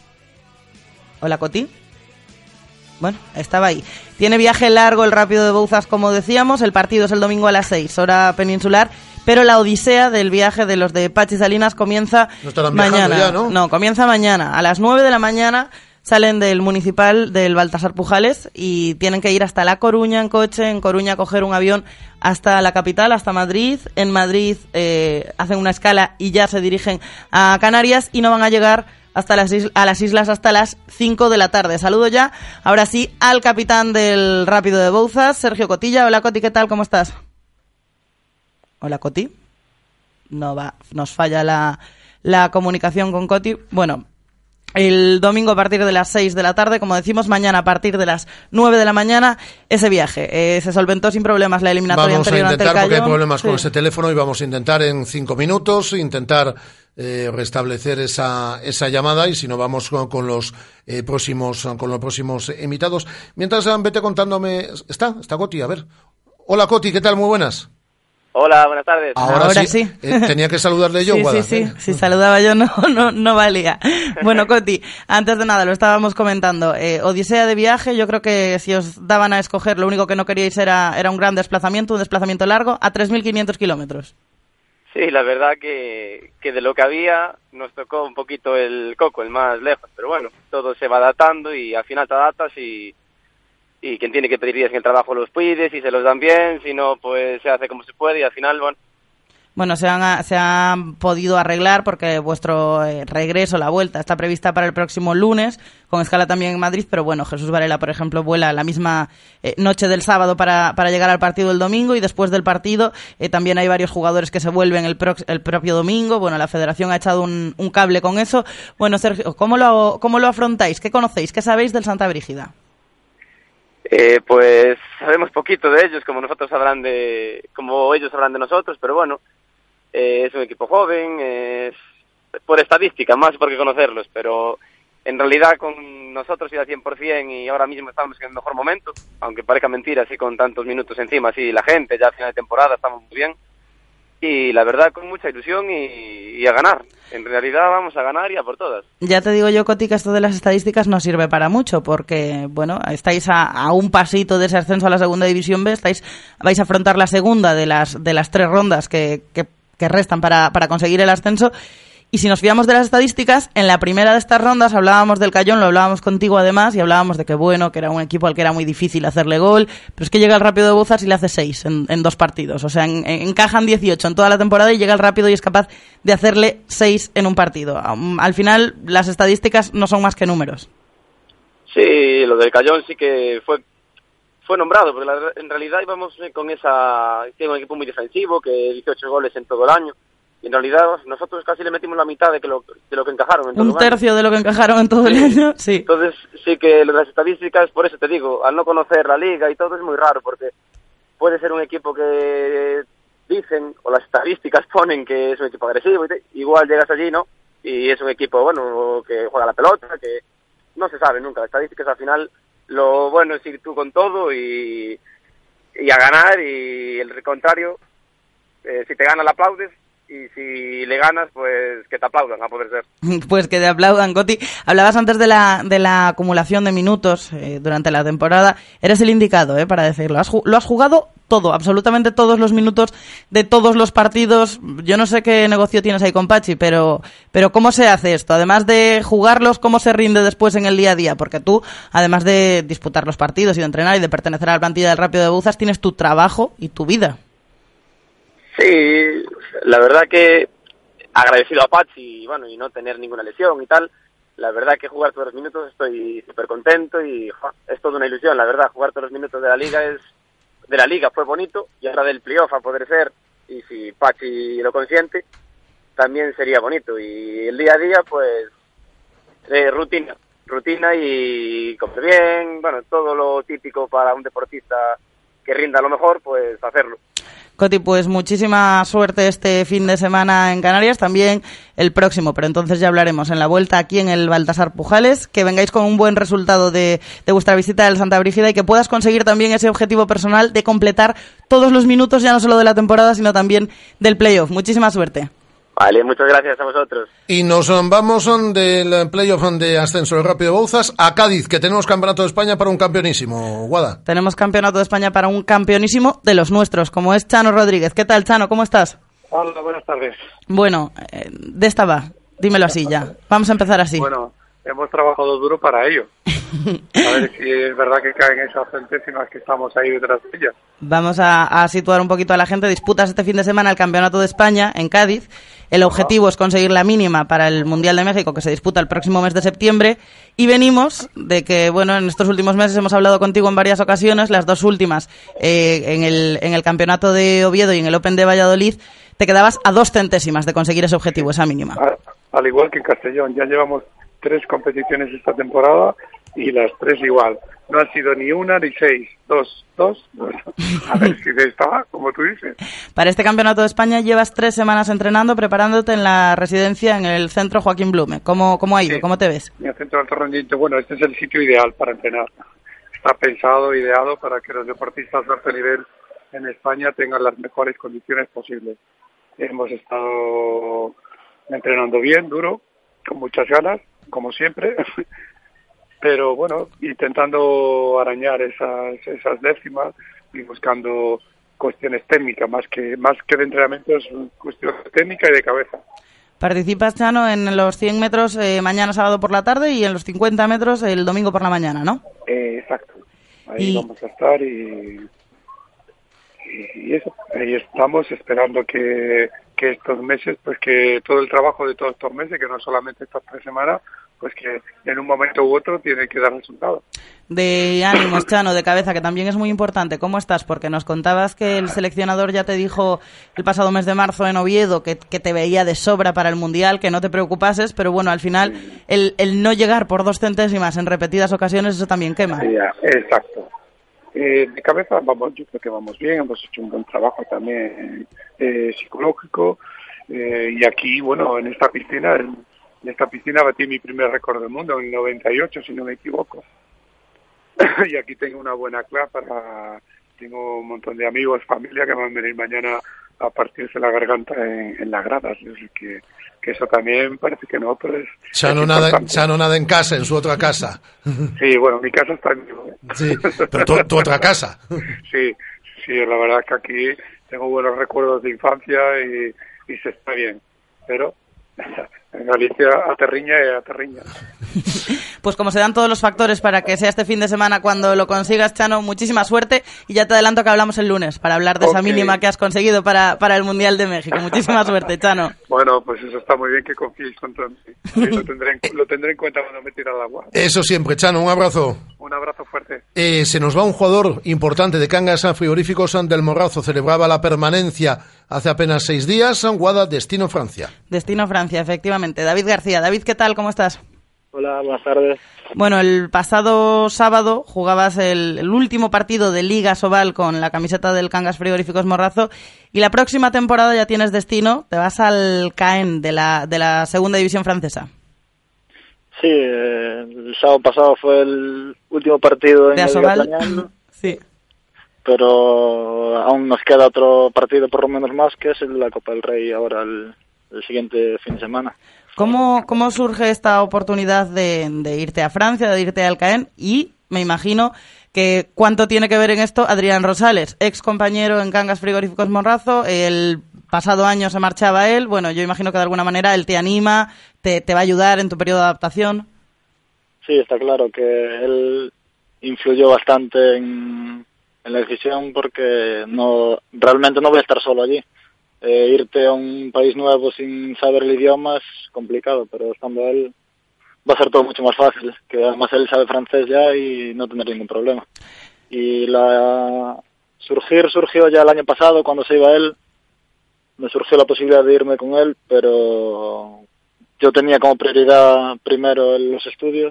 Hola Coti. Bueno, estaba ahí. Tiene viaje largo el Rápido de Bouzas, como decíamos. El partido es el domingo a las seis, hora peninsular. Pero la odisea del viaje de los de Pachi Salinas comienza no mañana. Ya, ¿no? no, comienza mañana. A las nueve de la mañana salen del municipal del Baltasar Pujales y tienen que ir hasta La Coruña en coche. En Coruña coger un avión hasta la capital, hasta Madrid. En Madrid eh, hacen una escala y ya se dirigen a Canarias y no van a llegar hasta las islas, a las islas hasta las cinco de la tarde. Saludo ya, ahora sí, al capitán del Rápido de Bouzas, Sergio Cotilla. Hola Coti, ¿qué tal? ¿Cómo estás? Hola Coti. No va, nos falla la, la comunicación con Coti. Bueno, el domingo a partir de las seis de la tarde, como decimos, mañana a partir de las nueve de la mañana, ese viaje. Eh, se solventó sin problemas la eliminatoria vamos anterior a intentar, ante el porque hay Cayón. problemas Sí. con ese teléfono y vamos a intentar en cinco minutos, intentar eh, restablecer esa esa llamada y si no vamos con, con los eh, próximos con los próximos invitados. Mientras, vete contándome, ¿está? ¿Está Coti? A ver. Hola Coti, ¿qué tal? Muy buenas. Hola, buenas tardes. Ahora, Ahora sí. sí. Eh, tenía que saludarle yo, Sí, Guada. sí, sí. Si saludaba yo no, no, no valía. Bueno, Coti, antes de nada, lo estábamos comentando. Eh, Odisea de viaje, yo creo que si os daban a escoger, lo único que no queríais era, era un gran desplazamiento, un desplazamiento largo, a tres mil quinientos kilómetros. Sí, la verdad que, que de lo que había nos tocó un poquito el coco, el más lejos, pero bueno, todo se va adaptando y al final te adaptas y, y quien tiene que pedir días en el trabajo los pide, si se los dan bien, si no, pues se hace como se puede y al final, bueno. Bueno, se han, se han podido arreglar porque vuestro eh, regreso, la vuelta, está prevista para el próximo lunes, con escala también en Madrid, pero bueno, Jesús Varela, por ejemplo, vuela la misma eh, noche del sábado para, para llegar al partido el domingo, y después del partido eh, también hay varios jugadores que se vuelven el, pro, el propio domingo. Bueno, la Federación ha echado un, un cable con eso. Bueno, Sergio, ¿cómo lo, cómo lo afrontáis? ¿Qué conocéis? ¿Qué sabéis del Santa Brígida? Eh, pues sabemos poquito de ellos, como nosotros sabrán de, como ellos sabrán de nosotros, pero bueno, eh, es un equipo joven, es por estadística, más porque conocerlos, pero en realidad con nosotros y al cien por ciento y ahora mismo estamos en el mejor momento, aunque parezca mentira, así con tantos minutos encima, así la gente, ya a final de temporada estamos muy bien, y la verdad con mucha ilusión y, y a ganar. En realidad vamos a ganar y a por todas. Ya te digo yo, Coti, que esto de las estadísticas no sirve para mucho, porque, bueno, estáis a, a un pasito de ese ascenso a la Segunda División B, estáis, vais a afrontar la segunda de las de las tres rondas que, que, que restan para, para conseguir el ascenso. Y si nos fiamos de las estadísticas, en la primera de estas rondas hablábamos del Cayón, lo hablábamos contigo además, y hablábamos de que bueno, que era un equipo al que era muy difícil hacerle gol, pero es que llega el Rápido de Bouzas y le hace seis en, en dos partidos. O sea, en, en, encajan dieciocho en toda la temporada y llega el Rápido y es capaz de hacerle seis en un partido. Al final, las estadísticas no son más que números. Sí, lo del Cayón sí que fue fue nombrado, porque la, en realidad íbamos con esa... Tiene un equipo muy defensivo, que dieciocho goles en todo el año. Y en realidad nosotros casi le metimos la mitad de, que lo, de lo que encajaron en todo un tercio de lo que encajaron en todo sí. el año, sí. Entonces sí que las estadísticas, por eso te digo, al no conocer la liga y todo es muy raro, porque puede ser un equipo que dicen, o las estadísticas ponen que es un equipo agresivo, y te, igual llegas allí, ¿no? Y es un equipo, bueno, que juega la pelota, que no se sabe nunca. Las estadísticas al final, lo bueno es ir tú con todo y, y a ganar, y el contrario, eh, si te gana la aplaudes, y si le ganas, pues que te aplaudan, a poder ser. Pues que te aplaudan, Coti. Hablabas antes de la de la acumulación de minutos eh, durante la temporada. Eres el indicado, eh, para decirlo. Has, lo has jugado todo, absolutamente todos los minutos de todos los partidos. Yo no sé qué negocio tienes ahí con Pachi, pero, pero ¿cómo se hace esto? Además de jugarlos, ¿cómo se rinde después en el día a día? Porque tú, además de disputar los partidos y de entrenar y de pertenecer a la plantilla del Rápido de Bouzas, tienes tu trabajo y tu vida. Sí, la verdad que agradecido a Pachi y bueno, y no tener ninguna lesión y tal, la verdad que jugar todos los minutos estoy súper contento y jo, es toda una ilusión, la verdad, jugar todos los minutos de la liga es de la liga fue bonito, y ahora del playoff a poder ser, y si Pachi lo consiente, también sería bonito, y el día a día pues eh, rutina, rutina y comer bien, bueno, todo lo típico para un deportista que rinda lo mejor, pues hacerlo. Coti, pues muchísima suerte este fin de semana en Canarias, también el próximo, pero entonces ya hablaremos en la vuelta aquí en el Baltasar Pujales, que vengáis con un buen resultado de, de vuestra visita del Santa Brígida y que puedas conseguir también ese objetivo personal de completar todos los minutos, ya no solo de la temporada, sino también del playoff. Muchísima suerte. Vale, muchas gracias a vosotros. Y nos vamos del playoff de ascenso del Rápido Bouzas a Cádiz, que tenemos Campeonato de España para un campeonísimo. Guada. Tenemos Campeonato de España para un campeonísimo de los nuestros, como es Chano Rodríguez. ¿Qué tal, Chano? ¿Cómo estás? Hola, buenas tardes. Bueno, eh, de esta va. Dímelo así ya. Vamos a empezar así. Bueno, hemos trabajado duro para ello. A ver si es verdad que caen esas centésimas que estamos ahí detrás de ellas. Vamos a, a situar un poquito a la gente. Disputas este fin de semana el Campeonato de España en Cádiz. El objetivo ah. es conseguir la mínima para el Mundial de México, que se disputa el próximo mes de septiembre. Y venimos de que, bueno, en estos últimos meses hemos hablado contigo en varias ocasiones, las dos últimas eh, en el, en el Campeonato de Oviedo y en el Open de Valladolid. Te quedabas a dos centésimas de conseguir ese objetivo, esa mínima. Al, al igual que en Castellón, ya llevamos tres competiciones esta temporada y las tres igual. No han sido ni una ni seis, dos, dos, dos. A ver si de esta va, como tú dices. Para este Campeonato de España llevas tres semanas entrenando, preparándote en la residencia en el Centro Joaquín Blume. ¿Cómo, cómo ha ido? Sí. ¿Cómo te ves? En el Centro de Alto Rendimiento, bueno, este es el sitio ideal para entrenar. Está pensado, ideado para que los deportistas de alto nivel en España tengan las mejores condiciones posibles. Hemos estado entrenando bien, duro, con muchas ganas, como siempre, pero bueno, intentando arañar esas, esas décimas y buscando cuestiones técnicas, más que más que de entrenamiento, es cuestión técnica y de cabeza. Participas, Chano, en los cien metros eh, mañana sábado por la tarde y en los cincuenta metros el domingo por la mañana, ¿no? Eh, exacto. Ahí y... vamos a estar y, y, y eso. Ahí estamos esperando que, que estos meses, pues que todo el trabajo de todos estos meses, que no solamente estas tres semanas, pues que en un momento u otro tiene que dar resultados. De ánimos, Chano, de cabeza, que también es muy importante. ¿Cómo estás? Porque nos contabas que el seleccionador ya te dijo el pasado mes de marzo en Oviedo que, que te veía de sobra para el Mundial, que no te preocupases, pero bueno, al final el, el no llegar por dos centésimas en repetidas ocasiones, eso también quema. Sí, exacto. Eh, de cabeza, vamos, yo creo que vamos bien, hemos hecho un buen trabajo también eh, psicológico eh, y aquí, bueno, en esta piscina... El, En esta piscina batí mi primer récord del mundo en el noventa y ocho, si no me equivoco. Y aquí tengo una buena clase para... Tengo un montón de amigos, familia que van a venir mañana a partirse la garganta en, en las gradas. Así que, que eso también parece que no, pero es... Chano nada, Chano nada en casa, en su otra casa. Sí, bueno, mi casa está en vivo. ¿eh? Sí, pero tu, tu otra casa. Sí, sí, la verdad es que aquí tengo buenos recuerdos de infancia y, y se está bien. Pero... en Galicia aterriña y aterriña. Pues como se dan todos los factores para que sea este fin de semana cuando lo consigas, Chano, muchísima suerte y ya te adelanto que hablamos el lunes para hablar de okay. esa mínima que has conseguido para, para el Mundial de México. Muchísima suerte, Chano. Bueno, pues eso está muy bien que confíes contra mí. Sí, lo, tendré en, lo tendré en cuenta cuando me tire al agua. Eso siempre, Chano, un abrazo. Un abrazo fuerte. Eh, se nos va un jugador importante de Cangas Frigoríficos del Morrazo. Celebraba la permanencia hace apenas seis días. Guada, destino Francia. Destino Francia, efectivamente. David García. David, ¿qué tal? ¿Cómo estás? Hola, buenas tardes. Bueno, el pasado sábado jugabas el, el último partido de Liga Sobal con la camiseta del Cangas Frigoríficos Morrazo y la próxima temporada ya tienes destino. Te vas al Caen de la, de la segunda división francesa. Sí, eh, el sábado pasado fue el último partido en de el Asobal. Sí. Pero aún nos queda otro partido por lo menos más, que es la Copa del Rey ahora el, el siguiente fin de semana. ¿Cómo, cómo surge esta oportunidad de, de irte a Francia, de irte al Caen? Y me imagino que cuánto tiene que ver en esto Adrián Rosales, ex compañero en Cangas Frigoríficos Morrazo. El pasado año se marchaba él. Bueno, yo imagino que de alguna manera él te anima, te, te va a ayudar en tu periodo de adaptación. Sí, está claro que él influyó bastante en, en la decisión porque no realmente no voy a estar solo allí. Eh, irte a un país nuevo sin saber el idioma es complicado, pero estando él va a ser todo mucho más fácil, que además él sabe francés ya y no tendrá ningún problema. Y la surgir surgió ya el año pasado cuando se iba él, me surgió la posibilidad de irme con él, pero yo tenía como prioridad primero los estudios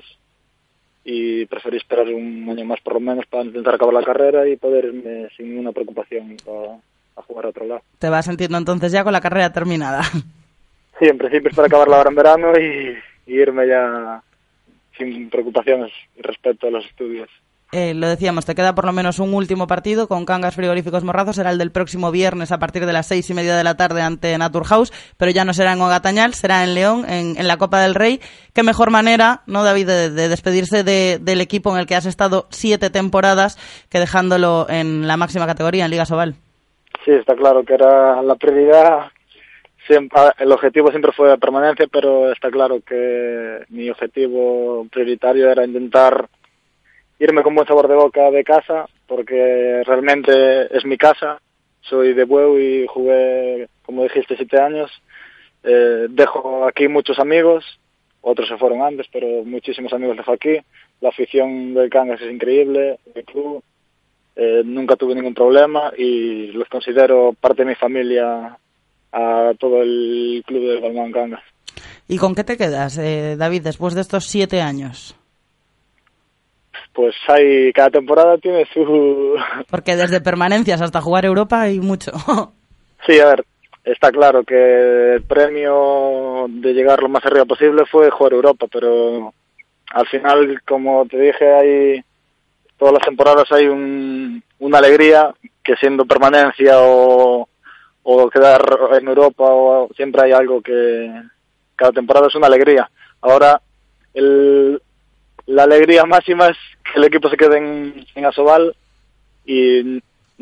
y preferí esperar un año más por lo menos para intentar acabar la carrera y poder irme sin ninguna preocupación a, a jugar a otro lado. Te vas sintiendo entonces ya con la carrera terminada. Sí, en principio es para acabarla ahora en verano y, y irme ya sin preocupaciones respecto a los estudios. Eh, lo decíamos, te queda por lo menos un último partido con Cangas Frigoríficos Morrazo, será el del próximo viernes a partir de las seis y media de la tarde ante Naturhaus, pero ya no será en Ogatañal, será en León, en, en la Copa del Rey. Qué mejor manera, ¿no, David, de, de despedirse de, del equipo en el que has estado siete temporadas que dejándolo en la máxima categoría, en Liga Sobal? Sí, está claro que era la prioridad. Siempre, el objetivo siempre fue la permanencia, pero está claro que mi objetivo prioritario era intentar irme con buen sabor de boca de casa, porque realmente es mi casa. Soy de Bueu y jugué, como dijiste, siete años. Eh, dejo aquí muchos amigos, otros se fueron antes, pero muchísimos amigos dejo aquí. La afición del Cangas es increíble, el club. Eh, nunca tuve ningún problema y los considero parte de mi familia a todo el club del Balonmano Cangas. ¿Y con qué te quedas, eh, David, después de estos siete años? Pues hay, cada temporada tiene su... Porque desde permanencias hasta jugar Europa hay mucho. Sí, a ver, está claro que el premio de llegar lo más arriba posible fue jugar Europa, pero al final, como te dije, hay todas las temporadas hay un, una alegría, que siendo permanencia o, o quedar en Europa, o siempre hay algo que cada temporada es una alegría. Ahora, el, la alegría máxima es que el equipo se quede en, en Asobal, y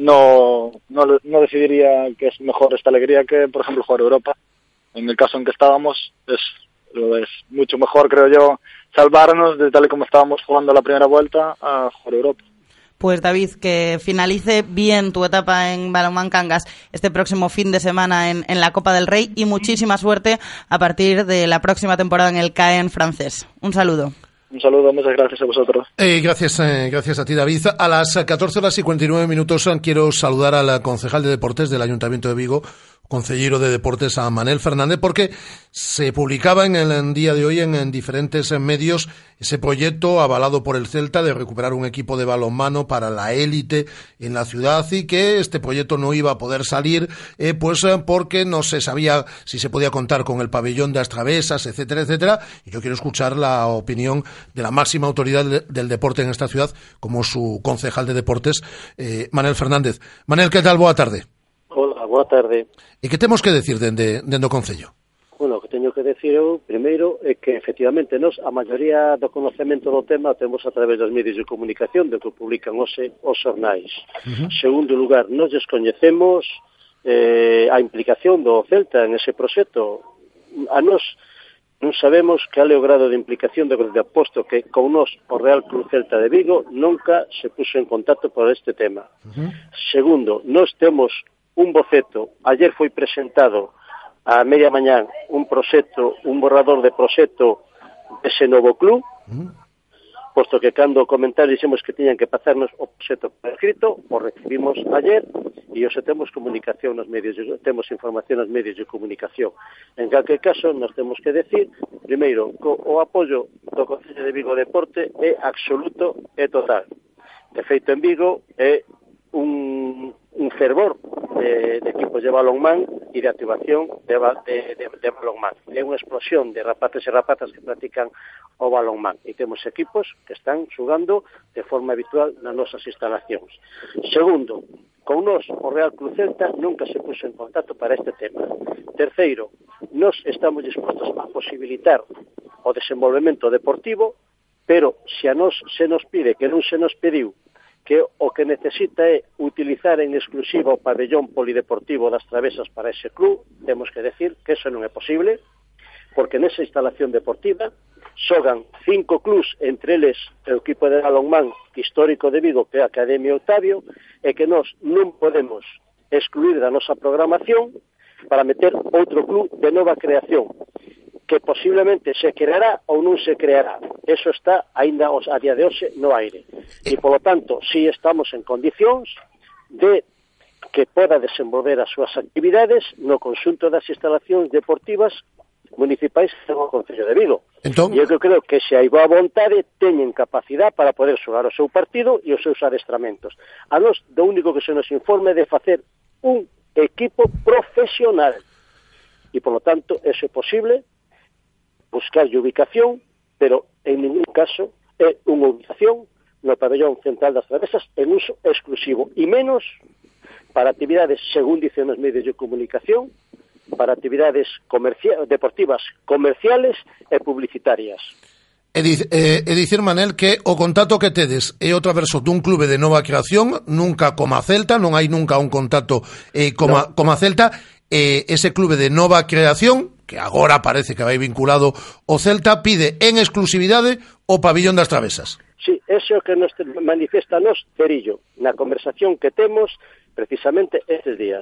no, no, no decidiría que es mejor esta alegría que, por ejemplo, jugar Europa. En el caso en que estábamos, es, es mucho mejor, creo yo, salvarnos de tal y como estábamos jugando la primera vuelta a jugar Europa. Pues David, que finalice bien tu etapa en Balonmán Cangas este próximo fin de semana en, en la Copa del Rey, y muchísima suerte a partir de la próxima temporada en el Caen francés. Un saludo. Un saludo, muchas gracias a vosotros. Eh, gracias, eh, gracias a ti, David. A las catorce horas cincuenta y nueve minutos quiero saludar al concejal de Deportes del Ayuntamiento de Vigo, concejero de Deportes, a Manel Fernández, porque se publicaba en el día de hoy en, en diferentes medios ese proyecto avalado por el Celta de recuperar un equipo de balonmano para la élite en la ciudad, y que este proyecto no iba a poder salir eh, pues eh, porque no se sabía si se podía contar con el pabellón de As Travesas, etcétera, etcétera. Y yo quiero escuchar la opinión de la máxima autoridad de, del deporte en esta ciudad, como su concejal de Deportes, eh, Manel Fernández. Manel, que tal? Boa tarde. Hola, boa tarde. E que temos que decir dende, dende o Concello? Bueno, o que teño que decir eu, primeiro, é que efectivamente nos, a maioría do conocemento do tema o temos a través dos medios de comunicación, do que publican os, os xornais. Uh-huh. Segundo lugar, nos descoñecemos eh, a implicación do Celta en ese proxecto. A nos non sabemos cal é o grado de implicación do de aposto que con nos o Real Club Celta de Vigo nunca se puso en contacto por este tema. Uh-huh. Segundo, nos temos un boceto, ayer foi presentado a media mañán un proxecto, un borrador de proxecto dese novo club, uh-huh. posto que cando comentar dixemos que tiñan que pasarnos o proxecto por escrito, o recibimos ayer, e hoxe temos comunicación nos medios, temos información nos medios de comunicación. En calquer caso, nos temos que decir, primeiro, que o apoio do Concello de Vigo Deporte é absoluto e total. De feito, en Vigo é un, un fervor de, de equipos de balonmán e de activación de, de, de, de balonmán. É unha explosión de rapaces e rapazas que practican o balonmán, e temos equipos que están xugando de forma habitual nas nosas instalacións. Segundo, con nos o Real Club Celta nunca se puso en contacto para este tema. Terceiro, nos estamos dispostos a posibilitar o desenvolvemento deportivo, pero se a nos se nos pide, que non se nos pediu, que o que necesita é utilizar en exclusiva o pabellón polideportivo das Travesas para ese club, temos que decir que eso non é posible, porque nesa instalación deportiva xogan cinco clubs, entre eles o equipo de balonmán histórico de Vigo, que é a Academia Octavio, e que nós non podemos excluir da nosa programación para meter outro club de nova creación, que posiblemente se creará ou non se creará. Eso está aínda a día de hoxe no aire. E, polo tanto, si estamos en condicións de que poda desenvolver as súas actividades no conxunto das instalacións deportivas municipais do Concello de Vigo. Entón... E eu creo que se hai boa vontade, teñen capacidade para poder xogar o seu partido e os seus adestramentos. A nós, do único que se nos informe de facer un equipo profesional. E, polo tanto, eso é posible, buscar ubicación, pero en ningún caso é unha ubicación no pabellón central das Travesas en uso exclusivo, e menos para actividades, según dicen os medios de comunicación, para actividades comercia- deportivas comerciales e publicitarias. É dic- eh, é dicir, Manel, que o contacto que tedes é outra verso dun clube de nova creación, nunca como a Celta, non hai nunca un contacto eh, como, no. a, como a Celta, eh, ese clube de nova creación, que agora parece que vai vinculado ao Celta, pide en exclusividade o pabillón das Travesas. Sí, eso é o que nos manifiesta nos Terillo, na conversación que temos precisamente estes días.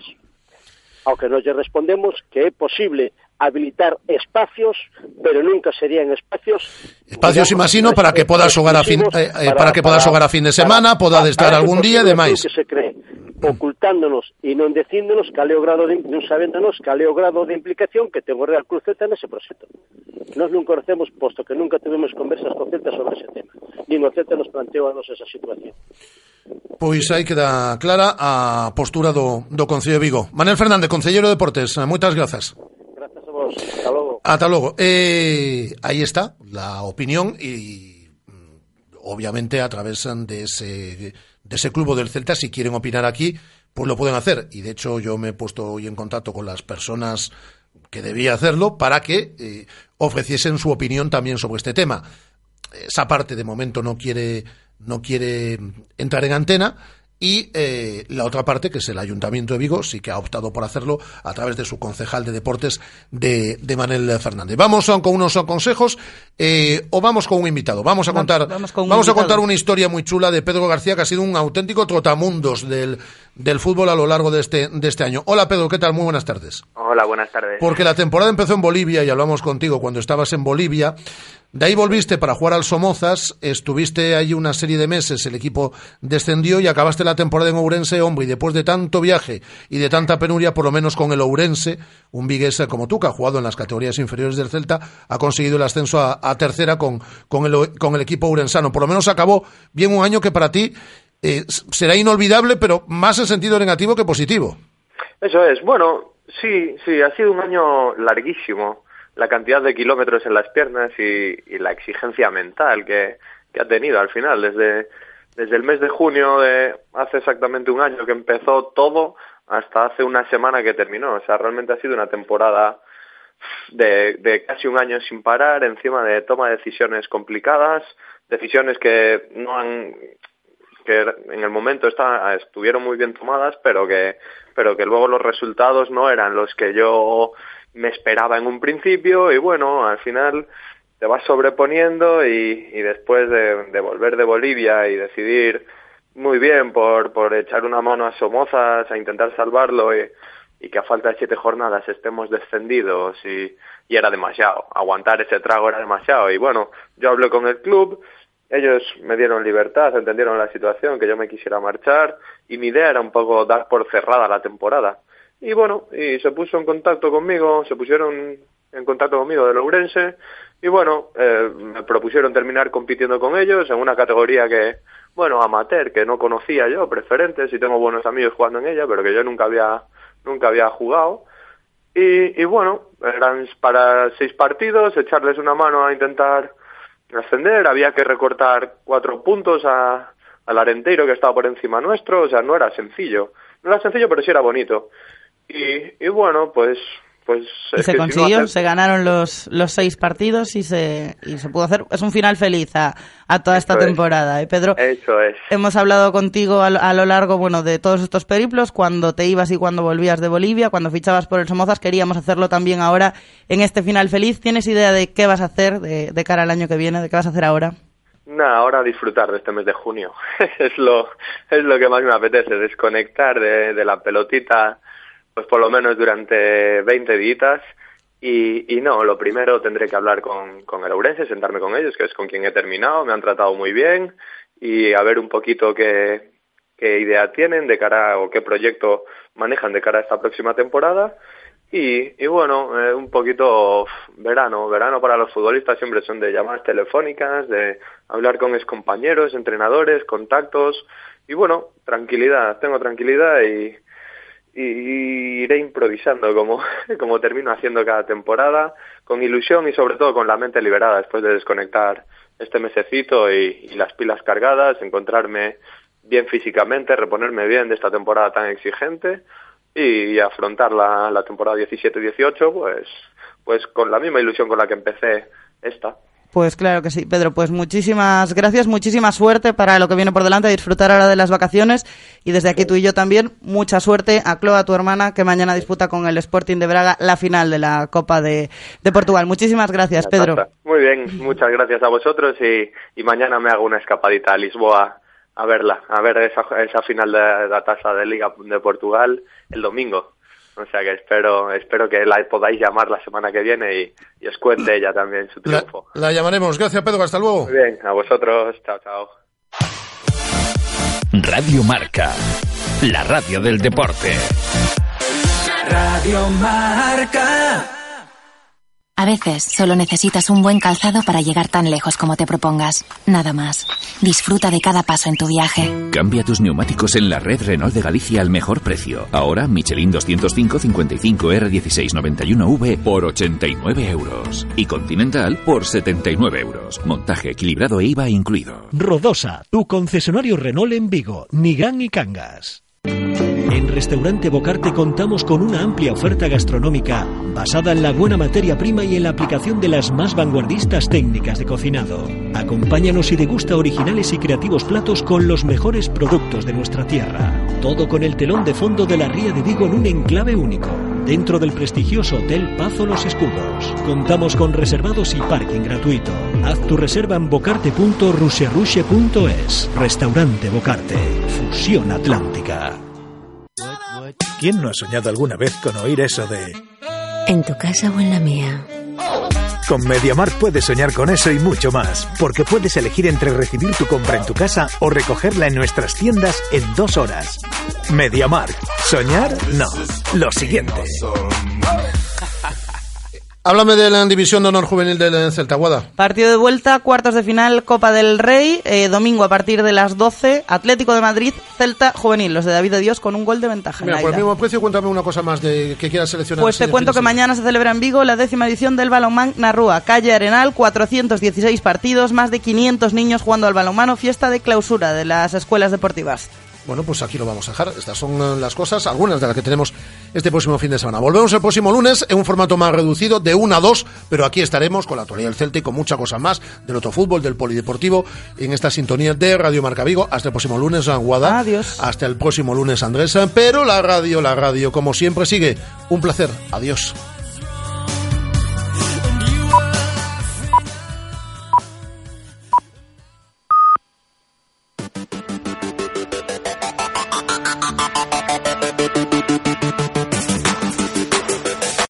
Ao que nos lle respondemos que é posible habilitar espacios, pero nunca serían espacios... Espacios, digamos, imagino, para que poda xogar a fin, eh, para, para que poda xogar a fin de semana, poda estar algún día e demais. Que se cree, ocultándonos e non dicíndonos cal é o grado de, non sabéndonos cal é o grado de implicación que ten o Real Club Celta nese proxecto. Nós non conocemos, posto que nunca tivemos conversas con Celta sobre ese tema. Nin o Celta nos planteou a nos esa situación. Pois aí queda clara a postura do, do Concello de Vigo. Manel Fernández, Concellero de Deportes, moitas grazas. Grazas a vos. Hasta logo. Hasta logo. Eh, aí está la opinión e obviamente a través de ese, de ese club del Celta, si quieren opinar aquí, pues lo pueden hacer. Y de hecho yo me he puesto hoy en contacto con las personas que debía hacerlo para que eh, ofreciesen su opinión también sobre este tema. Esa parte de momento no quiere, no quiere entrar en antena. Y eh, la otra parte, que es el Ayuntamiento de Vigo, sí que ha optado por hacerlo a través de su concejal de deportes, de, de Manel Fernández. Vamos a, con unos consejos eh, o vamos con un invitado. Vamos a contar, vamos, vamos, vamos a contar una historia muy chula de Pedro García, que ha sido un auténtico trotamundos del, del fútbol a lo largo de este, de este año. Hola Pedro, ¿qué tal? Muy buenas tardes. Hola, buenas tardes. Porque la temporada empezó en Bolivia y hablamos contigo cuando estabas en Bolivia. De ahí volviste para jugar al Somozas, estuviste ahí una serie de meses, el equipo descendió y acabaste la temporada en Ourense, hombre, y después de tanto viaje y de tanta penuria, por lo menos con el Ourense, un viguesa como tú, que ha jugado en las categorías inferiores del Celta, ha conseguido el ascenso a, a tercera con, con, el, con el equipo ourensano. Por lo menos acabó bien un año que para ti eh, será inolvidable, pero más en sentido negativo que positivo. Eso es, bueno, sí, sí, ha sido un año larguísimo. La cantidad de kilómetros en las piernas y, y la exigencia mental que, que ha tenido al final, desde, desde el mes de junio de hace exactamente un año que empezó todo hasta hace una semana que terminó. O sea, realmente ha sido una temporada de, de casi un año sin parar, encima de toma de decisiones complicadas, decisiones que no han, que en el momento está, estuvieron muy bien tomadas, pero que, pero que luego los resultados no eran los que yo me esperaba en un principio, y bueno, al final te vas sobreponiendo y, y después de, de volver de Bolivia y decidir muy bien por, por echar una mano a Somozas, a intentar salvarlo y, y que a falta de siete jornadas estemos descendidos y, y era demasiado, aguantar ese trago era demasiado. Y bueno, yo hablé con el club, ellos me dieron libertad, entendieron la situación, que yo me quisiera marchar, y mi idea era un poco dar por cerrada la temporada. Y bueno, y se puso en contacto conmigo, se pusieron en contacto conmigo del Ourense, y bueno, eh, me propusieron terminar compitiendo con ellos en una categoría que, bueno, amateur, que no conocía yo, preferente, sí tengo buenos amigos jugando en ella, pero que yo nunca había, nunca había jugado. Y, y bueno, eran para seis partidos, echarles una mano a intentar ascender, había que recortar cuatro puntos a, al Arenteiro, que estaba por encima nuestro, o sea, no era sencillo. No era sencillo, pero sí era bonito. Y, y bueno, pues... pues y es se que consiguió, si no haces... se ganaron los, los seis partidos y se, y se pudo hacer. Es un final feliz a, a toda esta Eso es. temporada, ¿eh, Pedro? Eso es. Hemos hablado contigo a, a lo largo, bueno, de todos estos periplos, cuando te ibas y cuando volvías de Bolivia, cuando fichabas por el Somozas. Queríamos hacerlo también ahora en este final feliz. ¿Tienes idea de qué vas a hacer de, de cara al año que viene? ¿De qué vas a hacer ahora? Nada, ahora disfrutar de este mes de junio. es lo es lo que más me apetece, desconectar de, de la pelotita, pues por lo menos durante veinte días. Y, y no, lo primero tendré que hablar con, con el Ourense, sentarme con ellos, que es con quien he terminado, me han tratado muy bien, y a ver un poquito qué, qué idea tienen de cara, o qué proyecto manejan de cara a esta próxima temporada. Y, y bueno, eh, un poquito verano, verano para los futbolistas siempre son de llamadas telefónicas, de hablar con excompañeros, entrenadores, contactos, y bueno, tranquilidad, tengo tranquilidad y, y iré improvisando como, como termino haciendo cada temporada, con ilusión y sobre todo con la mente liberada después de desconectar este mesecito y, y las pilas cargadas, encontrarme bien físicamente, reponerme bien de esta temporada tan exigente, y afrontar la, la temporada diecisiete dieciocho pues pues con la misma ilusión con la que empecé esta. Pues claro que sí, Pedro, pues muchísimas gracias, muchísima suerte para lo que viene por delante, disfrutar ahora de las vacaciones, y desde aquí tú y yo también, mucha suerte a Cloa, tu hermana, que mañana disputa con el Sporting de Braga la final de la Copa de, de Portugal. Muchísimas gracias, Pedro. Muy bien, muchas gracias a vosotros, y, y mañana me hago una escapadita a Lisboa a verla, a ver esa, esa final de la Taza de Liga de Portugal el domingo. O sea que espero espero que la podáis llamar la semana que viene y, y os cuente ella también su triunfo. La, la llamaremos. Gracias, Pedro. Hasta luego. Muy bien, a vosotros. Chao, chao. Radio Marca, la radio del deporte. Radio Marca. A veces solo necesitas un buen calzado para llegar tan lejos como te propongas. Nada más. Disfruta de cada paso en tu viaje. Cambia tus neumáticos en la red Renault de Galicia al mejor precio. Ahora Michelin doscientos cinco cincuenta y cinco R dieciséis noventa y uno V por ochenta y nueve euros. Y Continental por setenta y nueve euros. Montaje equilibrado e I V A incluido. Rodosa, tu concesionario Renault en Vigo, Nigrán y Cangas. En Restaurante Bocarte contamos con una amplia oferta gastronómica basada en la buena materia prima y en la aplicación de las más vanguardistas técnicas de cocinado. Acompáñanos y degusta originales y creativos platos con los mejores productos de nuestra tierra. Todo con el telón de fondo de la Ría de Vigo en un enclave único, dentro del prestigioso Hotel Pazo Los Escudos. Contamos con reservados y parking gratuito. Haz tu reserva en bocarte punto rusiarushe punto es. Restaurante Bocarte, fusión atlántica. ¿Quién no ha soñado alguna vez con oír eso de... ¿En tu casa o en la mía? Con MediaMarkt puedes soñar con eso y mucho más, porque puedes elegir entre recibir tu compra en tu casa o recogerla en nuestras tiendas en dos horas. MediaMarkt. ¿Soñar? No. Lo siguiente. Háblame de la división de honor juvenil del Celta, Guada. Partido de vuelta, cuartos de final, Copa del Rey, eh, domingo a partir de las doce, Atlético de Madrid, Celta juvenil, los de David de Dios con un gol de ventaja. Mira, por el mismo precio, cuéntame una cosa más de que quieras seleccionar. Pues te cuento que mañana se celebra en Vigo la décima edición del Balonmán Narrúa, calle Arenal, cuatrocientos dieciséis partidos, más de quinientos niños jugando al balonmano, fiesta de clausura de las escuelas deportivas. Bueno, pues aquí lo vamos a dejar. Estas son las cosas, algunas de las que tenemos este próximo fin de semana. Volvemos el próximo lunes en un formato más reducido, de una a dos, pero aquí estaremos con la actualidad del Celta y con muchas cosas más, del otro fútbol, del polideportivo, en esta sintonía de Radio Marca Vigo. Hasta el próximo lunes, Guada. Adiós. Hasta el próximo lunes, Andrés. Pero la radio, la radio, como siempre, sigue. Un placer. Adiós.